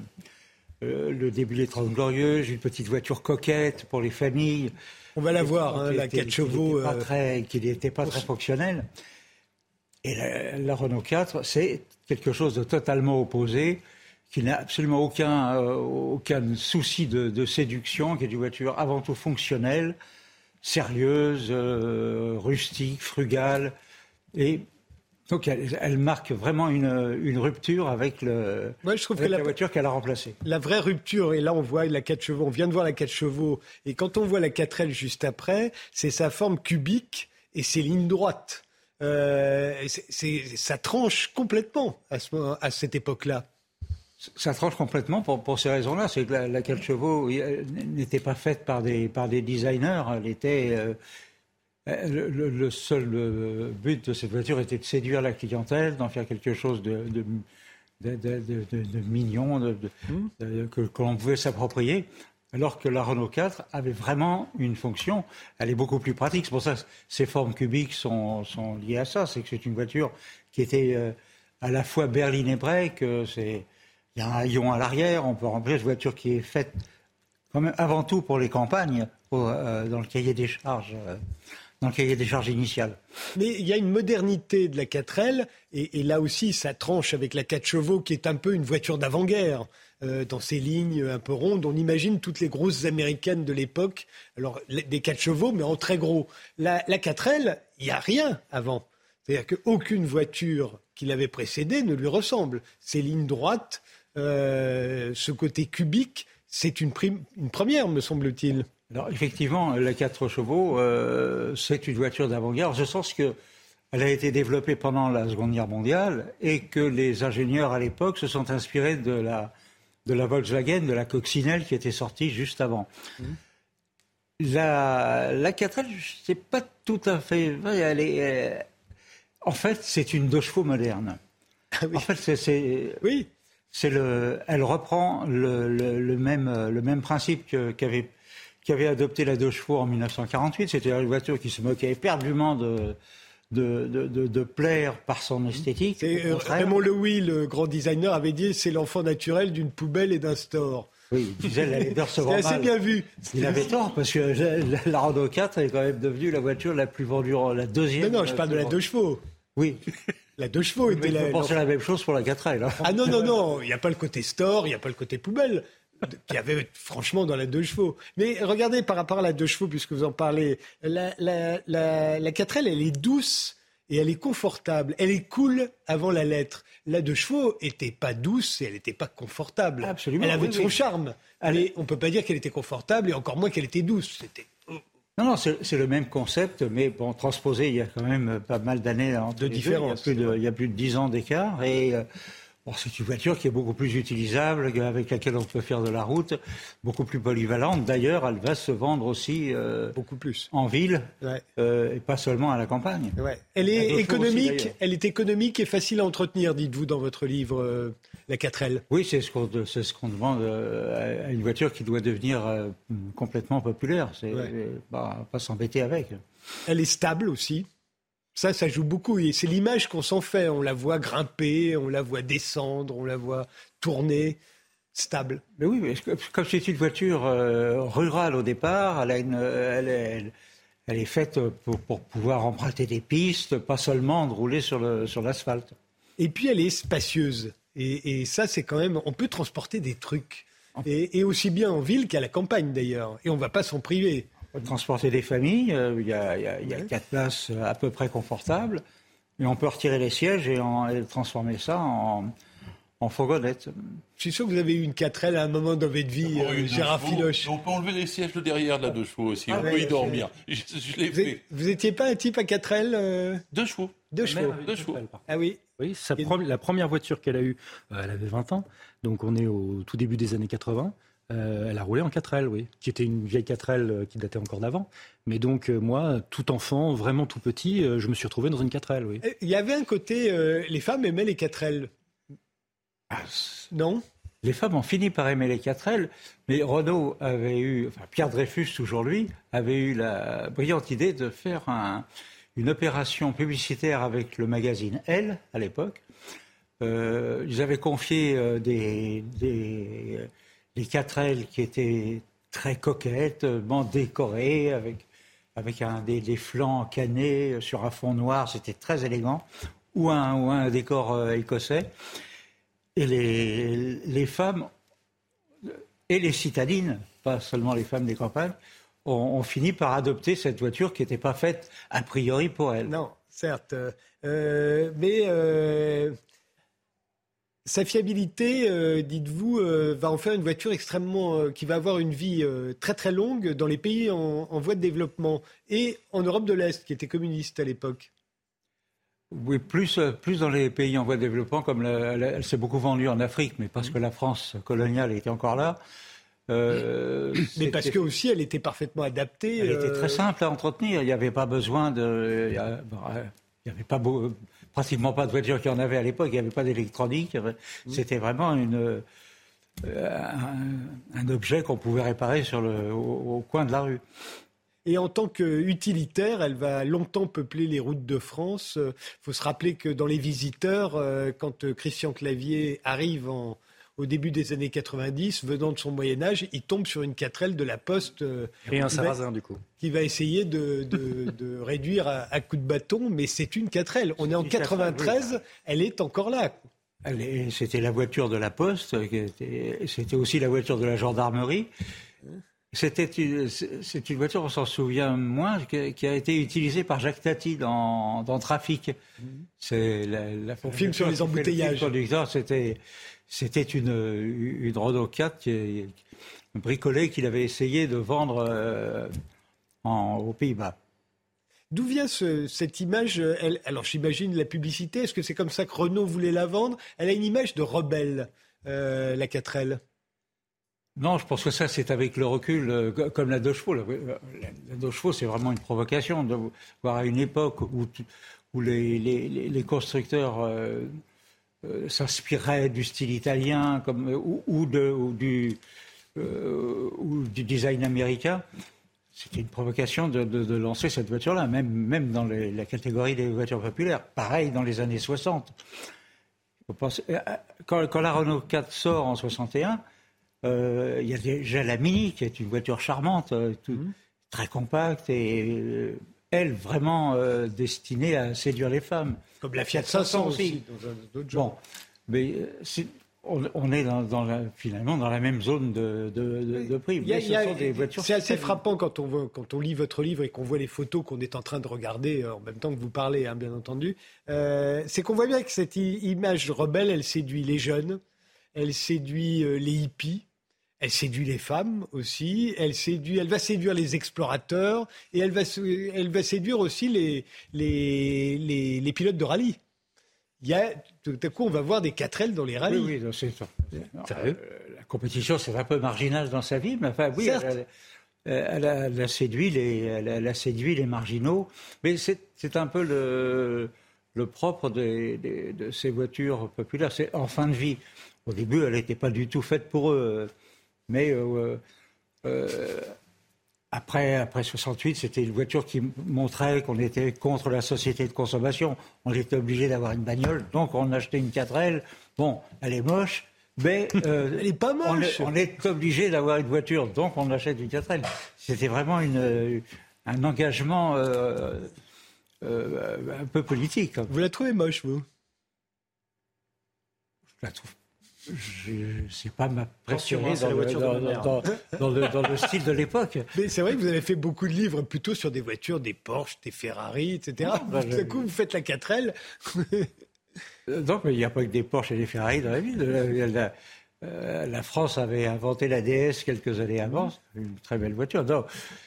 le début des Trente Glorieuses, une petite voiture coquette pour les familles. On va la voir, hein, la quatre chevaux. Qui n'était pas très fonctionnelle. Et la, la Renault quatre, c'est quelque chose de totalement opposé, qui n'a absolument aucun, euh, aucun souci de, de séduction, qui est une voiture avant tout fonctionnelle, sérieuse, euh, rustique, frugale, et donc elle, elle marque vraiment une, une rupture avec, le, ouais, je trouve avec que la, la voiture qu'elle a remplacée. La vraie rupture, et là on voit la quatre chevaux, on vient de voir la quatre chevaux, et quand on voit la quatre L juste après, c'est sa forme cubique et ses lignes droites. Euh, c'est, c'est, ça tranche complètement à, ce, à cette époque-là. Ça tranche complètement pour, pour ces raisons-là. C'est que la, la quatre chevaux n'était pas faite par des, par des designers, elle était... Euh, Le, le, le seul le but de cette voiture était de séduire la clientèle, d'en faire quelque chose de, de, de, de, de, de mignon, de, de, de, que, que l'on pouvait s'approprier, alors que la Renault quatre avait vraiment une fonction. Elle est beaucoup plus pratique. C'est pour ça que ces formes cubiques sont, sont liées à ça. C'est que c'est une voiture qui était euh, à la fois berline et break. Euh, c'est, il y a un haillon à l'arrière. On peut remplir une voiture qui est faite quand même avant tout pour les campagnes, pour, euh, dans le cahier des charges. Euh, dans le cahier des charges initial. Mais il y a une modernité de la quatre L, et, et là aussi, ça tranche avec la quatre chevaux, qui est un peu une voiture d'avant-guerre, euh, dans ses lignes un peu rondes. On imagine toutes les grosses américaines de l'époque, alors des quatre chevaux, mais en très gros. La, la quatre L, il n'y a rien avant. C'est-à-dire qu'aucune voiture qui l'avait précédée ne lui ressemble. Ces lignes droites, euh, ce côté cubique, c'est une, prime, une première, me semble-t-il. Alors effectivement, la quatre chevaux, euh, c'est une voiture d'avant-garde, en ce sens qu'elle a été développée pendant la Seconde Guerre mondiale et que les ingénieurs à l'époque se sont inspirés de la, de la Volkswagen, de la coccinelle qui était sortie juste avant. Mmh. La, la quatre L, c'est pas tout à fait... Elle est, elle, en fait, c'est une deux chevaux moderne. Ah oui. En fait, c'est... c'est oui. C'est le, elle reprend le, le, le, même, le même principe que, qu'avait... qui avait adopté la deux chevaux en dix-neuf cent quarante-huit. C'était une voiture qui se moquait éperdument de, de, de, de, de plaire par son esthétique. C'est, euh, Raymond Loewy, le grand designer, avait dit c'est l'enfant naturel d'une poubelle et d'un store. Oui, il disait elle allait recevoir mal. C'est assez bien vu. Il avait tort, parce que la Renault quatre est quand même devenue la voiture la plus vendue, la deuxième. Non, non, je parle de la deux chevaux. Oui. La deux chevaux était la... la... pensez la même chose pour la quatre L. Hein. Ah non, non, non, il n'y a pas le côté store, il n'y a pas le côté poubelle. Qu'il y avait franchement dans la deux chevaux. Mais regardez par rapport à la deux chevaux, puisque vous en parlez, la, la, la, la quatre L, elle est douce et elle est confortable. Elle est cool avant la lettre. La deux chevaux n'était pas douce et elle n'était pas confortable. Absolument. Elle avait oui, son oui. charme. Allez, on ne peut pas dire qu'elle était confortable et encore moins qu'elle était douce. C'était... Non, non, c'est, c'est le même concept, mais bon, transposé il y a quand même pas mal d'années entre de les différence. Deux. Il y a plus de, il y a plus de dix ans d'écart et... Euh, Bon, c'est une voiture qui est beaucoup plus utilisable, avec laquelle on peut faire de la route, beaucoup plus polyvalente. D'ailleurs, elle va se vendre aussi euh, beaucoup plus en ville, ouais. euh, et pas seulement à la campagne. Ouais. Elle est économique, aussi, elle est économique et facile à entretenir, dites-vous dans votre livre, euh, la quatre L. Oui, c'est ce qu'on, c'est ce qu'on demande euh, à une voiture qui doit devenir euh, complètement populaire. C'est ouais. bah, pas s'embêter avec. Elle est stable aussi. Ça, ça joue beaucoup. Et c'est l'image qu'on s'en fait. On la voit grimper, on la voit descendre, on la voit tourner, stable. Mais oui, mais comme c'est une voiture euh, rurale au départ, elle, a une, elle, elle, elle est faite pour, pour pouvoir emprunter des pistes, pas seulement de rouler sur, le, sur l'asphalte. Et puis, elle est spacieuse. Et, et ça, c'est quand même... On peut transporter des trucs. Et, et aussi bien en ville qu'à la campagne, d'ailleurs. Et on ne va pas s'en priver. On peut transporter des familles, il euh, y, a, y, a, y a quatre places à peu près confortables, et on peut retirer les sièges et, en, et transformer ça en, en fourgonnette. Je suis sûr que vous avez eu une quatre L à un moment dans votre vie, euh, Gérard Filoche. On peut enlever les sièges de derrière de la deux chevaux aussi, ah on ouais, peut y dormir. Je, je l'ai vous fait. Vous n'étiez pas un type à quatre L euh... Deux chevaux. Deux chevaux. Deux chevaux. Ah oui. Oui, sa pro- la première voiture qu'elle a eue, euh, elle avait vingt ans, donc on est au tout début des années quatre-vingts. Euh, elle a roulé en quatre L, oui, qui était une vieille quatre L euh, qui datait encore d'avant. Mais donc, euh, moi, tout enfant, vraiment tout petit, euh, je me suis retrouvé dans une quatre L, oui. Il y avait un côté, euh, les femmes aimaient les quatre L. Ah, non ? Les femmes ont fini par aimer les quatre L, mais Renault avait eu, enfin Pierre Dreyfus, toujours lui, avait eu la brillante idée de faire un, une opération publicitaire avec le magazine Elle, à l'époque. Euh, ils avaient confié euh, des... des les quatre L qui étaient très coquettes, bon décorées, avec, avec un, des, des flancs cannés sur un fond noir, c'était très élégant, ou un, ou un décor euh, écossais. Et les, les femmes, et les citadines, pas seulement les femmes des campagnes, ont, ont fini par adopter cette voiture qui n'était pas faite a priori pour elles. Non, certes. Euh, mais... Euh... Sa fiabilité, euh, dites-vous, euh, va en faire une voiture extrêmement euh, qui va avoir une vie euh, très très longue dans les pays en, en voie de développement et en Europe de l'Est, qui était communiste à l'époque. Oui, plus, plus dans les pays en voie de développement, comme la, la, elle s'est beaucoup vendue en Afrique, mais parce que la France coloniale était encore là. Euh, mais parce que aussi, elle était parfaitement adaptée. Elle euh... était très simple à entretenir. Il n'y avait pas besoin de. Il n'y avait pas beau, pratiquement pas de voitures qu'il y en avait à l'époque. Il n'y avait pas d'électronique. C'était vraiment une, euh, un, un objet qu'on pouvait réparer sur le, au, au coin de la rue. Et en tant qu'utilitaire, elle va longtemps peupler les routes de France. Il faut se rappeler que dans Les Visiteurs, quand Christian Clavier arrive en, au début des années quatre-vingt-dix, venant de son Moyen-Âge, il tombe sur une quatre L de la Poste. Et un Sarrasin, du coup. Qui va essayer de, de, de réduire à, à coups de bâton, mais c'est une quatre L. On est en quatre-vingt-treize, elle est encore là. Elle est, c'était la voiture de la Poste, c'était aussi la voiture de la gendarmerie. C'était une, c'est une voiture, on s'en souvient moins, qui a été utilisée par Jacques Tati dans, dans Trafic. C'est la, la, on filme sur les embouteillages. Le c'était, c'était une, une Renault quatre qui est bricolée qu'il avait essayé de vendre euh, en, aux Pays-Bas. D'où vient ce, cette image elle, alors j'imagine la publicité, est-ce que c'est comme ça que Renault voulait la vendre? Elle a une image de rebelle, euh, la quatre L. Non, je pense que ça, c'est avec le recul, euh, comme la deux chevaux. La, la deux chevaux, c'est vraiment une provocation de voir à une époque où, où les, les, les constructeurs euh, euh, s'inspiraient du style italien comme, ou, ou, de, ou, du, euh, ou du design américain. C'était une provocation de, de, de lancer cette voiture-là, même, même dans les, la catégorie des voitures populaires. Pareil dans les années soixante. Quand, quand la Renault quatre sort en soixante et un, Euh, il y a déjà la Mini, qui est une voiture charmante, euh, tout, mmh. très compacte, et euh, elle, vraiment euh, destinée à séduire les femmes. Comme la Fiat cinq cents aussi, dans un autre genre. Bon, mais c'est, on, on est dans, dans la, finalement dans la même zone de, de, de, de prix. Y a, mais ce y a, sont des voitures c'est assez frappant quand on, voit, quand on lit votre livre et qu'on voit les photos qu'on est en train de regarder en même temps que vous parlez, hein, bien entendu. Euh, c'est qu'on voit bien que cette image rebelle, elle séduit les jeunes, elle séduit euh, les hippies. Elle séduit les femmes aussi, elle, séduit, elle va séduire les explorateurs et elle va, elle va séduire aussi les, les, les, les pilotes de rallye. il y a, tout à coup, on va voir des quatre L dans les rallyes. Oui, oui, c'est ça. Sérieux ? La compétition, c'est un peu marginal dans sa vie, mais enfin, oui, elle, elle, a, elle, a séduit les, elle, a, elle a séduit les marginaux. Mais c'est, c'est un peu le, le propre des, des, de ces voitures populaires. C'est en fin de vie. Au début, elle n'était pas du tout faite pour eux. Mais euh, euh, Après, après soixante-huit, c'était une voiture qui montrait qu'on était contre la société de consommation. On était obligé d'avoir une bagnole, donc on achetait une quatre L. Bon, elle est moche, mais euh, elle est pas moche. On est, on est obligé d'avoir une voiture, donc on achète une quatre L. C'était vraiment une, un engagement euh, euh, un peu politique. Vous la trouvez moche, vous ? Je la trouve. Je ne sais pas m'impressionner dans, le, dans, dans, dans, le, dans le style de l'époque. Mais c'est vrai que vous avez fait beaucoup de livres plutôt sur des voitures, des Porsche, des Ferrari, et cetera. Non, bah, Tout à coup, vous faites la quatre L. Donc, mais il n'y a pas que des Porsche et des Ferrari dans la ville. La, la, euh, la France avait inventé la D S quelques années avant. Une très belle voiture. Donc,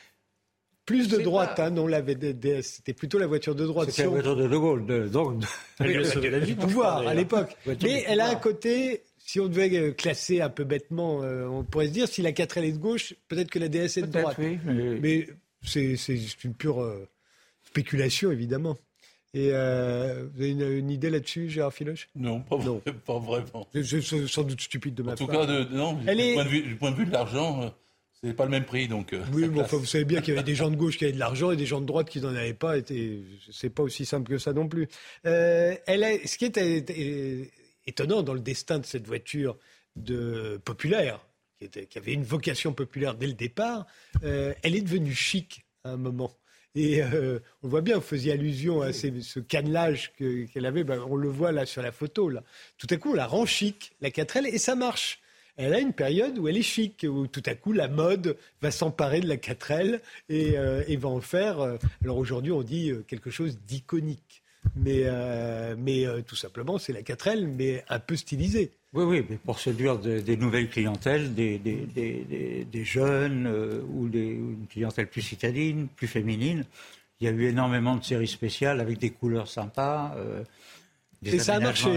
plus de droite, pas... hein, non, la D S. C'était plutôt la voiture de droite. C'était la voiture de De Gaulle. De, donc, de, du pouvoir à l'époque. Mais elle a un côté... Si on devait classer un peu bêtement, euh, on pourrait se dire si la quatre L est de gauche, peut-être que la D S est de peut-être, droite. Oui, mais mais c'est, c'est une pure euh, spéculation, évidemment. Et euh, vous avez une, une idée là-dessus, Gérard Filoche ? Non, pas, non. pas vraiment. C'est, c'est sans doute stupide de ma part. En tout cas, de, non, du, est... point de vue, du point de vue de l'argent, euh, c'est pas le même prix. Donc, euh, oui, bon, enfin, vous savez bien qu'il y avait des gens de gauche qui avaient de l'argent et des gens de droite qui n'en avaient pas. Et c'est pas aussi simple que ça non plus. Euh, elle a, ce qui est, est étonnant dans le destin de cette voiture, de populaire, qui, était, qui avait une vocation populaire dès le départ, euh, elle est devenue chic à un moment. Et euh, on voit bien, vous faisiez allusion à ces, ce cannelage que, qu'elle avait, ben, on le voit là sur la photo. Là. Tout à coup, on la rend chic, la quatre L, et ça marche. Elle a une période où elle est chic, où tout à coup la mode va s'emparer de la quatre L et, euh, et va en faire, euh, alors aujourd'hui on dit euh, quelque chose d'iconique. Mais, euh, mais euh, tout simplement, c'est la quatre L, mais un peu stylisée. Oui, oui, mais pour séduire de, des nouvelles clientèles, des, des, des, des, des jeunes euh, ou, des, ou une clientèle plus citadine, plus féminine. Il y a eu énormément de séries spéciales avec des couleurs sympas. Euh, des et ça a marché.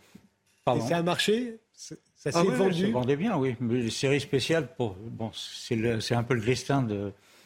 Et ça a marché. Ça s'est ah, oui, vendu. Ça vendait bien, oui. Mais les séries spéciales, pour, bon, c'est, le, c'est un peu le destin de,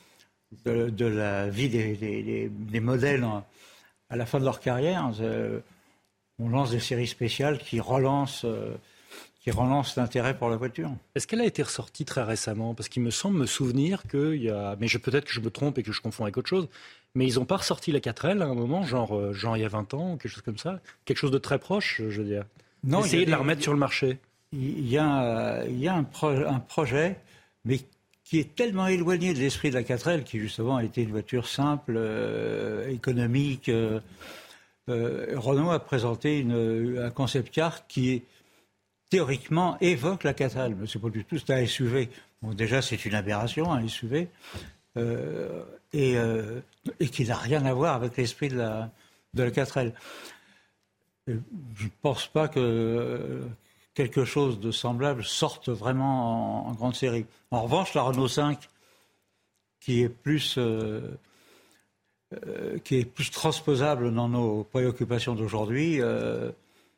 de, de la vie des, des, des, des modèles en, à la fin de leur carrière. Euh, on lance des séries spéciales qui relancent, euh, qui relancent l'intérêt pour la voiture. Est-ce qu'elle a été ressortie très récemment ? Parce qu'il me semble me souvenir qu'il y a... Mais je, peut-être que je me trompe et que je confonds avec autre chose. Mais ils n'ont pas ressorti la quatre L à un moment, genre, euh, genre il y a vingt ans, ou quelque chose comme ça. Quelque chose de très proche, je veux dire. Non, essayer de la remettre sur le marché. Il y a, il y a un, pro, un projet, mais qui est tellement éloigné de l'esprit de la quatre L, qui justement a été une voiture simple, euh, économique. Euh, euh, Renault a présenté une, un concept car qui, théoriquement, évoque la quatre L. Mais c'est pas du tout, c'est un S U V. Bon, déjà, c'est une aberration, un S U V. Euh, et, euh, et qui n'a rien à voir avec l'esprit de la, de la quatre L. Je ne pense pas que quelque chose de semblable sorte vraiment en, en grande série. En revanche, la Renault cinq, qui est plus, euh, euh, qui est plus transposable dans nos préoccupations d'aujourd'hui, euh,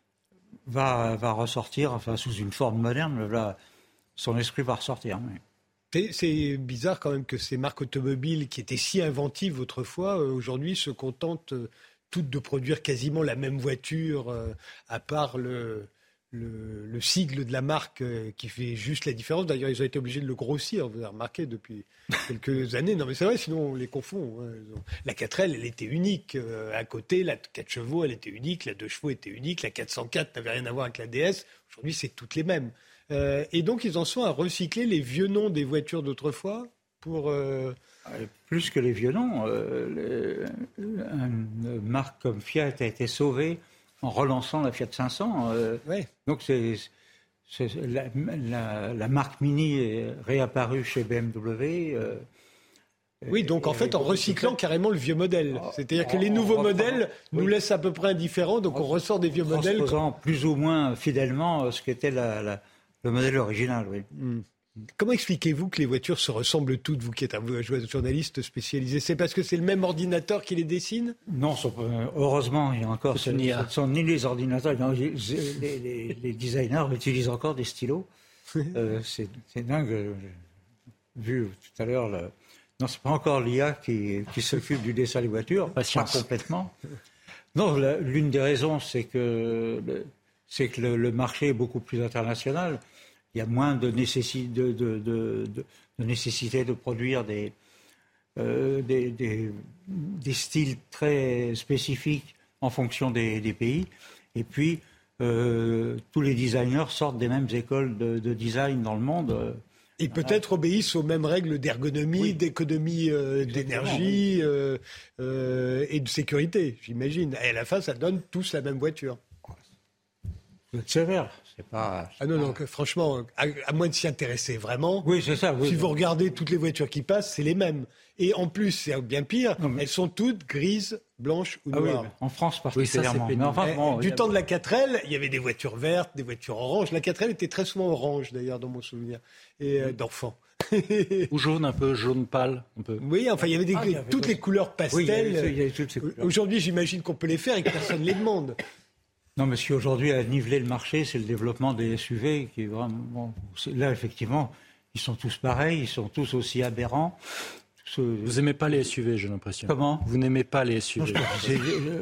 va, va ressortir, enfin sous une forme moderne. Là, son esprit va ressortir. Mais... C'est, c'est bizarre quand même que ces marques automobiles qui étaient si inventives autrefois, euh, aujourd'hui se contentent euh, toutes de produire quasiment la même voiture, euh, à part le... Le, le sigle de la marque euh, qui fait juste la différence. D'ailleurs, ils ont été obligés de le grossir, vous avez remarqué, depuis quelques années. Non, mais c'est vrai, sinon on les confond. Hein. La quatre L, elle était unique. Euh, à côté, la quatre chevaux, elle était unique. La deux chevaux était unique. La quatre cent quatre n'avait rien à voir avec la D S. Aujourd'hui, c'est toutes les mêmes. Euh, et donc, ils en sont à recycler les vieux noms des voitures d'autrefois pour... Euh... Plus que les vieux noms. Euh, les, une marque comme Fiat a été sauvée en relançant la Fiat cinq cents. Euh, ouais. Donc c'est, c'est la, la, la marque Mini est réapparue chez B M W. Euh, oui, donc en fait en recyclant carrément le vieux modèle. C'est-à-dire que les nouveaux modèles nous oui. laissent à peu près indifférents, donc on ressort des vieux modèles. En transposant plus ou moins fidèlement ce qu'était la, la, le modèle original, oui. Mmh. Comment expliquez-vous que les voitures se ressemblent toutes, vous qui êtes un journaliste spécialisé? C'est parce que c'est le même ordinateur qui les dessine? Non, heureusement, il y a encore, ce ne sont ni les ordinateurs, les, les, les designers utilisent encore des stylos. euh, c'est, c'est dingue. J'ai vu tout à l'heure, le... non, c'est pas encore l'I A qui, qui s'occupe du dessin des voitures, Patience. Pas complètement. Non, la, l'une des raisons, c'est que, le, c'est que le, le marché est beaucoup plus international. Il y a moins de, nécessi- de, de, de, de, de nécessité de produire des, euh, des, des, des styles très spécifiques en fonction des, des pays. Et puis, euh, tous les designers sortent des mêmes écoles de, de design dans le monde. Et peut-être obéissent aux mêmes règles d'ergonomie, oui. d'économie euh, d'énergie euh, euh, et de sécurité, j'imagine. Et à la fin, ça donne tous la même voiture. Vous êtes sévère. C'est pas, c'est ah non, pas... non, que, franchement, à, à moins de s'y intéresser vraiment, oui, c'est ça, oui, si oui. vous regardez toutes les voitures qui passent, c'est les mêmes. Et en plus, c'est bien pire, non, mais... elles sont toutes grises, blanches ou noires. Ah oui, en France particulièrement. Oui, ça, enfin, bon, du a... temps de la quatre L, il y avait des voitures vertes, des voitures oranges. La quatre L était très souvent orange, d'ailleurs, dans mon souvenir, et euh, d'enfant. Ou jaune, un peu jaune pâle. Un peu. Oui, enfin, il y avait, des, ah, il y avait toutes les couleurs pastel. Oui, il y avait, il y avait toutes ces couleurs. Aujourd'hui, j'imagine qu'on peut les faire et que personne ne les demande. Non, mais ce qui aujourd'hui a nivelé le marché, c'est le développement des S U V qui est vraiment. Bon, c'est, là, effectivement, ils sont tous pareils, ils sont tous aussi aberrants. Tous, euh... Vous n'aimez pas les S U V, j'ai l'impression. Comment ? Vous n'aimez pas les S U V. Non, je, euh,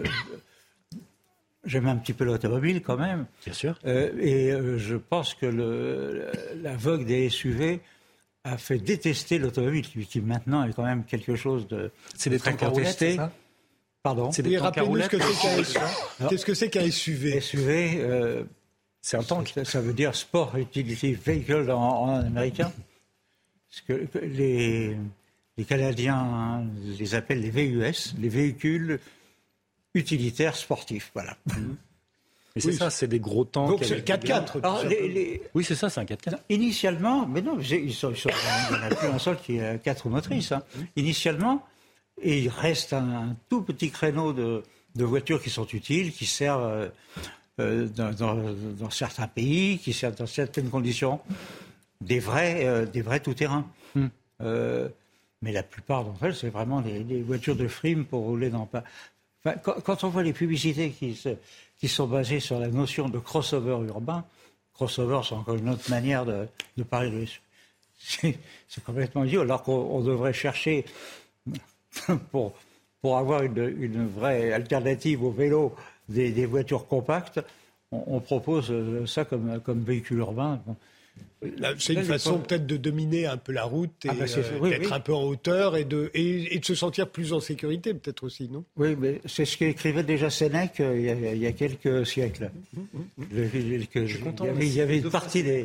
j'aime un petit peu l'automobile quand même. Bien sûr. Euh, et euh, je pense que le, la vogue des S U V a fait détester l'automobile, qui, qui maintenant est quand même quelque chose de, c'est de des très contesté. Pardon. C'est des rappelez-nous ce que c'est qu'un S U V. Qu'est-ce que c'est qu'un S U V ? S U V, euh, c'est un tank. Ça, ça veut dire Sport Utility Vehicle en, en américain. Parce que les, les Canadiens les appellent les V U S, les véhicules utilitaires sportifs. Voilà. Mmh. Mais c'est oui, ça, c'est des gros tanks. Donc c'est le quatre-quatre. Alors, les, les... Oui, c'est ça, c'est un quatre-quatre. Initialement, mais non, ils sont, ils sont, il n'y en a plus un seul qui a quatre motrices. Hein. Initialement, et il reste un, un tout petit créneau de, de voitures qui sont utiles, qui servent euh, dans, dans, dans certains pays, qui servent dans certaines conditions, des vrais, euh, des vrais tout-terrain. Mm. Euh, mais la plupart d'entre elles, c'est vraiment des, des voitures de frime pour rouler dans... Enfin, quand, quand on voit les publicités qui, se, qui sont basées sur la notion de crossover urbain, crossover, c'est encore une autre manière de, de parler de... C'est, c'est complètement idiot, alors qu'on on devrait chercher... Pour, pour avoir une, une vraie alternative au vélo des, des voitures compactes, on, on propose ça comme, comme véhicule urbain. Là, c'est une Là, façon pas... peut-être de dominer un peu la route et ah ben euh, oui, d'être oui. un peu en hauteur et de, et, et de se sentir plus en sécurité peut-être aussi, non ? Oui, mais c'est ce qu'écrivait déjà Sénèque euh, il, y a, il y a quelques siècles. Le, le, que, je suis content. Il y avait, il y avait une partie des...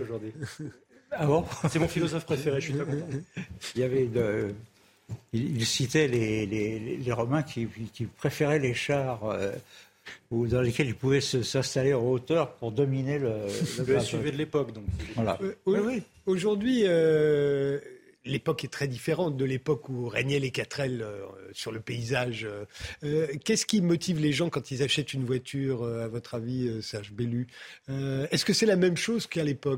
Ah bon ? C'est mon philosophe préféré, je suis très content. Il y avait une... Il, il citait les, les, les Romains qui, qui préféraient les chars euh, dans lesquels ils pouvaient se, s'installer en hauteur pour dominer le, le, le S U V de l'époque. Donc. Voilà. Euh, oui, oui. Aujourd'hui, euh, l'époque est très différente de l'époque où régnaient les quatre L euh, sur le paysage. Euh, qu'est-ce qui motive les gens quand ils achètent une voiture, euh, à votre avis, euh, Serge Bellu ? euh, Est-ce que c'est la même chose qu'à l'époque ?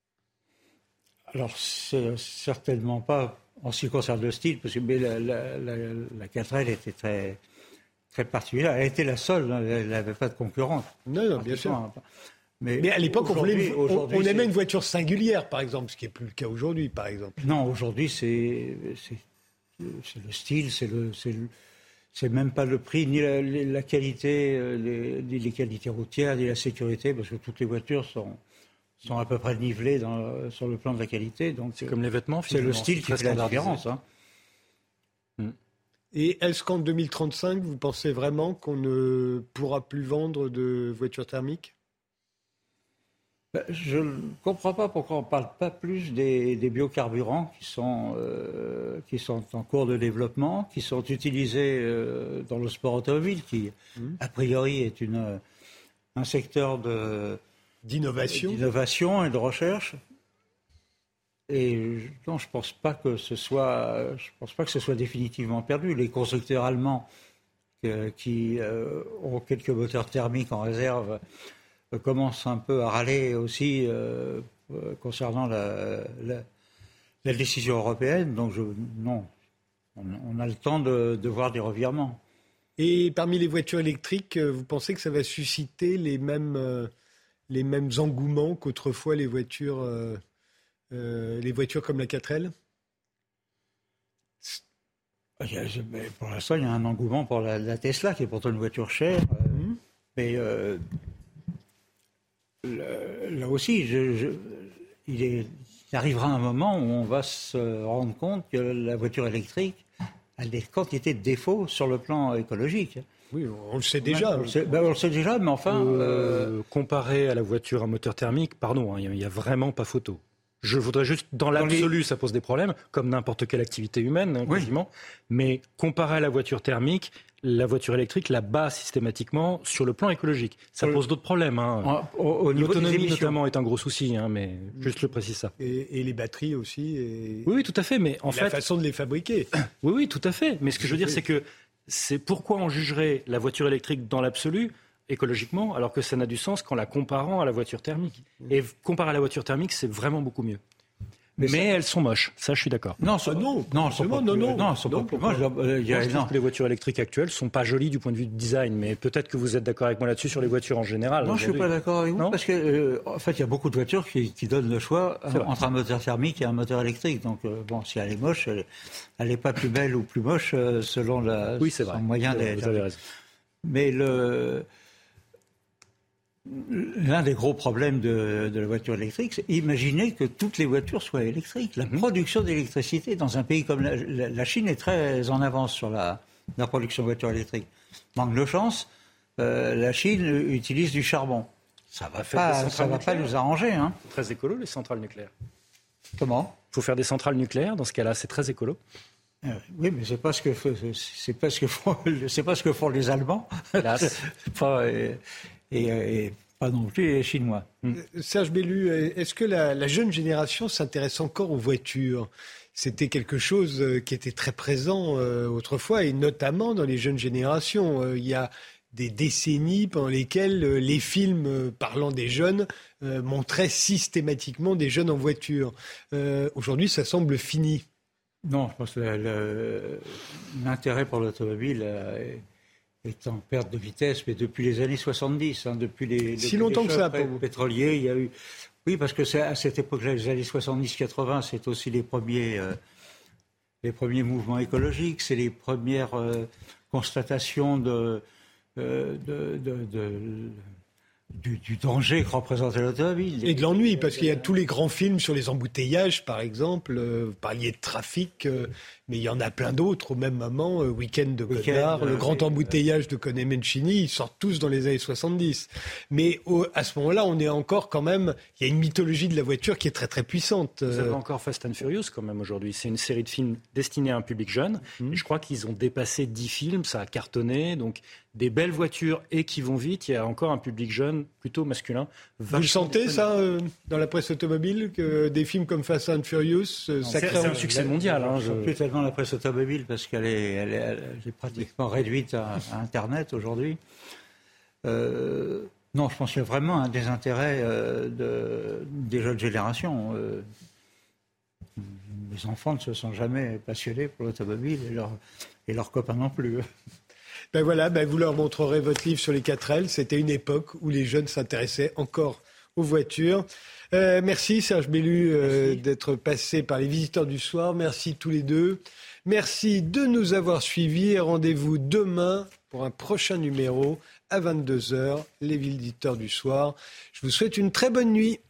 Alors, c'est certainement pas... En ce qui concerne le style, parce que mais la, la, la, la quatre L était très, très particulière. Elle était la seule, hein, elle n'avait pas de concurrente. Non, non, bien sûr. Hein. Mais, mais à l'époque, on, voulait, on, on aimait une voiture singulière, par exemple, ce qui n'est plus le cas aujourd'hui, par exemple. Non, aujourd'hui, c'est, c'est, c'est le style, c'est, le, c'est, le, c'est même pas le prix, ni la, la qualité, les, ni les qualités routières, ni la sécurité, parce que toutes les voitures sont... sont à peu près nivelés dans, sur le plan de la qualité. Donc c'est comme les vêtements, c'est le style qui fait la différence. Hein. Mm. Et est-ce qu'en deux mille trente-cinq, vous pensez vraiment qu'on ne pourra plus vendre de voitures thermiques ? ben, Je ne comprends pas pourquoi on ne parle pas plus des, des biocarburants qui sont, euh, qui sont en cours de développement, qui sont utilisés euh, dans le sport automobile, qui, mm. a priori, est une, un secteur de... D'innovation. D'innovation et de recherche. Et non, je ne pense pas que ce soit, je pense pas que ce soit définitivement perdu. Les constructeurs allemands euh, qui euh, ont quelques moteurs thermiques en réserve euh, commencent un peu à râler aussi euh, concernant la, la, la décision européenne. Donc, je, non, on, on a le temps de, de voir des revirements. Et parmi les voitures électriques, vous pensez que ça va susciter les mêmes, euh, les mêmes engouements qu'autrefois les voitures, euh, euh, les voitures comme la quatre L ? Pour l'instant, il y a un engouement pour la, la Tesla, qui est pourtant une voiture chère. Mmh. Mais euh, le, là aussi, je, je, il, est, il arrivera un moment où on va se rendre compte que la voiture électrique a des quantités de défauts sur le plan écologique. Oui, on le sait déjà. On le sait, ben on le sait déjà, mais enfin... Euh, euh... Comparé à la voiture à moteur thermique, pardon, il hein, n'y a, a vraiment pas photo. Je voudrais juste, dans l'absolu, ça pose des problèmes, comme n'importe quelle activité humaine, hein, oui. quasiment. Mais comparé à la voiture thermique, la voiture électrique la bat systématiquement sur le plan écologique. Ça pose d'autres problèmes. Hein. Au, au niveau L'autonomie, des émissions, notamment, est un gros souci, hein, mais juste je précise ça. Et, et les batteries aussi. Et... Oui, oui, tout à fait. Mais en et fait, la façon de les fabriquer. Oui, oui, tout à fait. Mais ce que je veux dire, c'est que c'est pourquoi on jugerait la voiture électrique dans l'absolu écologiquement, alors que ça n'a du sens qu'en la comparant à la voiture thermique. Et comparé à la voiture thermique, c'est vraiment beaucoup mieux. Mais, mais elles sont moches, ça je suis d'accord. Non, so, non, non, so, non, non, non, non, so, non, pas, moi, je, euh, moi, je trouve que les voitures électriques actuelles sont pas jolies du point de vue du design, mais peut-être que vous êtes d'accord avec moi là-dessus sur les voitures en général. Non, je suis pas d'accord avec vous non parce que euh, en fait, il y a beaucoup de voitures qui, qui donnent le choix euh, entre un moteur thermique et un moteur électrique. Donc euh, bon, si elle est moche, elle, elle est pas plus belle ou plus moche euh, selon la oui, c'est vrai. son moyen. Vous, des, vous avez raison. Mais le L'un des gros problèmes de, de la voiture électrique, c'est imaginer que toutes les voitures soient électriques. La mmh. production d'électricité dans un pays comme la, la, la Chine est très en avance sur la, la production de voitures électriques. Manque de chance, euh, la Chine utilise du charbon. Ça va pas, ça va pas nous arranger. Hein. C'est très écolo, les centrales nucléaires. Comment ? Il faut faire des centrales nucléaires, dans ce cas-là, c'est très écolo. Euh, oui, mais c'est pas ce que c'est pas ce que font, c'est pas ce que font les Allemands. pas, et, et, et pas non plus les Chinois. Mmh. Serge Bellu, est-ce que la, la jeune génération s'intéresse encore aux voitures ? C'était quelque chose qui était très présent euh, autrefois, et notamment dans les jeunes générations. Euh, il y a des décennies pendant lesquelles euh, les films euh, parlant des jeunes euh, montraient systématiquement des jeunes en voiture. Euh, aujourd'hui, ça semble fini. Non, je pense que le, le, l'intérêt pour l'automobile est, est en perte de vitesse, mais depuis les années soixante-dix, hein, depuis les, si depuis longtemps les que ça, pour vous. Pétroliers, il y a eu. Oui, parce que c'est, à cette époque-là, les années soixante-dix quatre-vingts, c'est aussi les premiers, euh, les premiers mouvements écologiques, c'est les premières euh, constatations de, euh, de, de, de Du, du danger que représentait l'automobile. Et de l'ennui, parce qu'il y a tous les grands films sur les embouteillages, par exemple. Euh, vous parliez de trafic, euh, mais il y en a plein d'autres au même moment. Euh, Week-end de Godard, euh, le grand euh, embouteillage de Koné-Mencini, ils sortent tous dans les années soixante-dix. Mais au, à ce moment-là, on est encore quand même... Il y a une mythologie de la voiture qui est très très puissante. Vous avez encore Fast and Furious quand même aujourd'hui. C'est une série de films destinés à un public jeune. Mmh. Et je crois qu'ils ont dépassé dix films, ça a cartonné. Donc des belles voitures et qui vont vite. Il y a encore un public jeune, plutôt masculin. Vous le sentez, ça, euh, dans la presse automobile, que des films comme Fast and Furious, euh, non, ça crée c'est un succès mondial. Hein, je ne plus tellement la presse automobile parce qu'elle est, elle est, elle est pratiquement réduite à, à Internet aujourd'hui. Euh, non, je pense qu'il y a vraiment un désintérêt euh, de, des jeunes générations. Euh, les enfants ne se sont jamais passionnés pour l'automobile et, leur, et leurs copains non plus. Ben voilà, ben vous leur montrerez votre livre sur les quatre L. C'était une époque où les jeunes s'intéressaient encore aux voitures. Euh, merci Serge Bellu euh, merci. d'être passé par les visiteurs du soir. Merci tous les deux. Merci de nous avoir suivis et rendez-vous demain pour un prochain numéro à vingt-deux heures, les visiteurs du soir. Je vous souhaite une très bonne nuit.